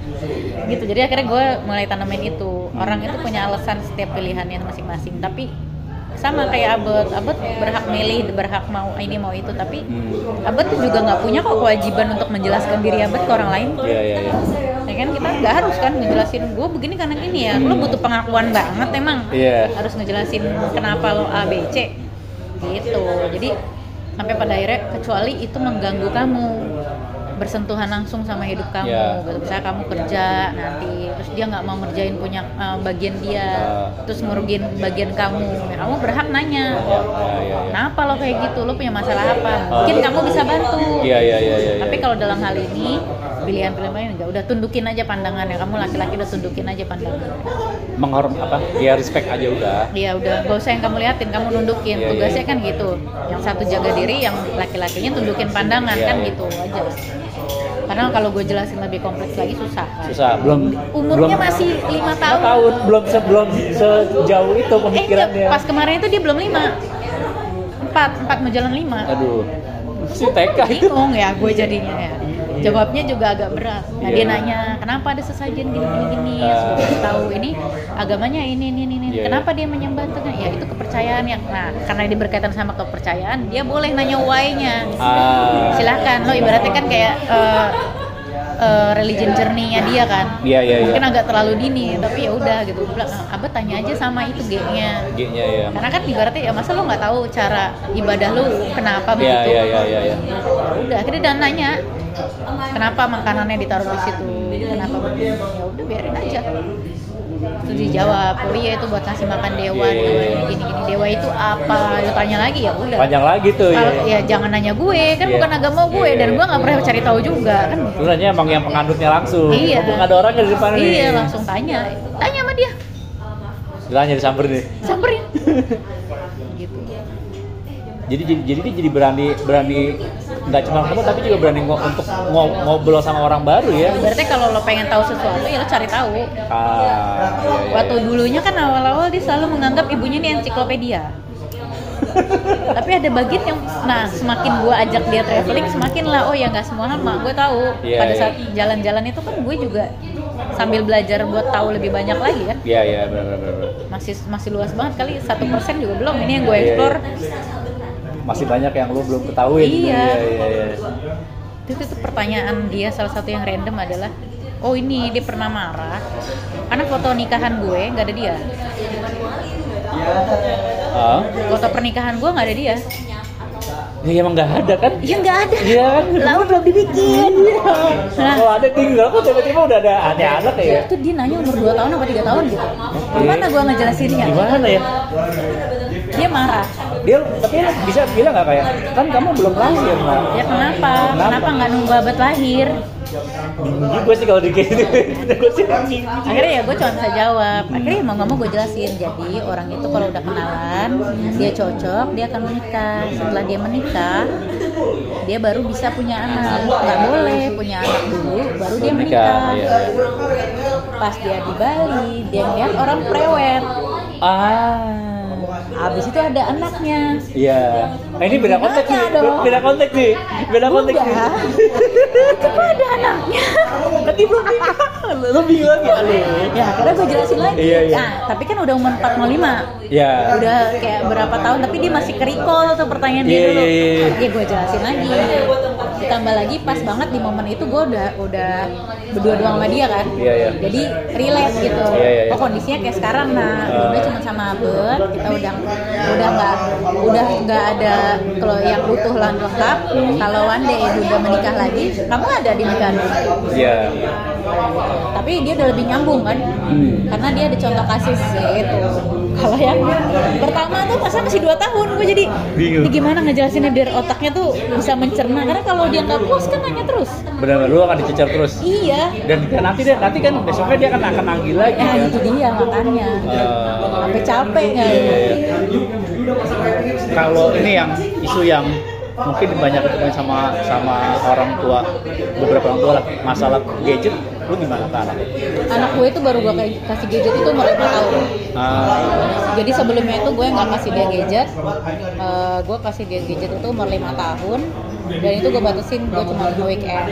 Gitu. Jadi akhirnya gue mulai tanamin itu. Orang itu punya alasan setiap pilihannya masing-masing. Tapi sama kayak Abet, Abet berhak milih, berhak mau ini mau itu. Tapi Hmm. Abet tuh juga nggak punya kok kewajiban untuk menjelaskan diri Abet ke orang lain. Iya, iya, iya. Ya kan kita nggak harus kan ngejelasin gue begini karena gini ya. Lo butuh pengakuan banget emang. Iya. Harus ngejelasin kenapa lo A B C gitu. Jadi sampai pada akhirnya kecuali itu mengganggu kamu, bersentuhan langsung sama hidup kamu. Iya. Gitu. Misalnya kamu kerja nanti terus dia nggak mau ngerjain punya uh, bagian dia, Uh. terus ngerugiin bagian kamu. Ya, kamu berhak nanya. Iya, iya, iya. Kenapa lo kayak gitu? Lo punya masalah apa? Mungkin kamu bisa bantu. Iya, iya, iya, iya. Tapi kalau dalam hal ini pilihan-pilihan lain enggak, udah tundukin aja pandangannya. Kamu laki-laki udah tundukin aja pandangannya. menghorm apa? Ya respect aja udah. Iya udah, gak usah yang kamu liatin, kamu nundukin. Iya, Tugasnya iya. kan gitu. Yang satu jaga diri, yang laki-lakinya tundukin pandangan. Iya, Kan iya. gitu aja. Karena kalau gue jelasin lebih kompleks lagi susah kan? Susah, belum Umurnya belum, masih lima tahun. tahun, belum sebelum sejauh itu Eh pemikirannya. enggak, pas kemarin itu dia belum lima. Empat, empat mau jalan lima. Aduh, si T K itu. Bingung ya gue jadinya ya. Jawabnya juga agak berat. Nah, dia Iya. nanya, kenapa ada sesajen gini-gini gini? Ah. Sudah kasih tahu ini agamanya ini ini ini. Iya, Kenapa dia menyembah Tuhan? Ya itu kepercayaan yang. Nah, karena dia berkaitan sama kepercayaan, dia boleh nanya why-nya. Ah, Silakan. Lo ibaratnya kan kayak uh, uh, religion journey-nya dia kan. iya iya iya. Mungkin agak terlalu dini, tapi ya udah gitu. Gue bilang, Abah tanya aja sama itu G-nya. G-nya ya. Karena kan ibaratnya ya masa lo nggak tahu cara ibadah lo kenapa Iya begitu. iya iya iya. iya. Udah akhirnya dia nanya kenapa makanannya ditaruh di situ, kenapa begini, ya udah biarin aja. Terus dijawab, oh iya itu buat ngasih makan dewa, Iya, dewa iya, ini iya. gini gini, dewa itu apa? Lu tanya lagi ya udah. Panjang lagi tuh ya. Kalau ya jangan nanya gue, kan Iya. bukan agama gue Iya, dan iya. gue nggak pernah cari tahu juga kan. Lu nanya emang yang penganutnya langsung. Iya. Mumpung ada orangnya di depan nih. Iya langsung tanya, tanya sama dia, Tanya disamper nih. samperin. Gitu. Jadi jadi jadi dia jadi berani berani nggak cuma kamu tapi juga berani ngo- untuk ngo- ngobrol sama orang baru ya. Berarti kalau lo pengen tahu sesuatu ya lo cari tahu. Ah, iya, iya. Waktu dulunya kan awal-awal dia selalu menganggap ibunya ini ensiklopedia. Tapi ada bagian yang, nah semakin gue ajak dia traveling, semakin lah, oh ya nggak semua sama, gue tahu. Iya, Pada iya. saat jalan-jalan itu kan gue juga sambil belajar buat tahu lebih banyak lagi kan. Iya iya benar benar. benar. Masih masih luas banget kali, satu persen juga belum. Ini yang gue Iya, iya. explore. Masih banyak yang lu belum ketahui. Iya. iya iya. Itu tuh pertanyaan dia salah satu yang random adalah, oh ini dia pernah marah karena foto nikahan gue nggak ada dia. Ah, Foto pernikahan gue nggak ada dia. ya emang nggak ada kan? Ya nggak ada. Iya kan? Lalu belum dibikin. Nah, Kalau ada tinggal kok tiba-tiba udah ada ada anak ya. itu dia nanya umur dua tahun apa tiga tahun gitu. Gimana gue ngejelasinnya? Gimana ya? Dia marah. Dia tapi lu bisa bilang nggak kayak kan kamu belum lahir nah. Ya kenapa? Kenapa? Kenapa nggak nunggu abad lahir? Gue sih kalau dikit gue sih anjing. Akhirnya ya gue cuma bisa jawab. Akhirnya mau nggak mau gue jelasin. Jadi orang itu kalau udah kenalan, dia cocok, dia akan menikah. Setelah dia menikah, dia baru bisa punya anak. Nggak boleh punya anak dulu, baru dia menikah. Iya. Pas dia di Bali, dia ngeliat orang prewed. Ah. Abis itu ada anaknya. Iya. Nah, ini beda konteks nih. Nanya dong. Beda konteks nih. Beda konteks nih. Udah. Cuma ada anaknya. Tadi belum nikah. Lu bingung lagi lu. Ya akhirnya gue jelasin lagi. Iya, iya. Nah, tapi kan udah umur empat puluh lima. Iya. Udah kayak berapa tahun tapi dia masih ke-recall tuh pertanyaan dia Iya, dulu. iya, iya. Ya gue jelasin lagi. Ditambah lagi pas banget di momen itu gue udah udah berdua doang sama dia kan. Iya, iya. Jadi relate gitu. Iya, iya, iya. Oh kondisinya kayak sekarang nah, Uh. gue cuma sama Abed, kita udah udah nggak udah nggak ada kalau yang utuh lengkap. Kalau one day udah menikah lagi, kamu ada di nikahan? Iya. Tapi dia udah lebih nyambung kan, Hmm. karena dia ada contoh kasus gitu. Kalau yang pertama tuh masa masih dua tahun, gue jadi Bingung. ini gimana ngejelasinnya biar otaknya tuh bisa mencerna. Karena kalau dia nggak puas kan nanya terus. Benar, lu akan dicecer terus. Iya. Dan nanti deh, nanti kan besoknya dia akan akan manggil lagi Nah kan. itu dia makanya. Uh, Sampai capek nggak? iya, iya. Kalau ini yang isu yang mungkin banyak ditemuin sama sama orang tua, beberapa orang tua lah, masalah gadget, lu gimana ke anak? Anak gue itu baru gue kayak kasih gadget itu umur lima tahun. Ah, Jadi sebelumnya itu gue nggak kasih dia gadget, uh, gue kasih dia gadget itu umur lima tahun. Dan itu gue batasin gue cuma weekend.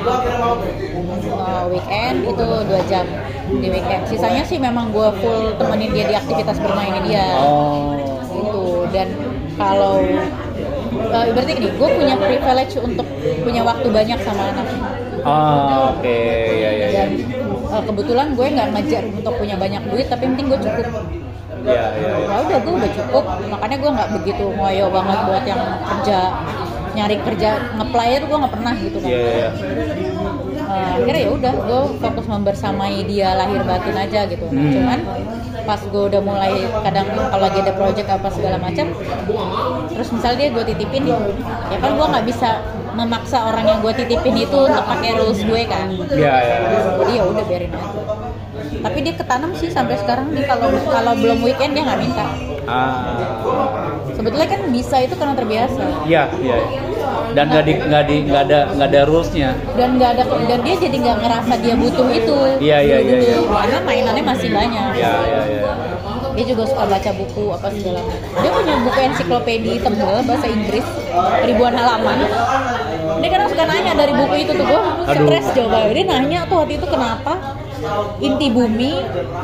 Uh, weekend itu dua jam di weekend. Sisanya sih memang gue full temenin dia di aktivitas bermainnya dia. oh, Gitu. Dan kalau uh, berarti gini, gue punya privilege untuk punya waktu banyak sama anak. ah, oke, ya, ya, ya, Dan uh, kebetulan gue nggak ngejar untuk punya banyak duit, tapi yang penting gue cukup. ya, ya, ya. Ya udah gue udah cukup, makanya gue nggak begitu ngoyo banget buat yang kerja, nyari kerja nge-play itu gue nggak pernah gitu kan. Iya, iya, iya. Uh, akhirnya ya udah gue fokus membersamai dia lahir batin aja gitu. Hmm. Cuman pas gue udah mulai kadang kalau lagi ada project apa segala macam, terus misalnya dia gue titipin, ya kan gue nggak bisa memaksa orang yang gue titipin itu untuk pakai rules gue kan. Iya, iya. Jadi ya udah biarin aja. Tapi dia ketanam sih sampai sekarang nih kalau kalau belum weekend dia nggak minta. Ah, Sebetulnya kan bisa itu karena terbiasa. iya, iya. Dan nggak di nggak di nggak ada nggak ada rulesnya. Dan nggak ada dan dia jadi nggak ngerasa dia butuh itu. Iya, iya, iya, iya. Karena mainannya masih banyak. Iya, iya, iya. Dia juga suka baca buku apa segala macam. Dia punya buku ensiklopedia tebal bahasa Inggris ribuan halaman. Dia kadang suka nanya dari buku itu tuh gue Aduh. stres coba. Dia nanya tuh waktu itu kenapa inti bumi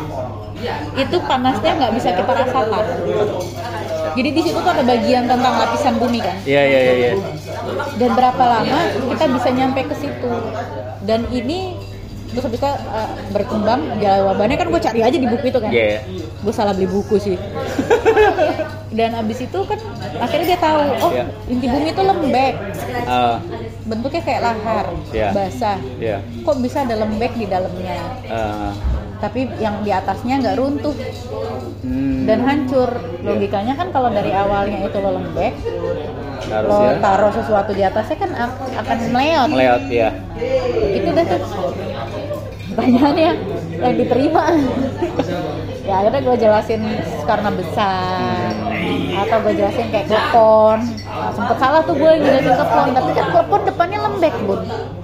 itu panasnya nggak bisa kita rasakan. Jadi di situ tuh ada bagian tentang lapisan bumi kan. Iya, iya, iya, iya. Dan berapa lama kita bisa nyampe ke situ. Dan ini terus habis itu uh, berkembang jawabannya kan gue cari aja di buku itu kan. Iya, iya. Gue salah beli buku sih. Dan abis itu kan akhirnya dia tahu, oh Iya. inti bumi itu lembek, Ah, bentuknya kayak lahar, Iya. basah. iya. Kok bisa ada lembek di dalamnya? Ah, Tapi yang di atasnya nggak runtuh hmm. dan hancur. Logikanya kan kalau dari awalnya itu lo lembek, lo Harusnya taruh sesuatu di atasnya kan ak- akan meleot. meleot ya. Itu udah tuh pertanyaannya yang diterima. Ya akhirnya gue jelasin karena besar, atau gue jelasin kayak klepon. Nah, sempet salah tuh gue jelasin klepon, tapi kan klepon depannya lembek bun.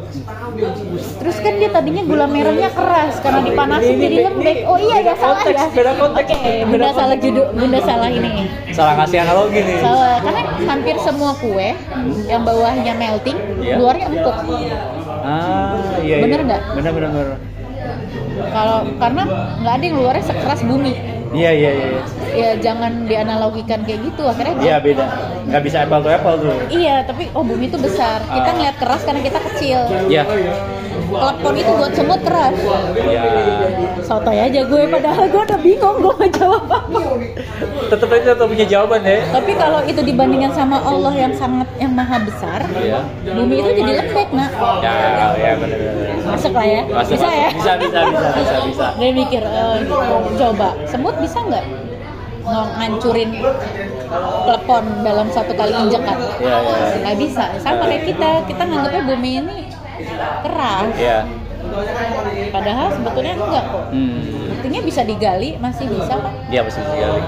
Terus kan dia tadinya gula merahnya keras karena dipanasin jadi lembek. Oh iya ya salah konteks, ya. beda konteks. Oke, bunda salah judul, bunda salah ini. Salah ngasih analogi nih. Salah, karena hampir semua kue yang bawahnya melting, Iya. luarnya empuk. Ah, iya. Bener iya. nggak? Bener, bener, bener. Kalau karena nggak ada yang luarnya sekeras bumi. Iya, iya, iya. Ya jangan dianalogikan kayak gitu, akhirnya gue Iya, beda. Nggak bisa apple to apple tuh. iya, tapi oh bumi itu besar. Kita Ah. ngeliat keras karena kita kecil. Iya. Klepon itu buat semut keras. Iya. Sotoy aja gue, padahal gue udah bingung gue mau jawab apa. Tetap aja tetap punya jawaban ya. Tapi kalau itu dibandingkan sama Allah yang sangat yang maha besar, Iya. bumi itu jadi lembek nak. Ya, ya benar benar. Masuk lah ya. Masuk, Bisa masuk. ya. Bisa, bisa, bisa, bisa, bisa. Dia mikir, eh, coba semut bisa nggak ngancurin klepon dalam satu kali injekan? Iya, iya. Nggak bisa. Sama kayak kita, kita nganggapnya bumi ini keras. Iya. Padahal sebetulnya enggak kok. Hmm. Buktinya bisa digali, masih bisa kan? Dia pasti sekali.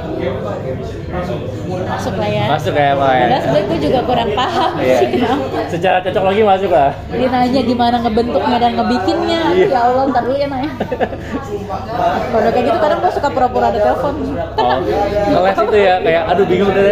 Masuk lah ya. Masuk kayak apa ya? Padahal sebenarnya gue juga kurang paham Iya. sih kenapa. Secara cocok lagi masuk lah. Dia nanya gimana ngebentuknya dan ngebikinnya. Iya. Ya Allah, ntar dulu ya nanya. Kalau udah kayak gitu kadang gue suka pura-pura ada telepon. Oh, ngeles itu ya kayak aduh bingung deh.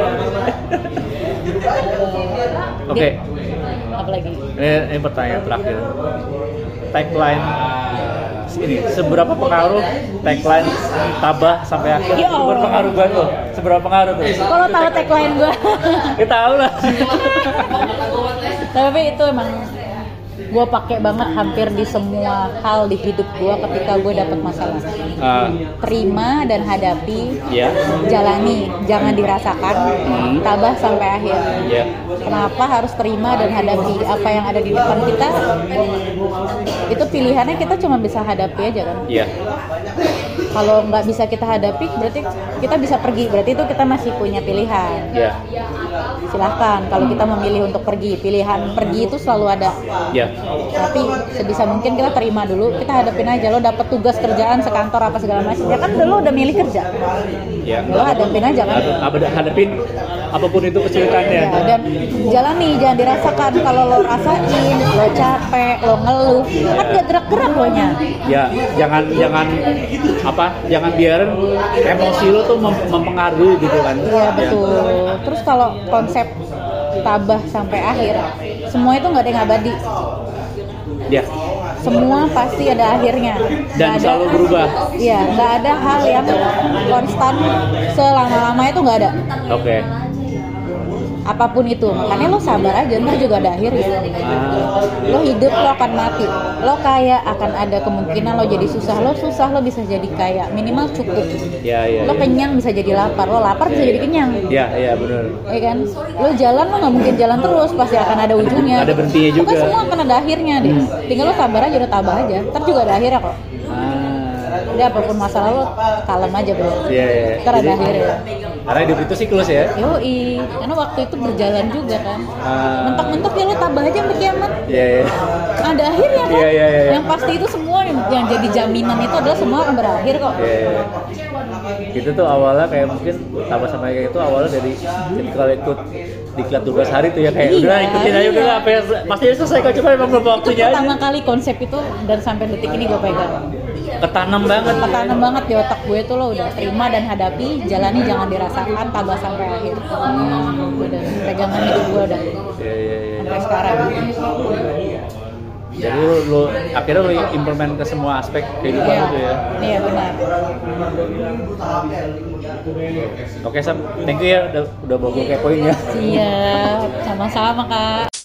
Oke. Apa lagi? Ini, ini pertanyaan terakhir. Tagline ini seberapa pengaruh tagline tabah sampai akhir? Ya Allah. Berpengaruh banget loh. Seberapa pengaruh tuh? Kalau tahu tagline gue. Kita tahu lah. Tapi itu emang gue pakai banget hampir di semua hal di hidup gue ketika gue dapet masalah. Ah, Terima dan hadapi, ya, jalani, jangan dirasakan, Hmm. tabah sampai akhir. ya, Kenapa harus terima dan hadapi apa yang ada di depan kita? Itu pilihannya kita cuma bisa hadapi aja kan. ya, Kalau nggak bisa kita hadapi, berarti kita bisa pergi. Berarti itu kita masih punya pilihan. ya, Silahkan kalau kita memilih untuk pergi. Pilihan pergi itu selalu ada. ya, Tapi sebisa mungkin kita terima dulu. Kita hadapin aja. Lo dapet tugas kerjaan sekantor apa segala macam. Ya kan lo udah milih kerja. ya. Ya lo hadapin aja kan. Apa hadapin apapun itu kesulitannya. Ya, dan jalani, jangan dirasakan. Kalau lo rasain, lo capek, lo ngeluh, kan gak gerak-gerak lo nya. Ya, jangan jangan apa? Jangan biarin emosi lo tuh mem- mempengaruhi gitu kan. Iya betul. Terus kalau konsep tabah sampai akhir, semua itu nggak ada yang abadi. Ya, Semua pasti ada akhirnya. dan Nggak ada- selalu berubah. Iya, nggak ada hal yang konstan selama-lama itu nggak ada. Oke. Apapun itu, makanya lo sabar aja, ntar juga ada akhirnya. Ah, Lo hidup, lo akan mati. Lo kaya, akan ada kemungkinan lo jadi susah. Lo susah, lo bisa jadi kaya. Minimal cukup. ya, ya. Lo ya. kenyang bisa jadi lapar. Lo lapar bisa jadi kenyang. Ya, ya benar. Ya kan? Lo jalan, lo nggak mungkin jalan terus, pasti akan ada ujungnya. Ada berhentinya juga. Pokoknya semua akan ada akhirnya deh. Tinggal lo sabar aja, udah tabah aja. Ntar juga ada akhirnya kok. Ah, Udah apapun masalah lo, kalem aja bro. ya, ya. Ntar ada Jadi, akhirnya. karena hidup itu siklus ya. Yoi, karena waktu itu berjalan juga kan. Ah. Mentok-mentok ya lo tabah aja sampai kiamat. Ya, ya. Ada akhirnya kan. Iya, iya, iya. Yang pasti itu semua yang, yang jadi jaminan itu adalah semua akan berakhir kok. Ya, ya. Itu tuh awalnya kayak mungkin tambah sama kayak itu awalnya dari kalau ikut diklat tugas hari tuh ya kayak Iya, udah ikutin aja iya. udah apa yang pasti selesai kok cuma emang beberapa Itu waktunya aja. pertama kali konsep itu dan sampai detik ini gue pegang. Ketanam banget. Ketanam banget di otak gue tuh lo udah terima dan hadapi, jalani jangan dirasakan, tabah sampai akhir. Udah pegangan hidup gue udah Ya, ya, ya. sampai sekarang. Jadi lu, lu akhirnya lu implement ke semua aspek kehidupan Iya, lu ya. iya benar. Oke Sam, thank you ya udah udah bawa gue kepoin ya. Iya, sama-sama kak.